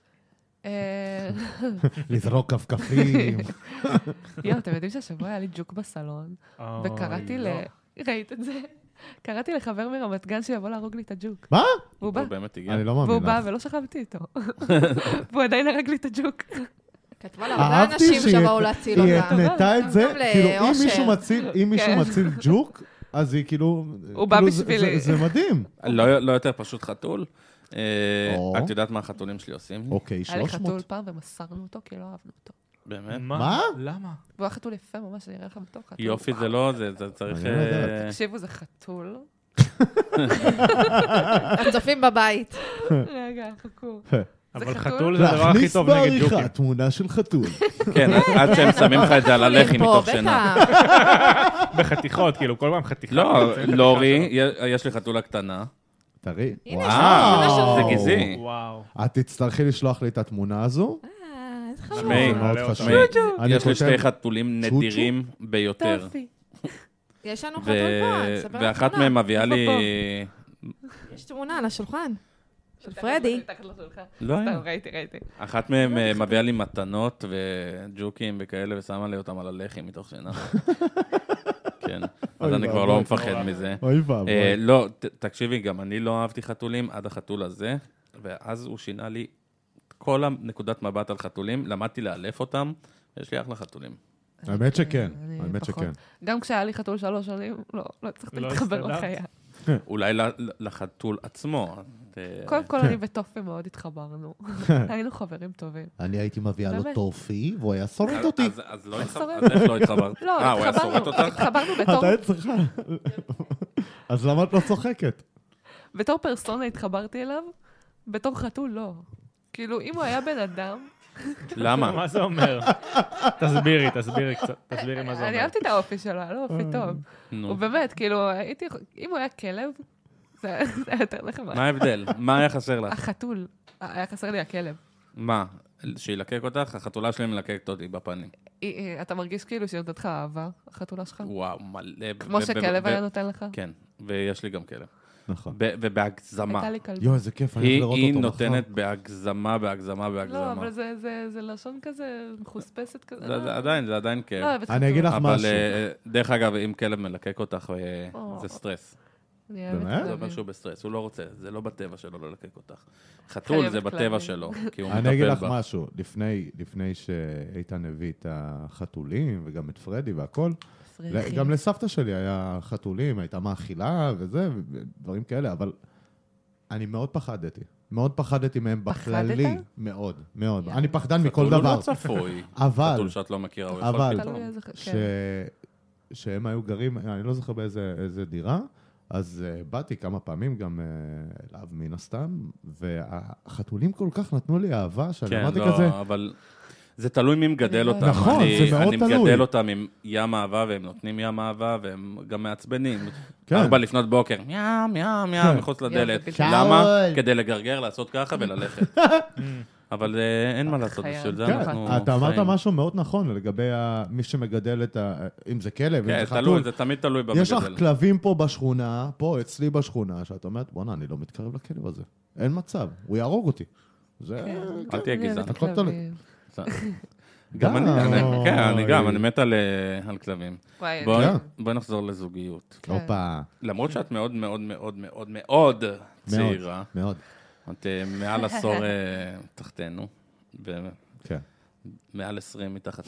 לזרוק כפכפים. יואו, אתם יודעים שהשבוע היה לי ג'וק בסלון, וקראתי ל... ראית את זה? קראתי לחבר מרמת גן שיבוא להרוג לי את הג'וק. מה? והוא בא. הוא באמת הגיע. אני לא מאמין. והוא בא ולא שכבתי איתו. והוא עדיין הרג לי את הג'וק. כתבה לה הרבה אנשים שבאו להציל אותה. היא התנתה את זה, כאילו אם מישהו מציל ג'וק, אז היא כאילו... הוא בא בשבילי. זה מדהים. לא יותר פשוט חתול. את יודעת מה החתולים שלי עושים? אוקיי, שלוש מאות. היה לי חתול פעם ומסרנו אותו כי לא אהבנו אותו. באמת? מה? למה? והוא החתול יפה ממש, אני אראה לך בתוך חתול. יופי זה לא, זה צריך... תקשיבו, זה חתול. הצופים בבית. רגע, חכו. אבל חתול זה הדבר הכי טוב נגד ג'וקים. להכניס בעריכה תמונה של חתול. כן, עד שהם שמים לך את זה על הלחי מתוך שינה. בחתיכות, כאילו, כל פעם חתיכה. לא, לורי, יש לי חתולה קטנה. תראי. וואו, זה גזעי. וואו. את תצטרכי לשלוח לי את התמונה הזו. שמי, שמי. יש לי שתי חתולים נדירים ביותר. יש לנו חתול פה, ספר לך ואחת מהם מביאה לי... יש תמונה על השולחן. של פרדי. לא היה. ראיתי, ראיתי. אחת מהם מביאה לי מתנות וג'וקים וכאלה, ושמה לי אותם על הלחי מתוך שינה. כן, אז אני כבר לא מפחד מזה. אוי ואבוי. לא, תקשיבי, גם אני לא אהבתי חתולים עד החתול הזה, ואז הוא שינה לי כל הנקודת מבט על חתולים, למדתי לאלף אותם, יש לי אחלה חתולים. האמת שכן, האמת שכן. גם כשהיה לי חתול שלוש שנים, לא, לא הצלחתי להתחבר לחיה. אולי לחתול עצמו. קודם כל, אני וטופי מאוד התחברנו. היינו חברים טובים. אני הייתי מביאה לו טופי, והוא היה שורד אותי. אז איך לא התחברת? לא, אה, הוא היה שורד אותך? התחברנו בתור... אתה היית צריכה. אז למה את לא צוחקת? בתור פרסונה התחברתי אליו, בתור חתול לא. כאילו, אם הוא היה בן אדם... למה? מה זה אומר? תסבירי, תסבירי קצת, תסבירי מה זה אומר. אני אהבתי את האופי שלו, היה לו אופי טוב. הוא באמת, כאילו, הייתי... אם הוא היה כלב, זה היה יותר נחמד. מה ההבדל? מה היה חסר לך? החתול. היה חסר לי הכלב. מה? שילקק אותך? החתולה שלי מלקקת אותי בפנים. אתה מרגיש כאילו שהיא נותנת לך אהבה, החתולה שלך? וואו, מלא. כמו שכלב היה נותן לך? כן, ויש לי גם כלב. נכון. ובהגזמה. הייתה לי כלבה. יואו, איזה כיף, אני הולך לראות אותו. היא נותנת בהגזמה, בהגזמה, בהגזמה. לא, אבל זה לשון כזה מחוספסת כזה. זה עדיין, זה עדיין כיף. אני אגיד לך משהו. אבל דרך אגב, אם כלב מלקק אותך, זה סטרס. באמת? זה אומר שהוא בסטרס, הוא לא רוצה, זה לא בטבע שלו לא לקק אותך. חתול זה בטבע שלו, כי הוא מטפל בה. אני אגיד לך משהו, לפני שאיתן הביא את החתולים, וגם את פרדי והכל, גם לסבתא שלי היה חתולים, הייתה מאכילה וזה, ודברים כאלה, אבל אני מאוד פחדתי. מאוד פחדתי מהם בכללי. פחדת? מאוד, מאוד. אני פחדן מכל דבר. חתול הוא לא צפוי. אבל... חתול שאת לא מכירה, הוא יכול פתאום. שהם היו גרים, אני לא זוכר באיזה דירה, אז באתי כמה פעמים גם אליו מן הסתם, והחתולים כל כך נתנו לי אהבה, שאני אמרתי כזה... כן, לא, אבל... זה תלוי מי מגדל אותם. נכון, זה מאוד תלוי. אני מגדל אותם עם ים אהבה, והם נותנים ים אהבה, והם גם מעצבנים. ארבע לפנות בוקר, ים, ים, ים, מחוץ לדלת. למה? כדי לגרגר, לעשות ככה וללכת. אבל אין מה לעשות, בשביל זה אנחנו חיים. אתה אמרת משהו מאוד נכון, לגבי מי שמגדל את ה... אם זה כלב, אם זה חתול. זה תמיד תלוי במגדל. יש לך כלבים פה בשכונה, פה אצלי בשכונה, שאת אומרת, בוא'נה, אני לא מתקרב לכלב הזה. אין מצב, הוא יהרוג אותי. אל תהיה גזען. הכל תלוי. גם אני, כן, אני גם, אני מת על כלבים. בואי נחזור לזוגיות. למרות שאת מאוד מאוד מאוד מאוד מאוד צעירה. מאוד. את מעל עשור תחתנו. כן. מעל עשרים מתחת.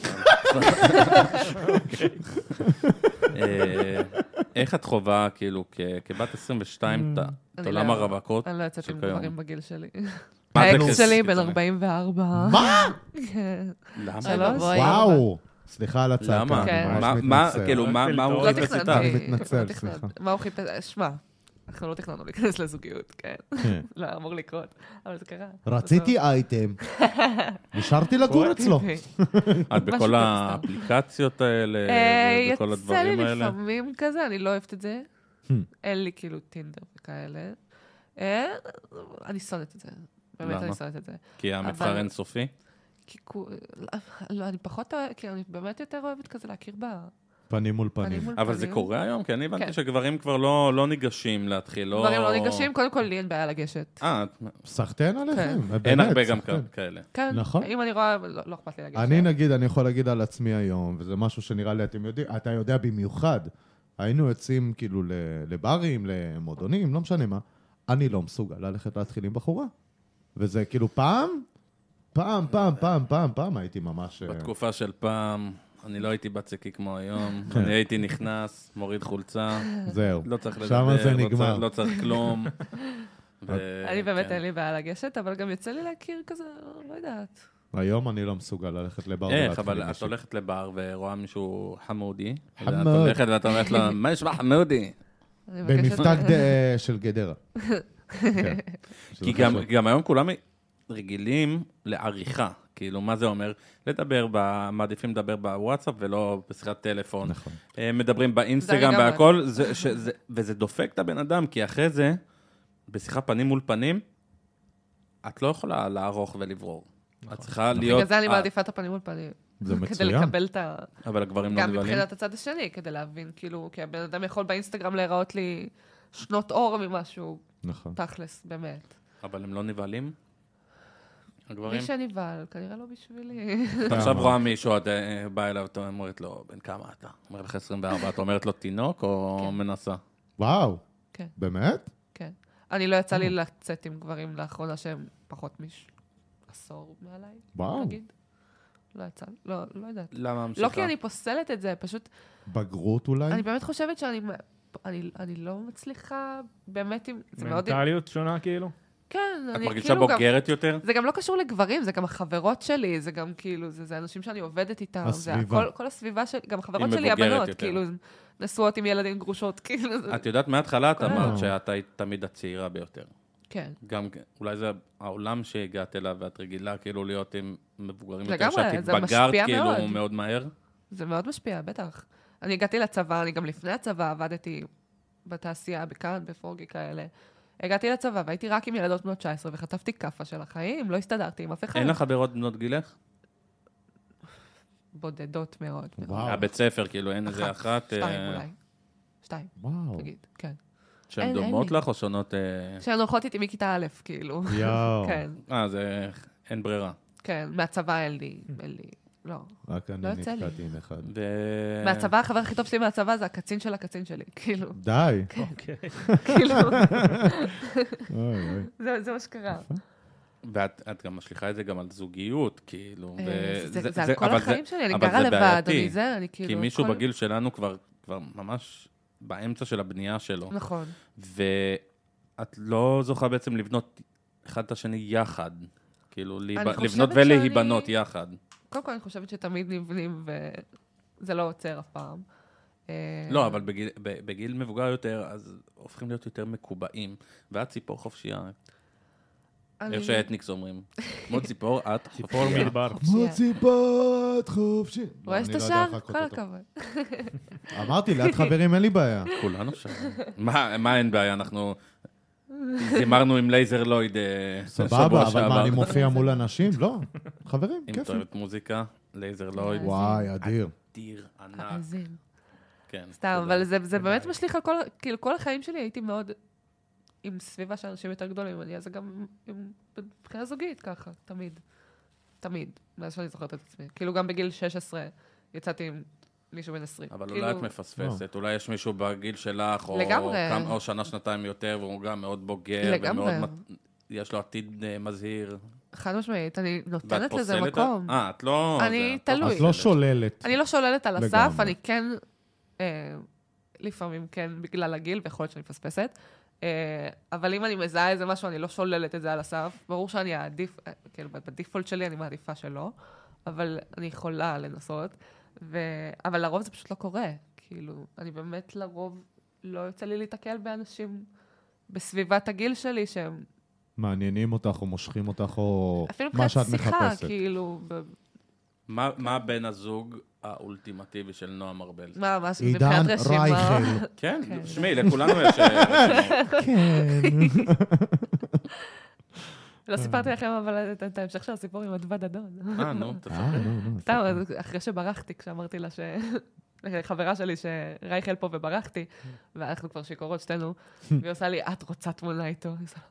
איך את חובה, כאילו, כבת עשרים ושתיים, את עולם הרווקות? אני לא יצאתי עם דברים בגיל שלי. האקס שלי בן ארבעים וארבע. מה? למה? וואו. סליחה על הצעקה, אני ממש מתנצל. כאילו, מה הוא חיפש איתה? אני מתנצל, סליחה. מה הוא חיפש? שמע, אנחנו לא תכננו להיכנס לזוגיות, כן? לא, אמור לקרות, אבל זה קרה. רציתי אייטם. נשארתי לגור אצלו. את בכל האפליקציות האלה, וכל הדברים האלה? יצא לי לפעמים כזה, אני לא אוהבת את זה. אין לי כאילו טינדר וכאלה. אני שונאת את זה. באמת אני שונאת את זה. כי המבחר אינסופי? כי לא, אני פחות אוהבת, כי אני באמת יותר אוהבת כזה להכיר בה. פנים מול פנים. אבל זה קורה היום? כי אני הבנתי שגברים כבר לא ניגשים להתחיל. גברים לא ניגשים, קודם כל לי אין בעיה לגשת. אה, סחטן עליכם. אין הרבה גם כאלה. כן, נכון. אם אני רואה, לא אכפת לי לגשת. אני נגיד, אני יכול להגיד על עצמי היום, וזה משהו שנראה לי, אתם יודעים, אתה יודע במיוחד, היינו יוצאים כאילו לברים, למועדונים, לא משנה מה, אני לא מסוגל ללכת להתחיל עם בחורה. וזה כאילו פעם, פעם, פעם, פעם, פעם, פעם, הייתי ממש... בתקופה של פעם... אני לא הייתי בצקי כמו היום, אני הייתי נכנס, מוריד חולצה. זהו. לא צריך לדבר, לא צריך כלום. אני באמת אין לי בעיה לגשת, אבל גם יוצא לי להכיר כזה, לא יודעת. היום אני לא מסוגל ללכת לבר. איך, אבל את הולכת לבר ורואה מישהו חמודי. חמוד. את הולכת ואת אומרת לו, מה נשמע חמודי? במבטא של גדרה. כי גם היום כולם רגילים לעריכה. כאילו, מה זה אומר? לדבר, מעדיפים לדבר בוואטסאפ ולא בשיחת טלפון. נכון. מדברים באינסטגרם והכל, וזה דופק את הבן אדם, כי אחרי זה, בשיחה פנים מול פנים, את לא יכולה לערוך ולברור. את צריכה להיות... בגלל זה אני מעדיפה את הפנים מול פנים. זה מצוין. כדי לקבל את ה... אבל הגברים לא נבלים. גם מבחינת הצד השני, כדי להבין, כאילו, כי הבן אדם יכול באינסטגרם להיראות לי שנות אור ממשהו. נכון. תכלס, באמת. אבל הם לא נבלים? מי שנבעל, כנראה לא בשבילי. אתה עכשיו רואה מישהו, את באה אליו, אתה אומרת לו, בן כמה אתה? אומר לך עשרים וארבע, אתה אומרת לו תינוק או מנסה? וואו. כן. באמת? כן. אני לא יצא לי לצאת עם גברים לאחרונה שהם פחות מעשור מעליי. וואו. לא יצא, לא, לא יודעת. למה ממשיכה? לא כי אני פוסלת את זה, פשוט... בגרות אולי? אני באמת חושבת שאני אני, אני לא מצליחה באמת עם... מנטליות שונה כאילו? כן, אני כאילו... את מרגישה בוגרת יותר? זה גם לא קשור לגברים, זה גם החברות שלי, זה גם כאילו, זה, זה אנשים שאני עובדת איתם. הסביבה. זה כל, כל הסביבה של... גם החברות שלי הבנות, כאילו, נשואות עם ילדים גרושות, כאילו... את יודעת, מההתחלה את אמרת שאת היית תמיד הצעירה ביותר. כן. גם, אולי זה העולם שהגעת אליו, ואת רגילה כאילו להיות עם מבוגרים יותר, לגמרי, שאת התבגרת כאילו מאוד מהר. זה מאוד משפיע, בטח. אני הגעתי לצבא, אני גם לפני הצבא עבדתי בתעשייה, בכאן, בפורגי כאלה. הגעתי לצבא והייתי רק עם ילדות בנות תשע עשרה וחטפתי קפה של החיים, לא הסתדרתי עם אף אחד. אין לך חברות בנות גילך? בודדות מאוד. הבית ספר, כאילו אין איזה אחת... שתיים אולי. שתיים. וואו. תגיד, כן. שהן דומות לך או שונות... שהן הולכות איתי מכיתה א', כאילו. יואו. כן. אה, זה אין ברירה. כן, מהצבא אין לי, אין לי. לא. רק אני נתקעתי עם אחד. מהצבא, החבר הכי טוב שלי מהצבא זה הקצין של הקצין שלי, כאילו. די. אוקיי. כאילו. אוי, אוי. זה מה שקרה. ואת גם משליחה את זה גם על זוגיות, כאילו. זה על כל החיים שלי, אני גרה לבד, אני זה, אני כאילו... כי מישהו בגיל שלנו כבר ממש באמצע של הבנייה שלו. נכון. ואת לא זוכה בעצם לבנות אחד את השני יחד. כאילו, לבנות ולהיבנות יחד. קודם כל, אני חושבת שתמיד נבנים, וזה לא עוצר אף פעם. לא, אבל בגיל, בגיל מבוגר יותר, אז הופכים להיות יותר מקובעים. ואת ציפור חופשייה. איך שהאתניקס אומרים. כמו ציפור, את ציפור מדבר. כמו ציפור, את חופשי. רואה שאתה שר? כל הכבוד. אמרתי, ליד חברים אין לי בעיה. כולנו שם. מה אין בעיה? אנחנו... זימרנו עם לייזר לויד שבוע שעבר. סבבה, אבל מה, אני מופיע מול אנשים? לא, חברים, כיף. עם תוארת מוזיקה, לייזר לויד. וואי, אדיר. אדיר, ענק. אזין. כן. סתם, אבל זה באמת משליך על כל, כאילו כל החיים שלי הייתי מאוד עם סביבה של אנשים יותר גדולים ממני, אז זה גם מבחינה זוגית ככה, תמיד. תמיד, מאז שאני זוכרת את עצמי. כאילו גם בגיל שש עשרה יצאתי עם מישהו בן עשרים. אבל אולי את מפספסת, אולי יש מישהו בגיל שלך, או שנה, שנתיים יותר, והוא גם מאוד בוגר, יש לו עתיד מזהיר. חד משמעית, אני נותנת לזה מקום. אה, את לא... אני תלוי. את לא שוללת. אני לא שוללת על הסף, אני כן, לפעמים כן, בגלל הגיל, ויכול להיות שאני מפספסת, אבל אם אני מזהה איזה משהו, אני לא שוללת את זה על הסף. ברור שאני אעדיף, כאילו, בדיפולט שלי אני מעדיפה שלא, אבל אני יכולה לנסות. ו... אבל לרוב זה פשוט לא קורה. כאילו, אני באמת לרוב לא יוצא לי להתקל באנשים בסביבת הגיל שלי שהם... מעניינים אותך או מושכים אותך או מה שאת מחפשת. אפילו קצת שיחה, כאילו, ב... מה בן הזוג האולטימטיבי של נועם ארבל? מה, מה מבחינת רשימה? עידן רייכל. כן, שמי, לכולנו יש... כן. לא סיפרתי לכם, אבל את ההמשך של הסיפור עם הדבד אדון. אה, נו, תפקד. סתם, אחרי שברחתי, כשאמרתי לה ש... חברה שלי שרייכל פה וברחתי, ואנחנו כבר שיקורות שתינו, והיא עושה לי, את רוצה תמונה איתו?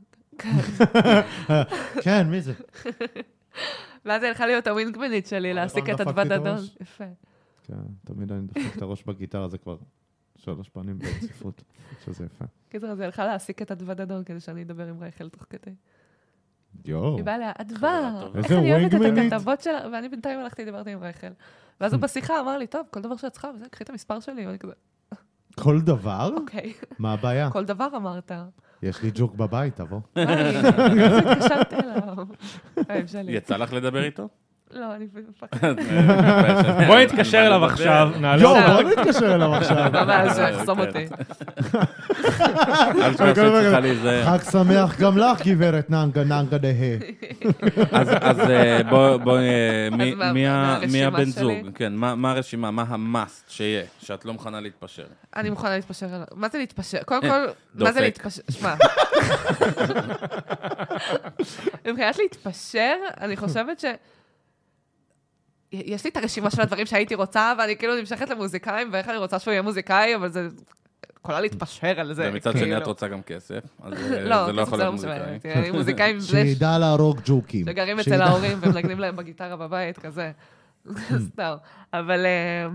כן, מי זה? ואז היא הלכה להיות הווינגמנית שלי, להסיק את הדבד אדון. יפה. כן, תמיד אני דופק את הראש בגיטרה, זה כבר שלוש פעמים ברציפות, שזה יפה. קיצור, אז היא הלכה להסיק את הדבד אדון, כדי שאני אדבר עם רייכל תוך כדי. יואו. היא באה לה, הדבר, איך איזה אני אוהבת את ווינגמנית. הכתבות שלה, ואני בינתיים הלכתי, דיברתי עם רייכל. ואז הוא בשיחה אמר לי, טוב, כל דבר שאת צריכה, וזה, קחי את המספר שלי, ואני כזה, כל דבר? אוקיי. מה הבעיה? כל דבר אמרת. יש לי ג'וק בבית, תבוא. וואי, אז התקשרתי אליו. האם שלי. יצא לך לדבר איתו? לא, אני מפחדת. בואי נתקשר אליו עכשיו, נעלה יואו, אותו. בוא נתקשר אליו עכשיו. ממש, יחסום אותי. אל תשכח שצריכה להיזהר. חג שמח גם לך, גברת ננגה ננגה דהה. אז בואי, מה- מי מהרשימה הבן שלי? זוג? כן, מה הרשימה? מה המאסט שיהיה? שאת לא מוכנה להתפשר. אני מוכנה להתפשר עליו. מה זה להתפשר? קודם כל, מה זה דופק. להתפשר? שמע. מבחינת להתפשר, אני חושבת ש... יש לי את הרשימה של הדברים שהייתי רוצה, ואני כאילו נמשכת למוזיקאים, ואיך אני רוצה שהוא יהיה מוזיקאי, אבל זה... יכולה להתפשר על זה. ומצד שני כאילו. את רוצה גם כסף, אז לא, זה לא יכול להיות כסף זה לא מוזיקאי. משנה. אני מוזיקאים שידע להרוג ג'וקים. שגרים אצל שידע- ההורים ומנגנים להם בגיטרה בבית, כזה. סתם. אבל אה,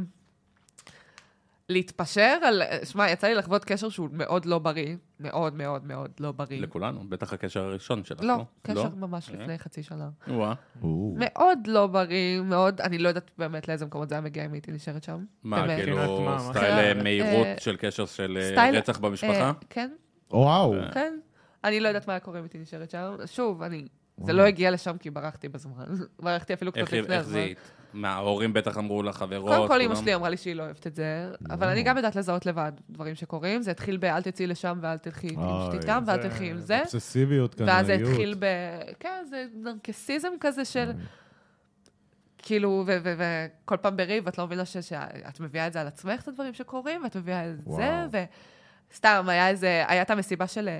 להתפשר על... שמע, יצא לי לחוות קשר שהוא מאוד לא בריא. מאוד מאוד מאוד לא בריא. לכולנו, בטח הקשר הראשון שלך, לא, לא? קשר ממש לפני חצי שנה. וואה. או. מאוד לא בריא, מאוד, אני לא יודעת באמת לאיזה מקומות זה היה מגיע אם הייתי נשארת שם. מה, באמת. כאילו מבחינת מה, מה? סטייל אה, אה, מהירות אה, של קשר של אה, סטייל- רצח במשפחה? אה, כן, וואו. כן. אני לא יודעת מה היה קורה אם הייתי נשארת שם. שוב, אני... זה לא הגיע לשם כי ברחתי בזמן. ברחתי אפילו קצת איך לפני איך זה... הזמן. מה, ההורים בטח אמרו לחברות? קודם כל, אמא כולם? שלי אמרה לי שהיא לא אוהבת את זה, אבל אני גם יודעת לזהות לבד דברים שקורים. זה התחיל באל תצאי לשם ואל תלכי עם אוי, שתיתם, ואל זה- תלכי עם זה. אובססיביות כאן. ואז זה התחיל ב... כן, זה נרקסיזם כזה של... כאילו, וכל פעם בריב, את לא מבינה שאת מביאה את זה על עצמך, את הדברים שקורים, ואת מביאה את זה, וסתם, היה איזה... הייתה המסיבה של...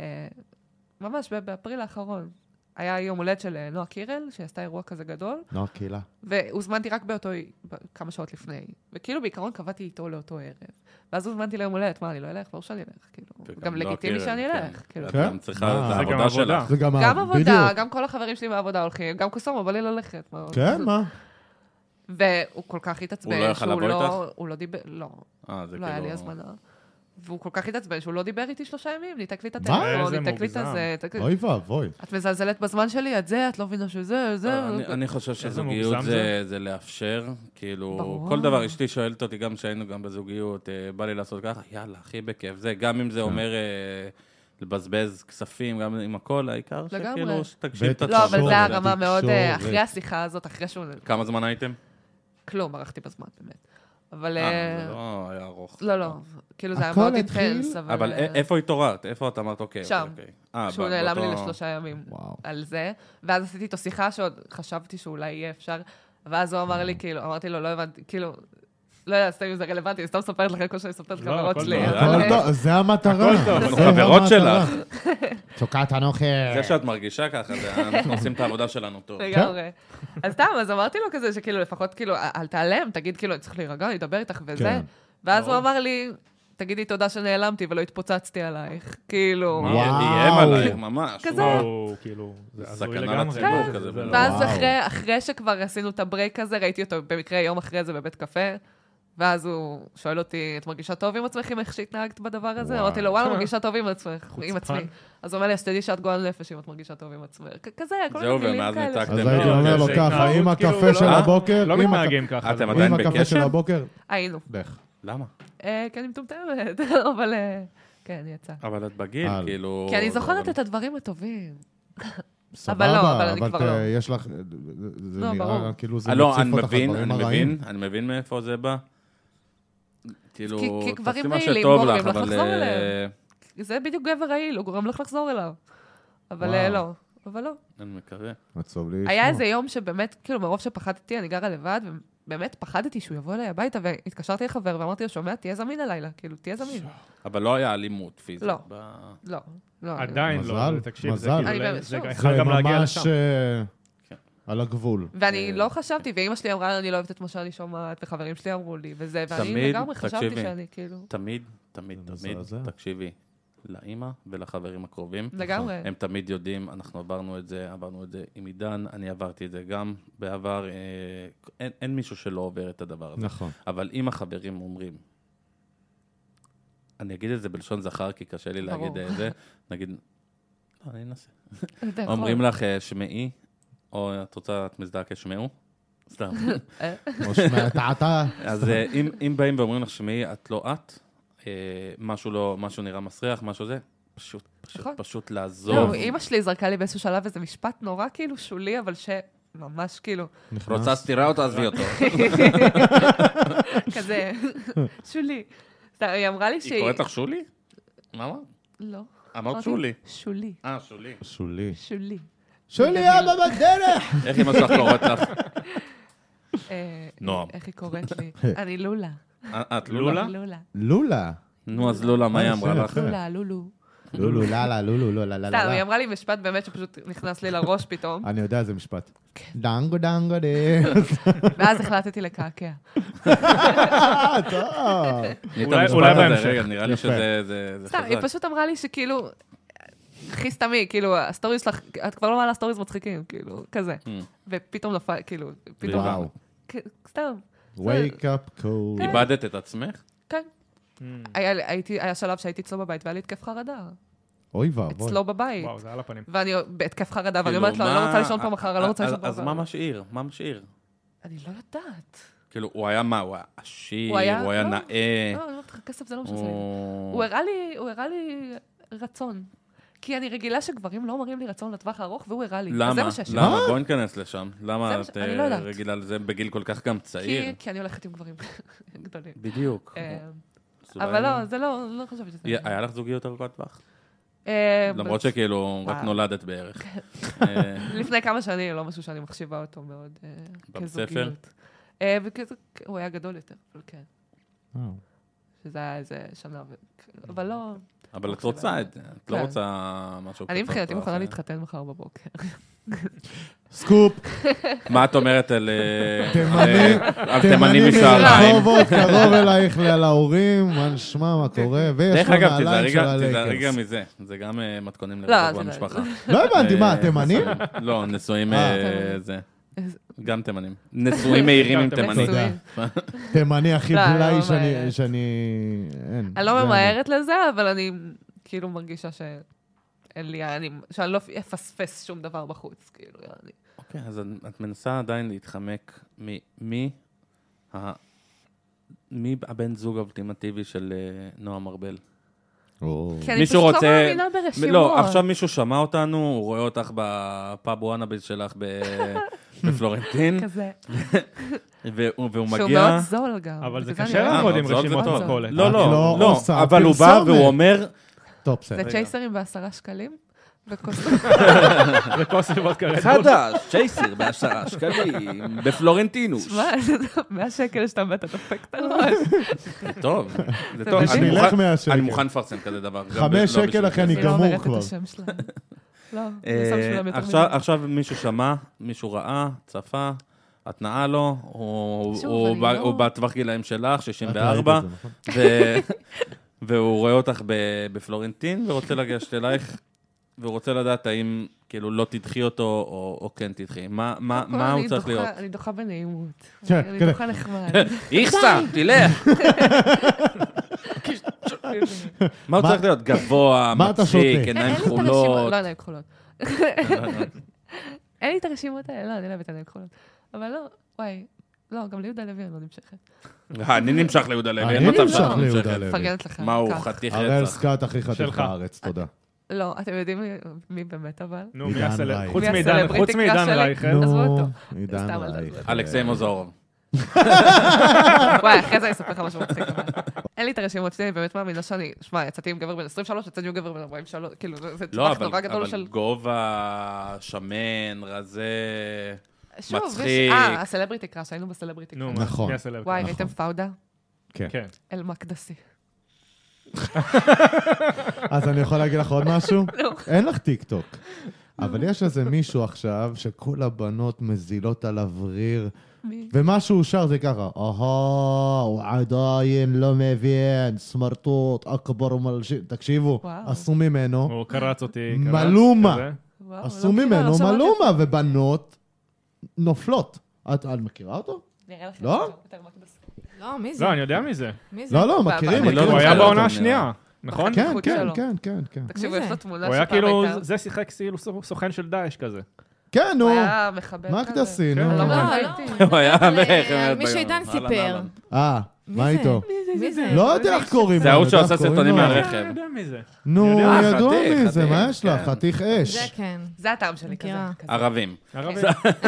ממש, באפריל האחרון. היה יום הולד של נועה קירל, שעשתה אירוע כזה גדול. נועה קהילה. והוזמנתי רק באותו, כמה שעות לפני. וכאילו בעיקרון קבעתי איתו לאותו ערב. ואז הוזמנתי ליום הולדת, מה, אני לא אלך? ברור שאני אלך, כאילו. גם לגיטימי שאני אלך, כאילו. את כן? גם צריכה את זה גם העבודה עבודה. שלך. זה גם... גם ה- עבודה, בדיוק. גם כל החברים שלי מהעבודה הולכים, גם קוסומו, בא לי ללכת. מה- כן, מה? והוא כל כך התעצבן, הוא לא יכל שהוא לבוא לא- הוא לא דיבר, לא, אה, זה לא היה לי כאילו... הזמנה. והוא כל כך התעצבן שהוא לא דיבר איתי שלושה ימים, ניתק לי את מה? הטלפון, איזה ניתק לי את מוגזם. הזה. ניתק לי- אוי ואבוי. את מזלזלת בזמן שלי, את זה, את לא מבינה שזה, זה. אני- אני חושב שזוגיות מוגזם זה- זה. זה לאפשר, כאילו, ברור. כל דבר, אשתי שואלת אותי, גם כשהיינו גם בזוגיות, אה, בא לי לעשות ככה, יאללה, הכי בכיף, זה, גם אם זה אומר אה, לבזבז כספים, גם עם הכל, העיקר לגמרי. שכאילו, שתגשים את בטח. לא, אבל תקשורת, זה היה רמה מאוד, אה, תקשורת. אחרי השיחה הזאת, אחרי שהוא... כמה זמן הייתם? כלום, ברחתי בזמן, באמת. אבל... אה, אה, זה לא היה ארוך. לא, לא, כאילו זה היה הכל מאוד התחיל? אינטנס, אבל... אבל אה, א- איפה התעוררת? איפה את אמרת, אוקיי, שם. אוקיי, אוקיי. אה, שהוא ב- נעלם לי באותו- לשלושה ימים וואו. על זה, ואז עשיתי איתו שיחה שעוד חשבתי שאולי יהיה אפשר, ואז הוא אמר לי, כאילו, אמרתי לו, לא הבנתי, כאילו, לא יודע, סתם אם זה רלוונטי, אני סתם מספרת לכם כל שאני מספרת לא, חברות הכל שלי. טוב. אבל, הכל אה, טוב, זה המטרה. הכל טוב. זה אנחנו חברות המטרה. שלך. צוקת הנוכל. זה שאת מרגישה ככה, זה- אנחנו עושים את העבודה שלנו טוב. לגמרי. אז סתם, אז אמרתי לו כזה, שכאילו, לפחות, כאילו, אל תיעלם, תגיד, כאילו, אני צריך להירגע, אני אדבר איתך וזה. כן. ואז הוא אמר לי, תגידי תודה שנעלמתי ולא התפוצצתי עלייך. כאילו... מה, וואו. איים עלייך, ממש. כזה. וואו. וואו, כאילו, זה הזוי סכנה לגמרי. לציבור זה- כזה, זה לא- ואז וואו. אחרי, אחרי שכבר עשינו את הברייק הזה, ראיתי אותו במקרה יום אחרי זה בבית קפה, ואז הוא שואל אותי, את מרגישה טוב עם עצמך עם איך שהתנהגת בדבר הזה? וואו. אמרתי לו, וואלה, מרגישה טוב עם עצמך, עם חוצפן. עצמי. אז הוא אומר לי, אז תדעי שאת גועל נפש אם את מרגישה טוב עם עצמך. כ- כזה, כל זהו, מיני מילים ומאז כאלה. ניתקתם. אז הייתי לא, אומר לו זה ככה, התנהגות, עם כאילו, הקפה לא- של הבוקר, לא עם הקפה- מתנהגים ככה. אתם לא. עדיין עם הקפה בקשר? של הבוקר, היינו. לך. למה? אה, כי אני מטומטמת, אבל אה, כן, יצא. אבל את בגיל, על. כאילו... כי אני זוכרת אבל- את הדברים הטובים. סבבה, לא, אבל אני אבל כבר ת- לא. יש לך, זה לא, נראה ברור. כאילו זה אה, לא, מציף אני אותך מבין, לדברים אני הרעים. מבין, אני מבין מאיפה זה בא. כאילו, כי- כי גברים תעשי מה רעילים שטוב גורמים לך, לך אבל... לחזור אה, אליהם. זה בדיוק גבר רעיל, הוא גורם לך לחזור אליו. אבל וואו. אה, לא, אבל לא. אני מקווה. עצוב לי היה לשמוע. איזה יום שבאמת, כאילו, מרוב שפחדתי, אני גרה לבד, באמת פחדתי שהוא יבוא אליי הביתה, והתקשרתי לחבר ואמרתי לו, שומע, תהיה זמין הלילה, כאילו, תהיה זמין. אבל לא היה אלימות פיזית. לא, לא, לא. עדיין לא, תקשיב, זה זה ממש על הגבול. ואני לא חשבתי, ואמא שלי אמרה, אני לא אוהבת את מה שאני שומעת, וחברים שלי אמרו לי, וזה, ואני לגמרי חשבתי שאני כאילו... תמיד, תמיד, תמיד, תקשיבי, לאמא ולחברים הקרובים. לגמרי. הם תמיד יודעים, אנחנו עברנו את זה, עברנו את זה עם עידן, אני עברתי את זה גם בעבר, אין, אין מישהו שלא עובר את הדבר הזה. נכון. אבל אם החברים אומרים, אני אגיד את זה בלשון זכר, כי קשה לי להגיד את זה, נגיד, לא, אני אנסה. אומרים לך, שמעי, או את רוצה, את מזדהה כשמעו? סתם. או שמע, טעתה. אז אם באים ואומרים לך, שמעי, את לא את, משהו לא, משהו נראה מסריח, משהו זה, פשוט, פשוט, פשוט לעזוב. אמא שלי זרקה לי באיזשהו שלב איזה משפט נורא כאילו שולי, אבל שממש כאילו... רוצה סתירה אותה, עזבי אותו. כזה, שולי. היא אמרה לי שהיא... היא קוראת לך שולי? מה אמרת? לא. אמרת שולי. שולי. אה, שולי. שולי. שולי. שולי, אבא בדרך! איך אמא שלך קוראת לך? נועם. איך היא קוראת לי? אני לולה. את לולה? לולה. לולה? נו, אז לולה, מה היא אמרה לך? לולה, לולו. לולו, ללה, לולו, לא, לא, לא. סתם, היא אמרה לי משפט באמת שפשוט נכנס לי לראש פתאום. אני יודע איזה משפט. דנגו, דנגו, דה. ואז החלטתי לקעקע. טוב. אולי בהמשך. רגע, נראה לי שזה חזק. סתם, היא פשוט אמרה לי שכאילו, הכי סתמי, כאילו, הסטוריז שלך, את כבר לא מעלה סטוריז מצחיקים, כאילו, כזה. ופתאום נפל, כאילו, פתאום... וואו. סתם. wake up call. איבדת את עצמך? כן. היה שלב שהייתי אצלו בבית, והיה לי התקף חרדה. אוי ואבוי. אצלו בבית. וואו, זה על הפנים. ואני בהתקף חרדה, ואני אומרת לו, אני לא רוצה לישון פה מחר, אני לא רוצה לישון פה מחר. אז מה משאיר? מה משאיר? אני לא יודעת. כאילו, הוא היה מה? הוא היה עשיר, הוא היה נאה. לא, אני אומרת לך, כסף זה לא משהו. הוא הראה לי רצון. כי אני רגילה שגברים לא אומרים לי רצון לטווח הארוך, והוא הראה לי. למה? למה? בואי ניכנס לשם. למה את רגילה לזה בגיל כל כך גם צעיר? כי אני הולכת עם גברים גדולים. בדיוק. אבל לא, זה לא, לא חושבת שזה. היה לך זוגיות ארוכת טווח? למרות שכאילו רק נולדת בערך. לפני כמה שנים, לא משהו שאני מחשיבה אותו מאוד כזוגיות. הוא היה גדול יותר, אבל כן. שזה היה איזה שנה, אבל לא... אבל את רוצה את זה, את לא רוצה משהו קצת. אני מבחינתי מוכנה להתחתן מחר בבוקר. סקופ. מה את אומרת על תימנים משעריים? רחובות, קרוב אלייך להורים, מה נשמע, מה קורה, ויש לו נעליים של הלייקרס. דרך אגב, תיזהרי גם מזה, זה גם מתכונים לרחוב המשפחה. לא הבנתי, מה, תימנים? לא, נשואים זה. גם תימנים. נשואים מהירים עם תימנים. תימני הכי בלאי שאני... אני לא ממהרת לזה, אבל אני כאילו מרגישה שאין לי... שאני לא אפספס שום דבר בחוץ, כאילו. אוקיי, אז את מנסה עדיין להתחמק מי הבן זוג האולטימטיבי של נועם ארבל? כי אני פשוט לא מאמינה ברשימות. לא, עכשיו מישהו שמע אותנו, הוא רואה אותך בפאב וואנאביז שלך בפלורנטין. כזה. והוא מגיע... שהוא מאוד זול גם. אבל זה קשה לעבוד עם רשימות מכולת. לא, לא, לא, אבל הוא בא והוא אומר... זה צ'ייסרים בעשרה שקלים? וכוס לבודקה רדבול. חדש, צ'ייסר בעשרה שקלים, בפלורנטינוס. מה, זה מאה שקל שאתה באת דופק את הראש. זה טוב, זה טוב. אני מוכן לפרסם כזה דבר. חמש שקל אחרי אני גמור כבר. אני לא אומרת את השם שלהם. לא, זה שם שלהם יותר מדי. עכשיו מישהו שמע, מישהו ראה, צפה, התנאה לו, הוא בטווח גילאים שלך, שישים וארבע, והוא רואה אותך בפלורנטין, ורוצה לגשת אלייך, והוא רוצה לדעת האם כאילו לא תדחי אותו, או כן תדחי. מה הוא צריך להיות? אני דוחה בנעימות. אני דוחה נחמד. איכסה, תלך. מה הוא צריך להיות? גבוה, מצחיק, עיניים כחולות. לא עיניים כחולות. אין לי את הרשימות האלה, לא, אני לא אוהבת עיניים כחולות. אבל לא, וואי, לא, גם ליהודה לוי אני לא נמשכת. אני נמשך ליהודה לוי, אני נמשך ליהודה לוי. מפרגנת לך. מה הוא חתיך רצח? הראל סקאט הכי חתיך בארץ, תודה. לא, אתם יודעים מי באמת אבל? נו, מי הסלב? חוץ מעידן רייכל. נו, עידן רייכל. אלכסי מוזורוב. וואי, אחרי זה אני אספר לך משהו מצחיק. אין לי את הרשימות שלי, אני באמת מאמינה שאני, שמע, יצאתי עם גבר בן עשרים ושלוש, יצאתי עם גבר בן ארבעים ושלוש, כאילו, זה טווח נורא גדול של... לא, אבל גובה, שמן, רזה... מצחיק. אה, הסלבריטי קראש, היינו בסלבריטי קראש. נו, נכון. מי הסלב? וואי, ראיתם פאודה? כן. כן. אל מקדסי. אז אני יכול להגיד לך עוד משהו? אין לך טיק טוק. אבל יש איזה מישהו עכשיו שכל הבנות מזילות עליו ריר, ומה שהוא שר זה ככה, אהה, הוא עדיין לא מבין, סמרטוט, אכבר ומלשי, תקשיבו, עשו ממנו, הוא קרץ אותי. מלומה, עשו ממנו מלומה, ובנות נופלות. את מכירה אותו? נראה לכם. לא? לא, מי זה? לא, אני יודע מי זה. מי זה? לא, לא, מכירים. לא הוא היה בעונה השנייה, נכון? כן, כן, כן, כן, כן. תקשיבו, יש לו תמונה הוא היה שפעם כאילו, הייתה. זה שיחק כאילו סוכן של דאעש כזה. כן, נו. הוא היה מחבל כזה. מקדסי, כן. נו. לא, לא, ראיתי. לא. הוא היה אבל, איך... אה, מישהו עידן סיפר. אה, מה מי זה? איתו? מי זה? לא יודע איך קוראים לו. זה ההוא אתה יודע שעושה איך קוראים סרטונים לו? מהרכב. אני יודע מי זה. נו, יודע, ידוע חתיך, מי זה, חתיך, מה יש לך? כן. חתיך זה אש. כן. זה הטעם שלי כזה. מכירה. כזה. ערבים. ערבים.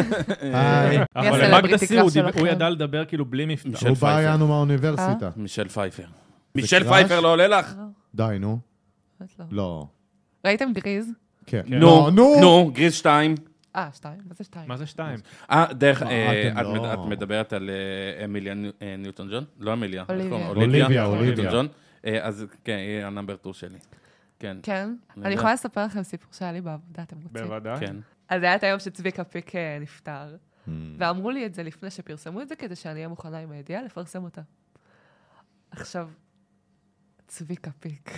היי. אבל הסלבריטי מקדסי, הוא קראש דיבר- שלכם? הוא ידע לדבר כאילו בלי מבטא. מישל הוא בא פייפר. אלינו מהאוניברסיטה. מישל פייפר. מישל קראש? פייפר לא עולה לך? די, נו. באמת לא. לא. ראיתם גריז? כן. כן. לא, נו, נו, גריז שתיים. אה, שתיים? מה זה שתיים? מה זה שתיים? אה, דרך, מה, אה, אתם את לא. מד- את מדברת על אה, אמיליה ניו- אה, ניוטון ג'ון? לא אמיליה. איך אוליביה. קוראים לה? אוליביה, אוליביה. ניוטון ג'ון. אה, אז כן, היא הנאמבר טו שלי. כן. כן. אני אני יודע. יכולה לספר לכם סיפור שהיה לי בעבודה, אתם רוצים? בוודאי. כן. אז היה את היום שצביקה פיק אה, נפטר, Hmm. ואמרו לי את זה לפני שפרסמו את זה, כדי שאני אהיה מוכנה עם הידיעה לפרסם אותה. עכשיו, צביקה פיק.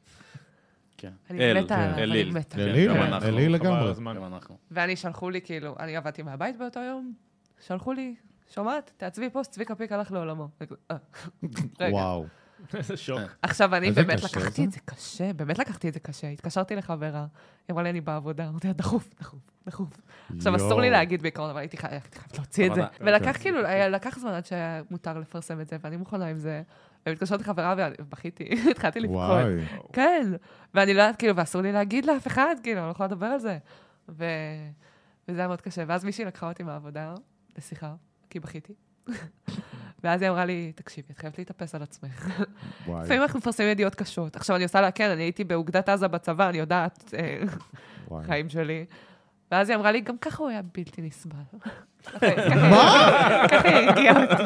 כן. אני אל, מתה עליו, אני אליל. מתה. אליל, גם אנחנו. אליל חבל לגמרי. על הזמן. גם אנחנו. ואני שלחו לי, כאילו, אני עבדתי מהבית באותו יום, שלחו לי, שומעת? תעצבי פוסט, צביקה פיק הלך לעולמו. אה, רגע. וואו. איזה שוק. עכשיו, אני איזה באמת קשה לקחתי זה. את זה קשה, באמת לקחתי את זה קשה. התקשרתי לחברה, היא אמרה לי, אני בעבודה, אמרתי לה, דחוף, דחוף, דחוף. עכשיו, אסור לי להגיד בעיקרון, אבל הייתי חייבת להוציא את זה. אבל- ולקח כאילו, לקח זמן עד שהיה מותר לפרסם את זה, ואני מוכנה עם זה. והתקשרתי לחברה ובכיתי, התחלתי לבכות. וואי. כן, ואני לא יודעת, כאילו, ואסור לי להגיד לאף אחד, כאילו, אני לא יכולה לדבר על זה. ו... וזה היה מאוד קשה. ואז מישהי לקחה אותי מהעבודה לשיחה, כי בכיתי. ואז היא אמרה לי, תקשיבי, את חייבת להתאפס על עצמך. וואי. לפעמים אנחנו מפרסמים ידיעות קשות. עכשיו אני עושה לה, כן, אני הייתי באוגדת עזה בצבא, אני יודעת, אה, וואי. חיים שלי. ואז היא אמרה לי, גם ככה הוא היה בלתי נסבל. מה? ככה היא הגיעה אותי.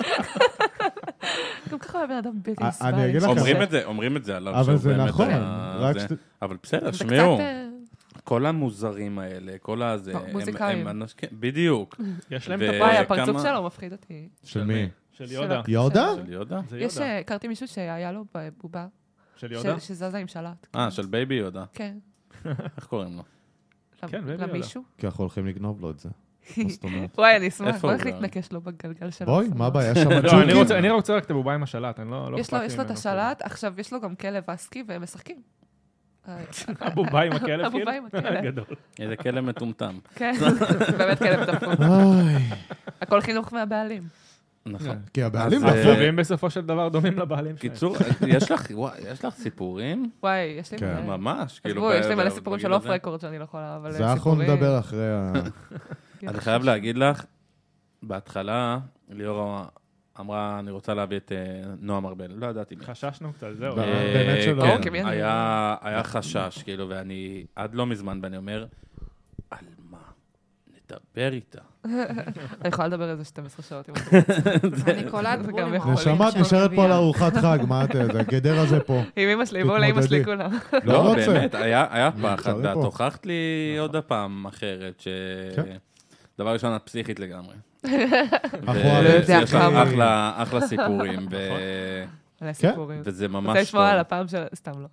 גם ככה הוא היה בן אדם בלתי אני נסבל. אגיד לכם- אומרים את זה, אומרים את זה עליו. אבל שהוא זה באמת נכון. היה- רק זה- שת- אבל בסדר, זה שמעו. קצת, אה, כל המוזרים האלה, כל הזה, הם- מוזיקאים. הם אנשים- כן, בדיוק. יש להם ו- את וואי, הפרצוף הפרצוף כמה- שלו מפחיד אותי. של מי? של יודה. יודה? של יודה? זה יש, יודה. אה, הכרתי מישהו שהיה לו בובה, של יודה? ש- שזזה עם שלט. אה, של בייבי יודה. כן. איך קוראים לו? כן, בייבי למישהו? כי אנחנו הולכים לגנוב לו את זה. מה זאת אומרת? וואי, אני אשמח, איפה בוא הוא נלך גר? להתנקש לו בגלגל שלו. בואי, מה הבעיה? יש שם לא, אני צ'ורקים. רוצה- אני רוצה רק את הבובה עם השלט, אני לא לא יש לו, אכפת לי יש לו את ממנו. השלט, עכשיו יש לו גם כלב אסקי והם משחקים. הבובה עם הכלב, כאילו? הבובה עם הכלב. גדול. איזה כלב מטומטם. כן, באמת כלב דפוק. איי. הכל חינוך מהבעלים. נכון. כי הבעלים אז, דפוק. אה, החברים בסופו של דבר דומים לבעלים שלהם. קיצור, יש לך, וואי, יש לך סיפורים? וואי, יש לי כן. מלא. ממש. כאילו, עזבו, יש לי ב- מלא ב- סיפורים בגיל של אוף הזה. רקורד שאני לא יכולה, אבל זה אנחנו סיפורים... נדבר אחרי ה... אני חייב להגיד לך, בהתחלה, ליאור אמרה, אני רוצה להביא את אה, נועם ארבל. לא ידעתי מי. חששנו קצת, זהו. אה, אה, באמת שלא. כן, אוקיי, מי אני? היה היה חשש, כאילו, ואני עד לא מזמן, ואני אומר, על מה? נדבר איתה. אני יכולה לדבר על זה שתים עשרה שעות. אם אתם רוצים. אני קולט זה בול גם עם יכול. החולים נשמה, את שאני נשארת פה מביאה. לארוחת חג, מה את... זה הגדר הזה פה. עם אמא שלי, בואו לאמא שלי תתמודדי. כולם. לא לא, רוצה. באמת, היה היה פחד, נשארי ואת פה. הוכחת לי עוד הפעם אחרת, ש... כן. דבר ראשון, את פסיכית לגמרי. אנחנו ו- אוהבים יודע יש לך כמה. אחלה- אחלה סיפורים, ו- על הסיפורים. וזה ממש רוצה טוב. לשמוע על הפעם של... סתם לא.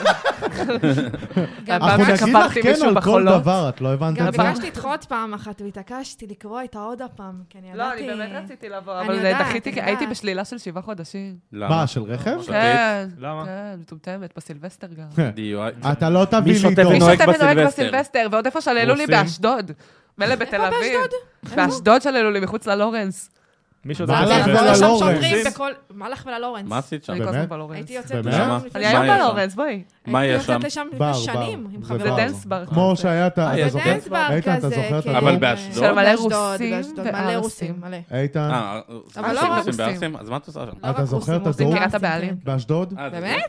גם הפעם אנחנו נגיד לך שקברתי כן מישהו על כל בחולות. דבר, את לא הבנת גם את זה? ביקשתי איתך עוד פעם אחת, והתעקשתי לקרוא איתה עוד הפעם, כי אני לא, ידעתי... אני באמת רציתי לבוא, אני אבל יודעת, דחיתי, כי אני הייתי יודעת. בשלילה של שבעה חודשים. למה? מה, של רכב? שתית? כן, למה? כן, מטומטמת, בסילבסטר גם. די יו איי. אתה לא תביא מי לי שותה איתו. מי ונוהג שותה ונוהג בסילבסטר? בסילבסטר, ועוד איפה שללו לי רוסים? באשדוד. מילא בתל איפה אביב. באשדוד? באשדוד שללו לי, מחוץ ללורנס. מישהו מה יודע לך את יש זה? וללורנס? שם שוטרים רוסים? בכל... מה לך וללורנס? מה עשית שם? אני כל באמת? הזמן בלורנס. הייתי יוצאת באמת? לשם למה? לפני אני מה היום יש שם? בלורנס, בואי. מה הייתי יש שם? יוצאת לשם בר, לפני בר. שנים, עם זה חברות. בר. דנס בר. כמו שהיה את ה... אה, אתה יש זוכר? דנס בר איתן, אתה כזה, זוכר את כאילו, אבל הדור? באשדוד? של מלא באשדוד, רוסים באשדוד, מלא וערסים. רוסים, מלא. איתן, אה, אבל לא רוסים רוסים. בערסים? אז מה את עושה שם? לא אתה רק זוכר רוסים, את רוסים הדור? מכירה את ערסים, הבעלים? כן. באשדוד? אה, זה באמת?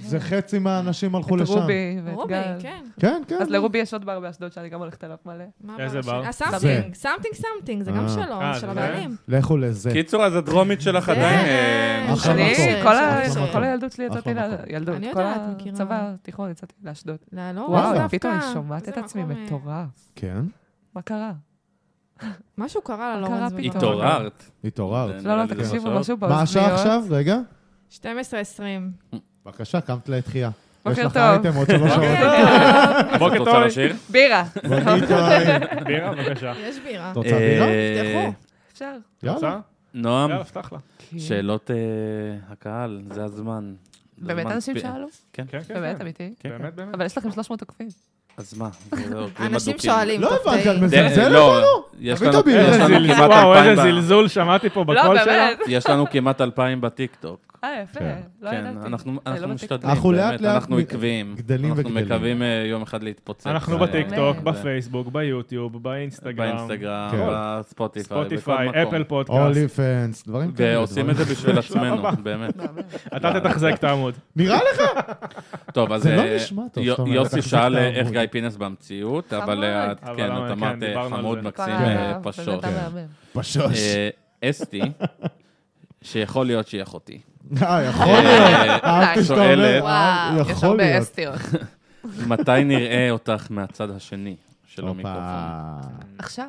זה חצי מהאנשים הלכו לשם. את רובי ואת גל. רובי, כן. כן, כן. אז לרובי יש עוד בר באשדוד שאני גם הולכת אליו מלא. איזה בר? סמטינג, סמטינג, סמטינג, זה גם שלו, של הבעלים. לכו לזה. קיצור, אז הדרומית שלך עדיין... אחלה מקום. כל הילדות שלי יצאתי לילדות. אני כל יודעת, מכירה. הצבא, תיכון, יצאתי לאשדוד. לא, לא, וואו, פתאום אני שומעת את עצמי מטורף. כן? מה קרה? משהו קרה מה ללורנס. קרה פתאום? התעוררת. התעוררת. לא, לא, תקשיבו, משהו באוזניות. מה השעה עכשיו? רגע. שתים עשרה עשרים. בבקשה, קמת לתחייה. יש בוקר לך טוב. אייטם עוד שלוש שעות. בוקר את טוב. רוצה לשיר? בירה. בירה, בבקשה. יש בירה. את רוצה בירה? תפתחו. אפשר. יאללה. רוצה? נועם, יאללה, פתח לה. שאלות אה, הקהל, זה הזמן. זה באמת הזמן אנשים פי- שאלו? כן, כן, כן. באמת, כן. אמיתי? כן, באמת, באמת. אבל יש לכם שלוש מאות עוקבים. אז מה? זה עוקבים אנשים אדוקים. שואלים, לא תופתעי. הבנתי, את ד- מזלזלת לא, לנו? יש תביא את לנו הבירה. יש לנו איזה כמעט וואו, אלפיים איזה ב- זלזול שמעתי פה לא, בקול שלה. באמת. יש לנו כמעט אלפיים בטיקטוק. אה, יפה. כן. לא כן, ידעתי. אנחנו אני אנחנו לא משתדלים, אנחנו לאט באמת, לאט אנחנו מ- עקביים. גדלים אנחנו וגדלים. מקווים אה, יום אחד להתפוצץ. אנחנו אה, בטיקטוק, זה- בפייסבוק, ביוטיוב, באינסטגרם. באינסטגרם, כן. בספוטיפיי, בכל ספוטיפיי, מקום. אפל פודקאסט. אולי פנס, דברים כאלה. ועושים את זה בשביל עצמנו, הבא. באמת. אתה תתחזק את העמוד. נראה לך? טוב, אז זה לא אה, נשמע טוב, יו- זאת אומרת, יוסי תחזיק שאל את אה, העמוד. איך גיא פינס במציאות, אבל חמוד. אה, את- אבל כן, למה, את כן, אמרת אה, דיברנו על חמוד, זה. מקסים, כבר, אה, באמת פשוט. אתה מהמם. פשוש. אה, אסתי, שיכול להיות שהיא אחותי. אה, יכול להיות. אהבתי שאתה אומר. שואלת. אה, וואו, יש יכול הרבה להיות. אסתיות. מתי נראה אותך מהצד השני של הופה. המיקרופון? עכשיו.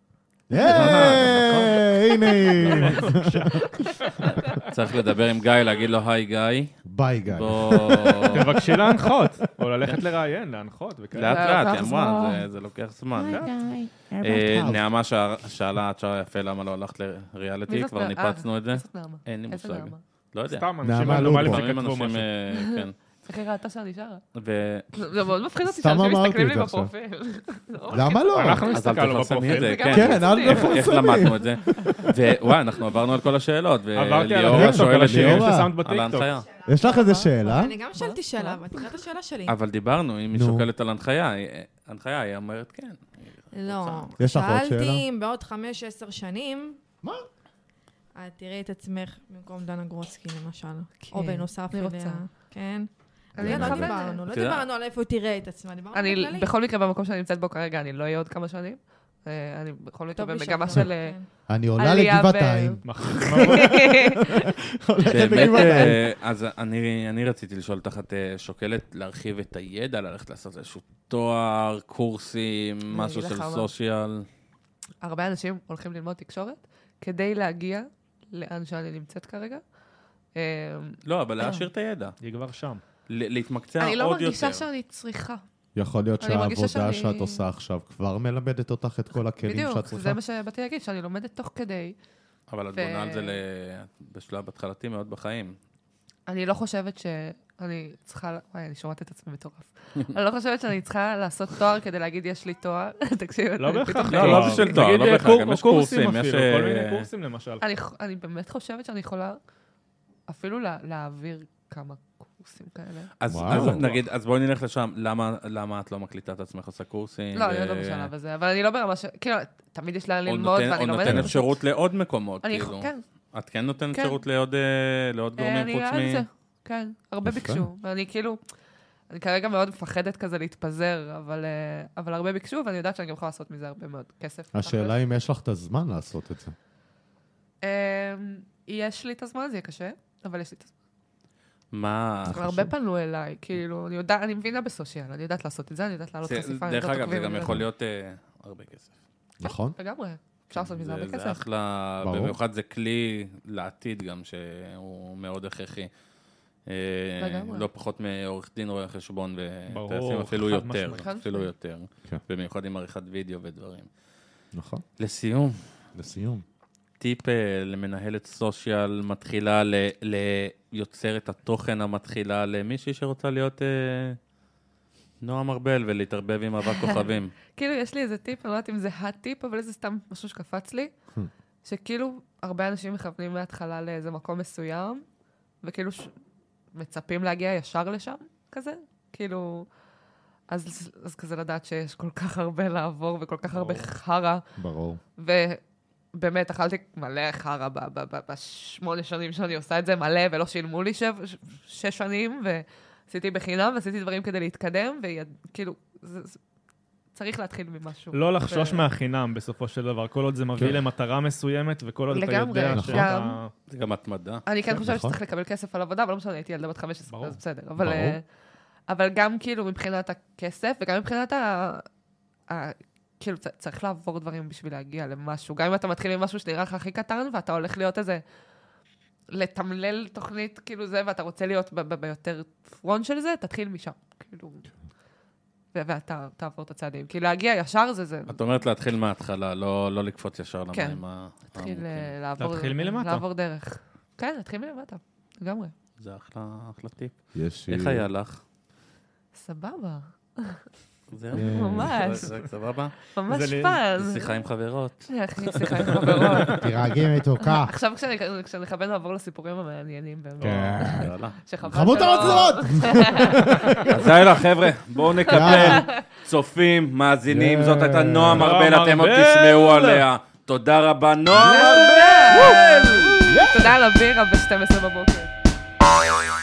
היי, הנה היא. צריך לדבר עם גיא, להגיד לו, היי גיא. ביי, גיא. בוא... תבקשי להנחות, או ללכת לראיין, להנחות וכאלה. לאט לאט, היא לוקח אמרה, זמן. זה- זה לוקח זמן. Herbert אה, House. נעמה שאל- שאלה, את שרה יפה, למה לא הלכת מי לריאליטי? זאת כבר נעמה? ניפצנו את זה. מי זאת נעמה? אין לי איזה מושג. נעמה? לא יודע. סתם, אנשים נעמה רנדומליים לובו. לפעמים שכתבו אנשים, משהו. אה, כן. איך היא ראתה שאני שרה? ו... זה מאוד מפחיד אותי סתם שאנשים אמרתי מסתכלים את לי זה עכשיו. בפרופיל. זה נורא למה לא? אנחנו אז אל הסתכלנו תפרסמי את בפרופיל. זה, גם כן. כן, אל איך- איך תפרסמי. למדנו את זה? ווואי, אנחנו עברנו על כל השאלות, עברתי על וליאורה הטיקטוק, על שואלת השירים ליאורה. ששמת על בטיקטוק. ההנחיה. יש לך איזה שאלה? אני גם שאלתי שאלה, אבל תקרא את השאלה שלי. אבל דיברנו, אם היא נו. שוקלת על הנחיה, היא- הנחיה, היא אומרת כן. לא. יש לך עוד שאלה? שאלתי אם בעוד חמש, עשר שנים... מה? את תראי את עצמך במקום דנה גרוצקי, למשל. כן, או בנוסף אני אליה. רוצה. כן. אני לא מכוונת. דיברנו, לא אתה יודע. דיברנו על איפה היא תראה את עצמה, דיברנו אני בכללי. בכל מקרה במקום שאני נמצאת בו כרגע, אני לא אהיה עוד כמה שנים. אה, אני בכל מקרה טוב, במגמה בשחר, של... אה, כן. אני עולה עלייה ב- לגבעתיים. הולכת באמת, לגבעתיים. אה, אז אני אני רציתי לשאול אותך, את אה, שוקלת להרחיב את הידע, ללכת לעשות איזשהו תואר, קורסים, משהו אגיד של לך מה. סושיאל? הרבה אנשים הולכים ללמוד תקשורת כדי להגיע לאן שאני נמצאת כרגע. אה, לא, אבל להשאיר את הידע. היא כבר שם. ל- להתמקצע אני לא עוד יותר. מרגישה שאני צריכה. יכול להיות אני מרגישה שהעבודה שאני- שאת עושה עכשיו כבר מלמדת אותך את כל הכלים שאת בדיוק, צריכה. זה מה שבאתי להגיד, שאני לומדת תוך כדי. אבל את ו- בונה על זה ל- בשלב התחלתי מאוד בחיים. אני לא חושבת שאני צריכה... וואי, אני שומעת את עצמי מטורף. אני לא חושבת שאני צריכה לעשות תואר כדי להגיד, יש לי תואר. תקשיב, לא אני בהכרח. פתאום- לא, לא בשביל תואר, נגיד, לא בהכרח, קור- גם יש קורסים קורסים, יש, אפילו, כל אה, מיני קורסים למשל. אני, אני באמת חושבת שאני יכולה אפילו לה, להעביר כמה קורסים כאלה. אז, וואו. אז נגיד, אז בואי נלך לשם. למה, למה את לא מקליטה את עצמך עושה קורסים? לא, ו- אני עוד לא בשלב הזה, אבל אני לא ברמה ש... כאילו, תמיד יש לה או ללמוד, נותן- ואני או לומדת. נותנת פשוט- שירות לעוד מקומות, אני, כאילו. כן, את כן נותנת כן. שירות לעוד, אה, לעוד אה, גורמים אני חוץ על מ... זה, כן. הרבה יפה. ביקשו, ואני כאילו... אני כרגע מאוד מפחדת כזה להתפזר, אבל, אה, אבל הרבה ביקשו, ואני יודעת שאני גם יכולה לעשות מזה הרבה מאוד כסף. השאלה אם יש לך את הזמן לעשות את זה. אה, יש לי את הזמן, זה יהיה קשה, אבל יש לי את הזמן. מה... הרבה פנו אליי, כאילו, אני יודעת, אני מבינה בסושיאל, אני יודעת לעשות את זה, אני יודעת לעלות זה- חשיפה. אני דרך יודעת אגב, זה עוקבים, גם אני יכול יודעת- להיות אה, הרבה כסף. נכון? לגמרי, אפשר לעשות מזה הרבה זה- זה כסף. אחלה, ברור. במיוחד זה כלי לעתיד גם, שהוא מאוד הכרחי. אה, לגמרי. לא פחות מעורך דין, רואה חשבון, ברור, וטייסים אפילו חד יותר, משמעית. אפילו חד יותר. כן. במיוחד עם עריכת וידאו ודברים. נכון. לסיום, לסיום. טיפ אה, למנהלת סושיאל מתחילה, ל- ליוצרת התוכן המתחילה, למישהי שרוצה להיות אה, נועם ארבל ולהתערבב עם אבק כוכבים. כאילו, יש לי איזה טיפ, אני לא יודעת אם זה הטיפ, אבל זה סתם משהו שקפץ לי, שכאילו, הרבה אנשים מכוונים מההתחלה לאיזה מקום מסוים, וכאילו ש... מצפים להגיע ישר לשם, כזה. כאילו, אז, אז כזה לדעת שיש כל כך הרבה לעבור, וכל כך הרבה חרא, ברור. ובאמת, אכלתי מלא חרא ב- ב- ב- בשמונה שנים שאני עושה את זה, מלא, ולא שילמו לי שב, ש- שש שנים, עשיתי בחינם, ועשיתי דברים כדי להתקדם, וכאילו, צריך להתחיל ממשהו. לא לחשוש מהחינם בסופו של דבר, כל עוד זה מביא למטרה מסוימת, וכל עוד אתה יודע שאתה... זה גם התמדה. אני כן חושבת שצריך לקבל כסף על עבודה, אבל לא משנה, הייתי ילדה בת חמש עשרה, אז בסדר. אבל גם כאילו מבחינת הכסף, וגם מבחינת ה... כאילו צריך לעבור דברים בשביל להגיע למשהו. גם אם אתה מתחיל עם משהו שנראה לך הכי קטן, ואתה הולך להיות איזה... לתמלל תוכנית כאילו זה, ואתה רוצה להיות ביותר פרונט של זה, תתחיל משם. כאילו... ואתה תעבור את הצעדים. כי להגיע ישר זה זה... את אומרת להתחיל מההתחלה, לא לקפוץ ישר למים. כן, להתחיל לעבור... להתחיל מלמטה. לעבור דרך. כן, להתחיל מלמטה. לגמרי. זה אחלה טיפ. יש... איך היה לך? סבבה. זהו? ממש. סבבה? ממש פן. שיחה עם חברות. אחי, שיחה עם חברות. תירגעי מתוקה. עכשיו כשנכוון לעבור לסיפורים המעניינים. כן. חוות את המצלמות! אז יאללה, חבר'ה, בואו נקבל צופים, מאזינים. זאת הייתה נועם ארבל, אתם עוד תשמעו עליה. תודה רבה, נועם ארבל! תודה על הבירה ב-שתים עשרה בבוקר.